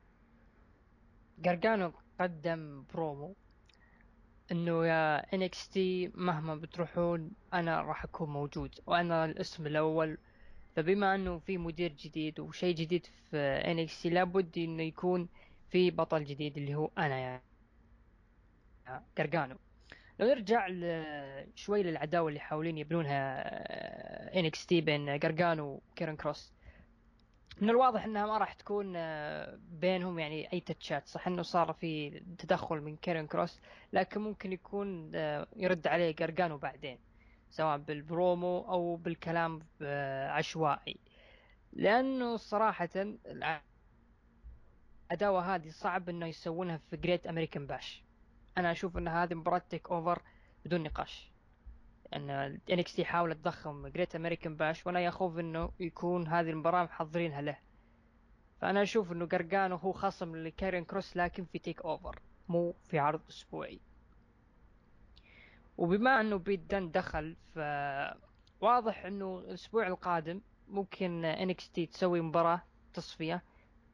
قرقانو قدم برومو انه يا NXT مهما بتروحون انا راح اكون موجود وانا الاسم الاول. فبما انه في مدير جديد وشيء جديد في NXT لابد انه يكون في بطل جديد اللي هو انا يا قرقانو. لو نرجع شوي للعداوة اللي حاولين يبنونها NXT بين قرقانو وكيرن كروس، من الواضح انها ما راح تكون بينهم يعني اي تاتشات. صح انه صار في تدخل من كيرن كروس، لكن ممكن يكون يرد عليه قرقانو بعدين، سواء بالبرومو او بالكلام عشوائي. لانه صراحة العداوة هذه صعب انه يسوونها في جريت امريكان باش. انا اشوف ان هذه مباراة تيك اوفر بدون نقاش، ان NXT حاولت تضخم جريت امريكان باش، وانا يخوف انه يكون هذه المباراة محضرينها له. فأنا أشوف إنه قرقانو هو خصم لكارين كروس لكن في تيك أوفر مو في عرض أسبوعي. وبما إنه بيت دن دخل، فواضح إنه الأسبوع القادم ممكن NXT تسوي مباراة تصفية،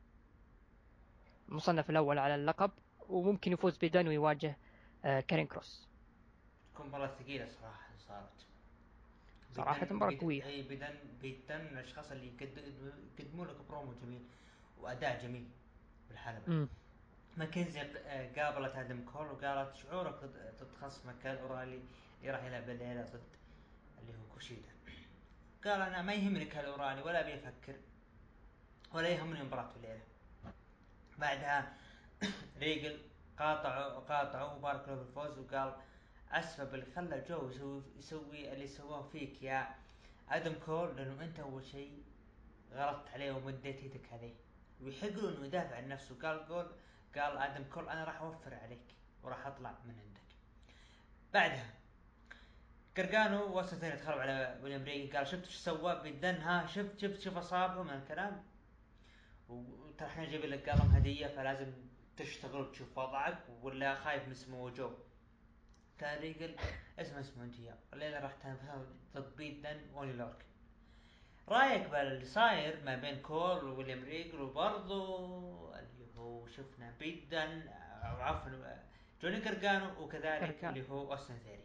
المصنف الأول على اللقب، وممكن يفوز بيدن ويواجه كارين كروس.
تكون مباراة ثقيلة صراحة صارت.
صراحة مباراة قوية.
اي بيدن من الاشخاص اللي يقدموا لك برومو جميل واداء جميل بالحلبة.
امم
ماكنزي قابلت ادم كول وقالت شعورك ضد خصمك الاورالي اللي راح يلعب الليلة ضد اللي هو كوشيدا. قال انا ما يهمني كالاورالي ولا ابي افكر ولا يهمني مباراة الليلة. بعدها ريجل قاطعوا وبارك له بالفوز وقال اسبب اللي خلى جو يسوي اللي سواه فيك يا ادم كول لانه انت اول شيء غلطت عليه ومديت يدك عليه، ويحق له انه يدافع عن نفسه. قال ادم كول انا راح اوفر عليك وراح اطلع من عندك. بعدها قرقانو وصل ثاني تخرب على ويليام ريجل قال شفت ايش سوى بالدن، ها شوف اصابعه من الكلام، وترى احنا جايبين لك قلم هديه فلازم تشتغل وتشوف وضعك ولا خايف من سمو جو. كان ريجل اسمه انتيا الليلة راح تنافسون ضد بيدن وولي لورك. رايك باللي صاير ما بين كول وويليام ريجل وبرضو اللي هو شفنا بيدن او عفوا جوني كرغانو وكذلك
قرقانو
اللي هو اوستن ثيري؟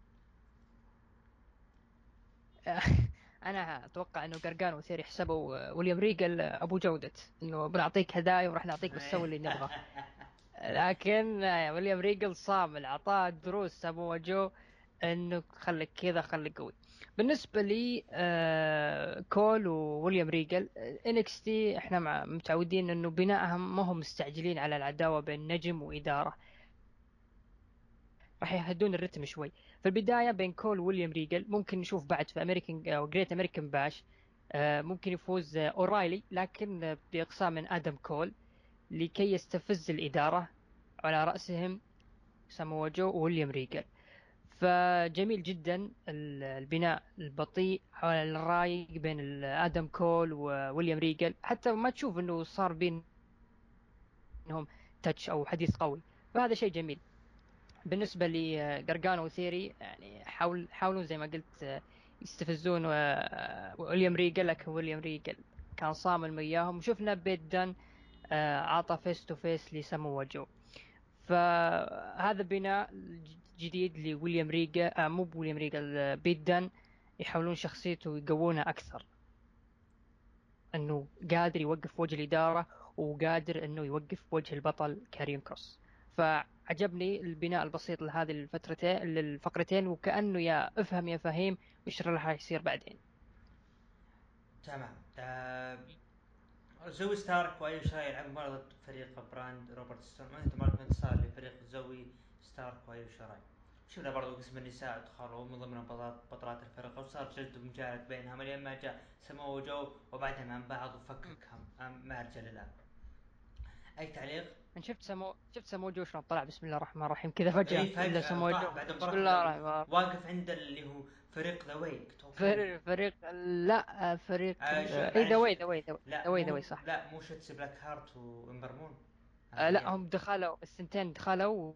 أنا أتوقع إنه قرقانو وثيري حسبوا ويليام ريجل أبو جودة، إنه بنعطيك هدايا وراح نعطيك بس سوي اللي نبغاه. لكن ويليام ريجل صامل، عطاه دروس سامو جو انه خليك كذا خليك قوي. بالنسبه لي كول وويليام ريجل NXT احنا متعودين انه بنائهم ما هم مستعجلين على العداوه بين نجم واداره، راح يهدون الرتم شوي. في البدايه بين كول وويليام ريجل ممكن نشوف بعد في امريكان او جريت امريكان باش ممكن يفوز اورايلي، لكن باقصاء من ادم كول لكي يستفز الاداره على راسهم سامو جو وويليام ريجل. فجميل جدا البناء البطيء حول الرايق بين آدم كول وويليام ريجل، حتى ما تشوف انه صار بينهم تاتش او حديث قوي، فهذا شيء جميل. بالنسبة لقرقانو وثيري يعني حاولوا زي ما قلت يستفزون ويليام ريجل، لكن ويليام ريجل كان صامل وياهم. وشفنا بيت دان عطى فيس تو فيس لسامو جو. فهذا بناء جديد لويليام ريجا، مو بويليام ريجا، بيت دان، يحاولون شخصيته ويقوونها أكثر، أنه قادر يوقف وجه الإدارة وقادر أنه يوقف وجه البطل كارين كروس. فعجبني البناء البسيط لهذه الفقرتين، وكأنه يا افهم يا فهيم وش راح يصير بعدين.
تمام. زوي ستارك واي شيء يلعب برضه فريق براند روبرت ستون، انت مرة انتصار لفريق زوي ستارك واي شراي. شفنا برضو قسم النساء دخلوا من ضمن بطلات الفرق، وصار جلد مجالد بينهم لين ما جاء سمو وجو وبعدها عن بعض وفككهم ما رجع الان. اي تعليق؟
أنا شفت سمو جو شلون طلع بسم الله الرحمن الرحيم كذا فجأة،
اي
إلا
فجأة
سمو
طاح
جو
بعد
بسم
مباراة
الله الرحمن الرحيم.
واقف عند اللي هو فريق ذا ويك اوكي.
فريق، لا فريق
شو
اي
معلش.
ذا واي صح.
لا مو شتس بلاك هارت وامبرمون.
لا هم دخلوا السنتين، دخلوا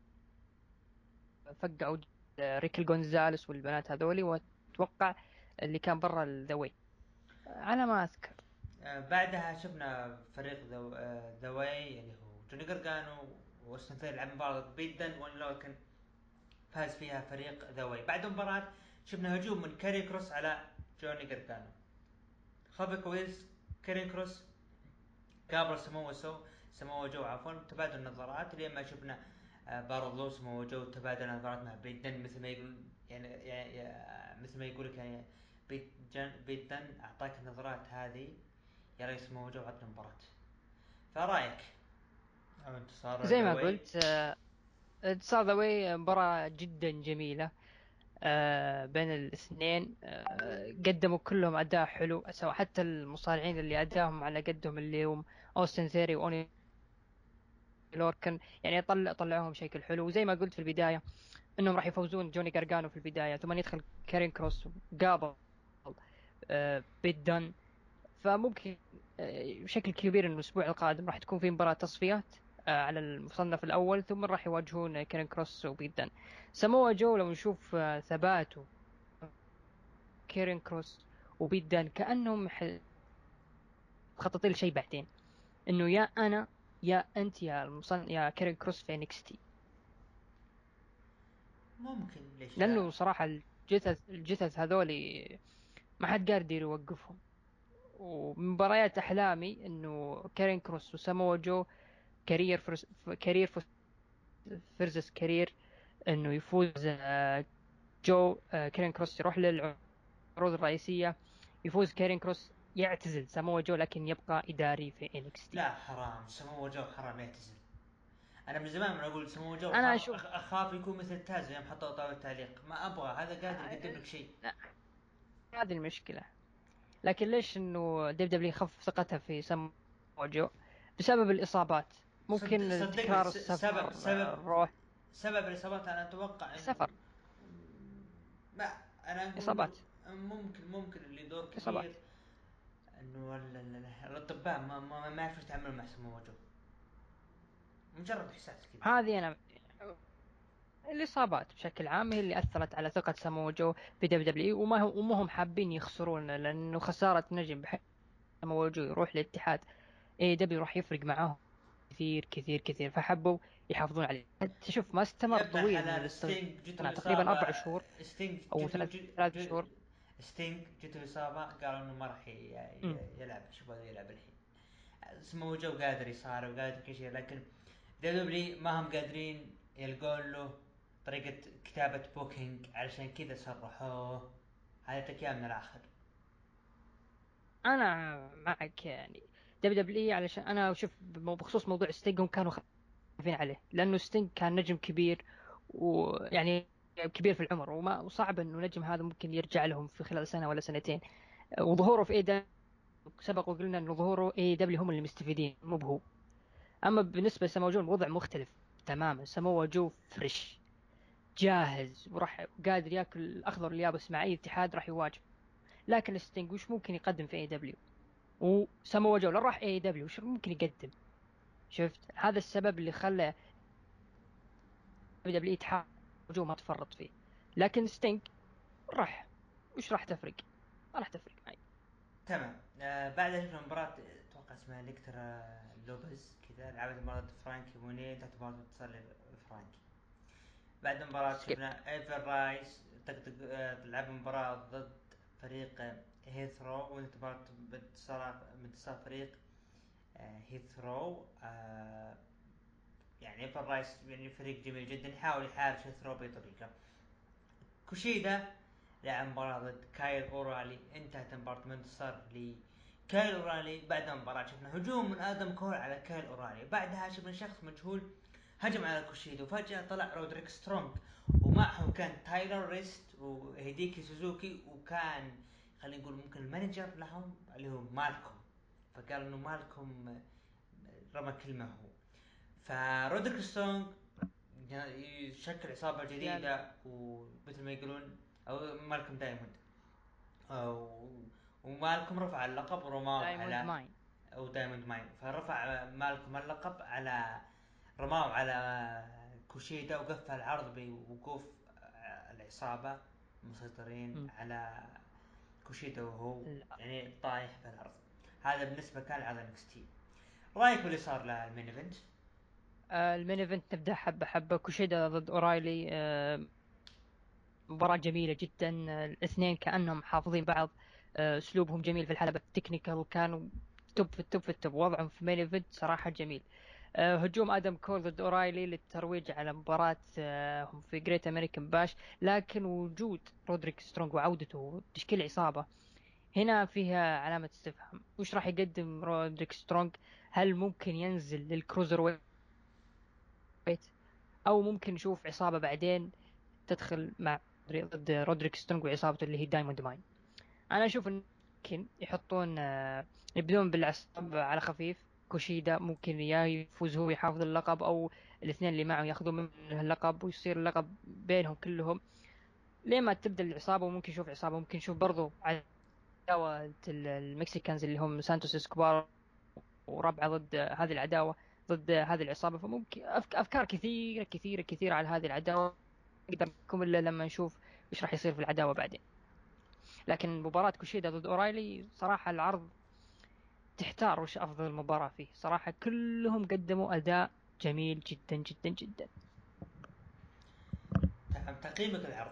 فقعوا ريكل جونزاليس والبنات هذولي، واتوقع اللي كان برا الذوي على ما اذكر.
بعدها شفنا فريق ذا واي اللي هو جوني قرقانو واستون ثيري لعب مباراة بيدن ولكن فاز فيها فريق ذا واي. بعد المباراة شفنا هجوم من كاري كروس على جوني قرقانو. خلف كويس كاري كروس قابل سمو جو عفوا، تبادل النظرات لين ما شفنا بارلو سمو جو تبادل نظرات مع بيدن، مثل ما يقول يعني مثل ما يقول لك يعني بيدن اعطاك النظرات هذه يا ريس سمو جو عطنا مباراة. فرايك او انتصار
زي
ذا
ما
واي؟
قلت صار ذا واي مباراة جدا جميلة بين الاثنين. قدموا كلهم اداء حلو، سواء حتى المصارعين اللي اداهم على قدهم اللي هم اوستن ثيري واوني لوركن، يعني طلعوهم بشكل حلو. وزي ما قلت في البداية انهم راح يفوزون جوني قرقانو في البداية، ثم يدخل كارين كروس قابل بيت دان. فممكن بشكل كبير انه الاسبوع القادم راح تكون في مباراة تصفيات على المصنف الاول، ثم راح يواجهون كارين كروس وبيت دان. سموها جو لو نشوف ثباته كارين كروس وبيت دان كأنهم مخططين لشيء بعدين، انه يا انا يا انت يا كارين كروس في انكستي.
ممكن ليش لا.
لانه صراحة الجثث هذولي ما حد قادر يوقفهم. ومباريات احلامي انه كارين كروس وسامو جو كارير فرسس كارير، انه يفوز جو كارين كروس يروح للعروض الرئيسية، يفوز كارين كروس يعتزل سامو جو لكن يبقى إداري في انكس تي.
لا حرام سمو جو حرام يعتزل. انا من زمان من اقول سمو جو
انا اشوف
اخاف يكون مثل تاز يوم حطوا طاولة التعليق. ما ابغى هذا قادر يقدم لك شيء.
لا، هذه المشكلة. لكن ليش انه دبليو خف ثقتها في سامو جو؟ بسبب الإصابات، ممكن
صدقني
تكرار السفر، الروح.
سبب الاصابات انا اتوقع انه
السفر،
ما انا اقول
إصابات،
ممكن اللي دور
إصابات.
كبير انه الاطباء ما يعرفوا يتعاملوا مع سمو وجه. مجرد احساس كذا.
هذه أنا الإصابات بشكل عام هي اللي أثرت على ثقة سامو جو في دبليو، وما هم حابين يخسرون، لأنه خسارة نجم بحيث سامو جو يروح للاتحاد اي دبليو راح يفرق معاهم كثير كثير كثير، فحبوا يحافظون عليه. تشوف ما
يا
استمر
ابن
طويل من
الحلال
الاستغناء،
ستينج جته
تقريبا
اصابه.
4 شهور
ستينج
أو
جته
3 شهور.
ستينج جته اصابه قالوا انه ما راح
أمم.
يلعب. شو بده يلعب الحين؟ اسمه جو قادر يصارع وقادر كل شيء، لكن دبليو ما هم قادرين يلقون له طريقة كتابة بوكينج علشان كذا صرحوه. هذا تكيان من الآخر.
أنا معك يعني دبليو علشان أنا أشوف بخصوص موضوع ستينج هم كانوا خايفين عليه، لأنه ستينج كان نجم كبير، ويعني كبير في العمر، وصعب إنه نجم هذا ممكن يرجع لهم في خلال سنة ولا سنتين. وظهوره في اي سبق وقلنا انه ظهوره اي دبليو هم اللي مستفيدين مو بهو. اما بالنسبه لسامو جو الوضع مختلف تماما، سامو جو فريش جاهز وراح قادر ياكل الاخضر اليابس مع اي اتحاد راح يواجه. لكن ستينج وش ممكن يقدم في اي دبليو؟ وسامو جو لو راح اي دبليو وش ممكن يقدم؟ شفت هذا السبب اللي خلى دبليو يتحاول جو ما تفرط فيه. لكن ستينج راح، وش راح تفرق؟ ما راح تفرق معي.
تمام. بعد شفنا مباراة اتوقع اسمها الكترا لوبيز كذا لعبت مباراة فرانكي موني تحت مباراة انتصار لفرانكي. بعد المباراة
سكيب.
شفنا ايفر رايس تلعب مباراة ضد فريق هيثرو، وانتظار بانتصار فريق هيثرو. يعني ايفر رايس يعني فريق جميل جدا، يحاول يحارب هيثرو بطريقة. كوشيدا لعب مباراة ضد كايل اورالي، انتهت المباراة بانتصار لكايل اورالي. بعد المباراة شفنا هجوم من ادم كول على كايل اورالي، بعدها شفنا شخص مجهول هجم على كوشيدا، وفجأة طلع رودريك سترونج، ومعهم كان تايلر ريست وهيديكي سوزوكي، وكان خلينا نقول ممكن المانجر لهم اللي هو مالكم. فقال انه مالكم رمى كلمة هو. فرودريك سترونج يشكل عصابة جديدة، ومثل ما يقولون او مالكم دايموند، أو ومالكم رفع اللقب ورماه
دايموند
على
ماين.
او دايموند ماين. فرفع مالكم اللقب على رماه على كوشيدا، وقفل العرض بوقوف العصابة مسيطرين على كوشيدا وهو يعني طايح في الأرض. هذا بالنسبة كان على نكستي. رأيك باللي صار للمين ايفنت؟
المين ايفنت نبدا حبه حبه. كوشيدا ضد اورايلي، مباراة جميلة جدا. الاثنين كأنهم حافظين بعض. اسلوبهم جميل في الحلبة، التكنيكال كانوا توب في التوب في التوب. وضعهم في مين ايفنت صراحة جميل. هجوم ادم كول ضد اورايلي للترويج على مباراة هم في جريت امريكان باش، لكن وجود رودريك سترونج وعودته وتشكيل عصابة هنا فيها علامة استفهام. وش راح يقدم رودريك سترونج؟ هل ممكن ينزل للكروزر ويت، او ممكن نشوف عصابة بعدين تدخل مع ضد رودريك سترونج وعصابته اللي هي دايموند ماين؟ انا اشوف إن ممكن يحطون يبدون بالعصاب على خفيف. كوشيدا ممكن يا يفوز هو يحافظ اللقب، او الاثنين اللي معه ياخذون منه اللقب ويصير اللقب بينهم كلهم لين ما تبدا العصابه. وممكن نشوف عصابه، ممكن نشوف برضو عداوه المكسيكانز اللي هم سانتوس اسكوبار وربعه ضد هذه العداوه، ضد هذه العصابه. فممكن افكار كثيره كثيره كثيره على هذه العداوه، نقدر نحكم الا لما نشوف ايش راح يصير في العداوه بعدين. لكن مباراة كوشيدا ضد اورايلي صراحة العرض تحتار وش افضل مباراة فيه. صراحة كلهم قدموا اداء جميل جدا جدا جدا.
تمام، تقييمك العرض؟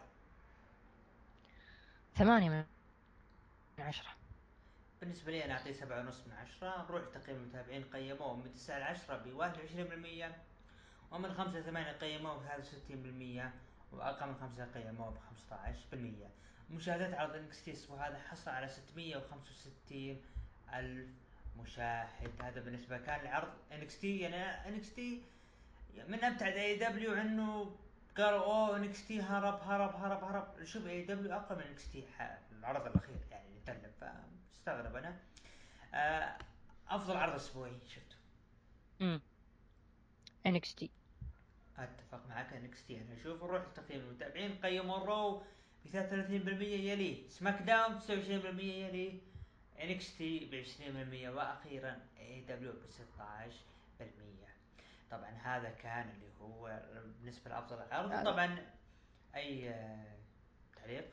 8/10.
بالنسبة لي أنا أعطيه 7.5/10. نروح تقييم المتابعين قيموه من 9 ل10 ب21%، ومن 5 ل8 قيموه ب63%، وأقل من 5 قيموه ب15%. مشاهدات عرض انكستيس وهذا حصل على 665 ألف مشاهد. هذا بالنسبة كان لعرض انكستي. يعني انكستي من ابتعد اي دبليو عنه، قالوا اوه انكستي هرب. شوف اي دبليو اقوى من انكستي العرض الاخير يعني نتكلم، فاستغرب انا. افضل عرض اسبوعي شفته.
امم NXT.
اتفق معك انكستي. انا اشوف نروح لتقييم المتابعين. قيموا الرو ب 33%، يليه سماك داون 29%، يليه انكستي ب 20%، واخيرا اي دبليو ب 16%. طبعا هذا كان اللي هو بالنسبه لافضل عرض.
هذا
طبعا اي تعليق؟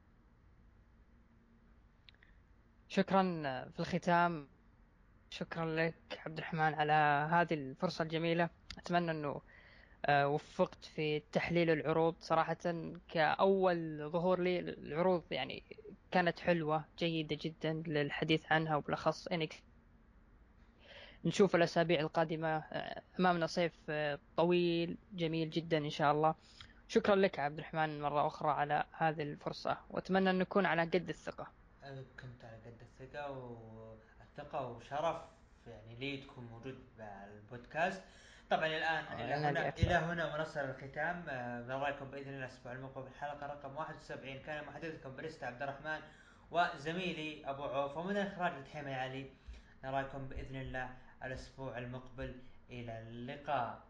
شكرا. في الختام شكرا لك عبد الرحمن على هذه الفرصة الجميلة. أتمنى أنه وفقت في تحليل العروض. صراحة كأول ظهور لي العروض يعني كانت حلوة جيدة جدا للحديث عنها، وبالأخص NXT. نشوف الأسابيع القادمة. أمامنا صيف طويل جميل جدا إن شاء الله. شكرا لك عبد الرحمن مرة أخرى على هذه الفرصة، وأتمنى أن نكون على قد الثقة.
كنت على قد الثقة وشرف يعني لي تكون موجود بالبودكاست. طبعا الآن
أنا لي
إلى
أكثر.
هنا ونصل الختام. نراكم بإذن الله الأسبوع المقبل في الحلقة رقم 71. كان محدثكم بريستا عبد الرحمن، وزميلي أبو عوف، ومن الإخراج الحمي علي. نراكم بإذن الله الأسبوع المقبل. إلى اللقاء.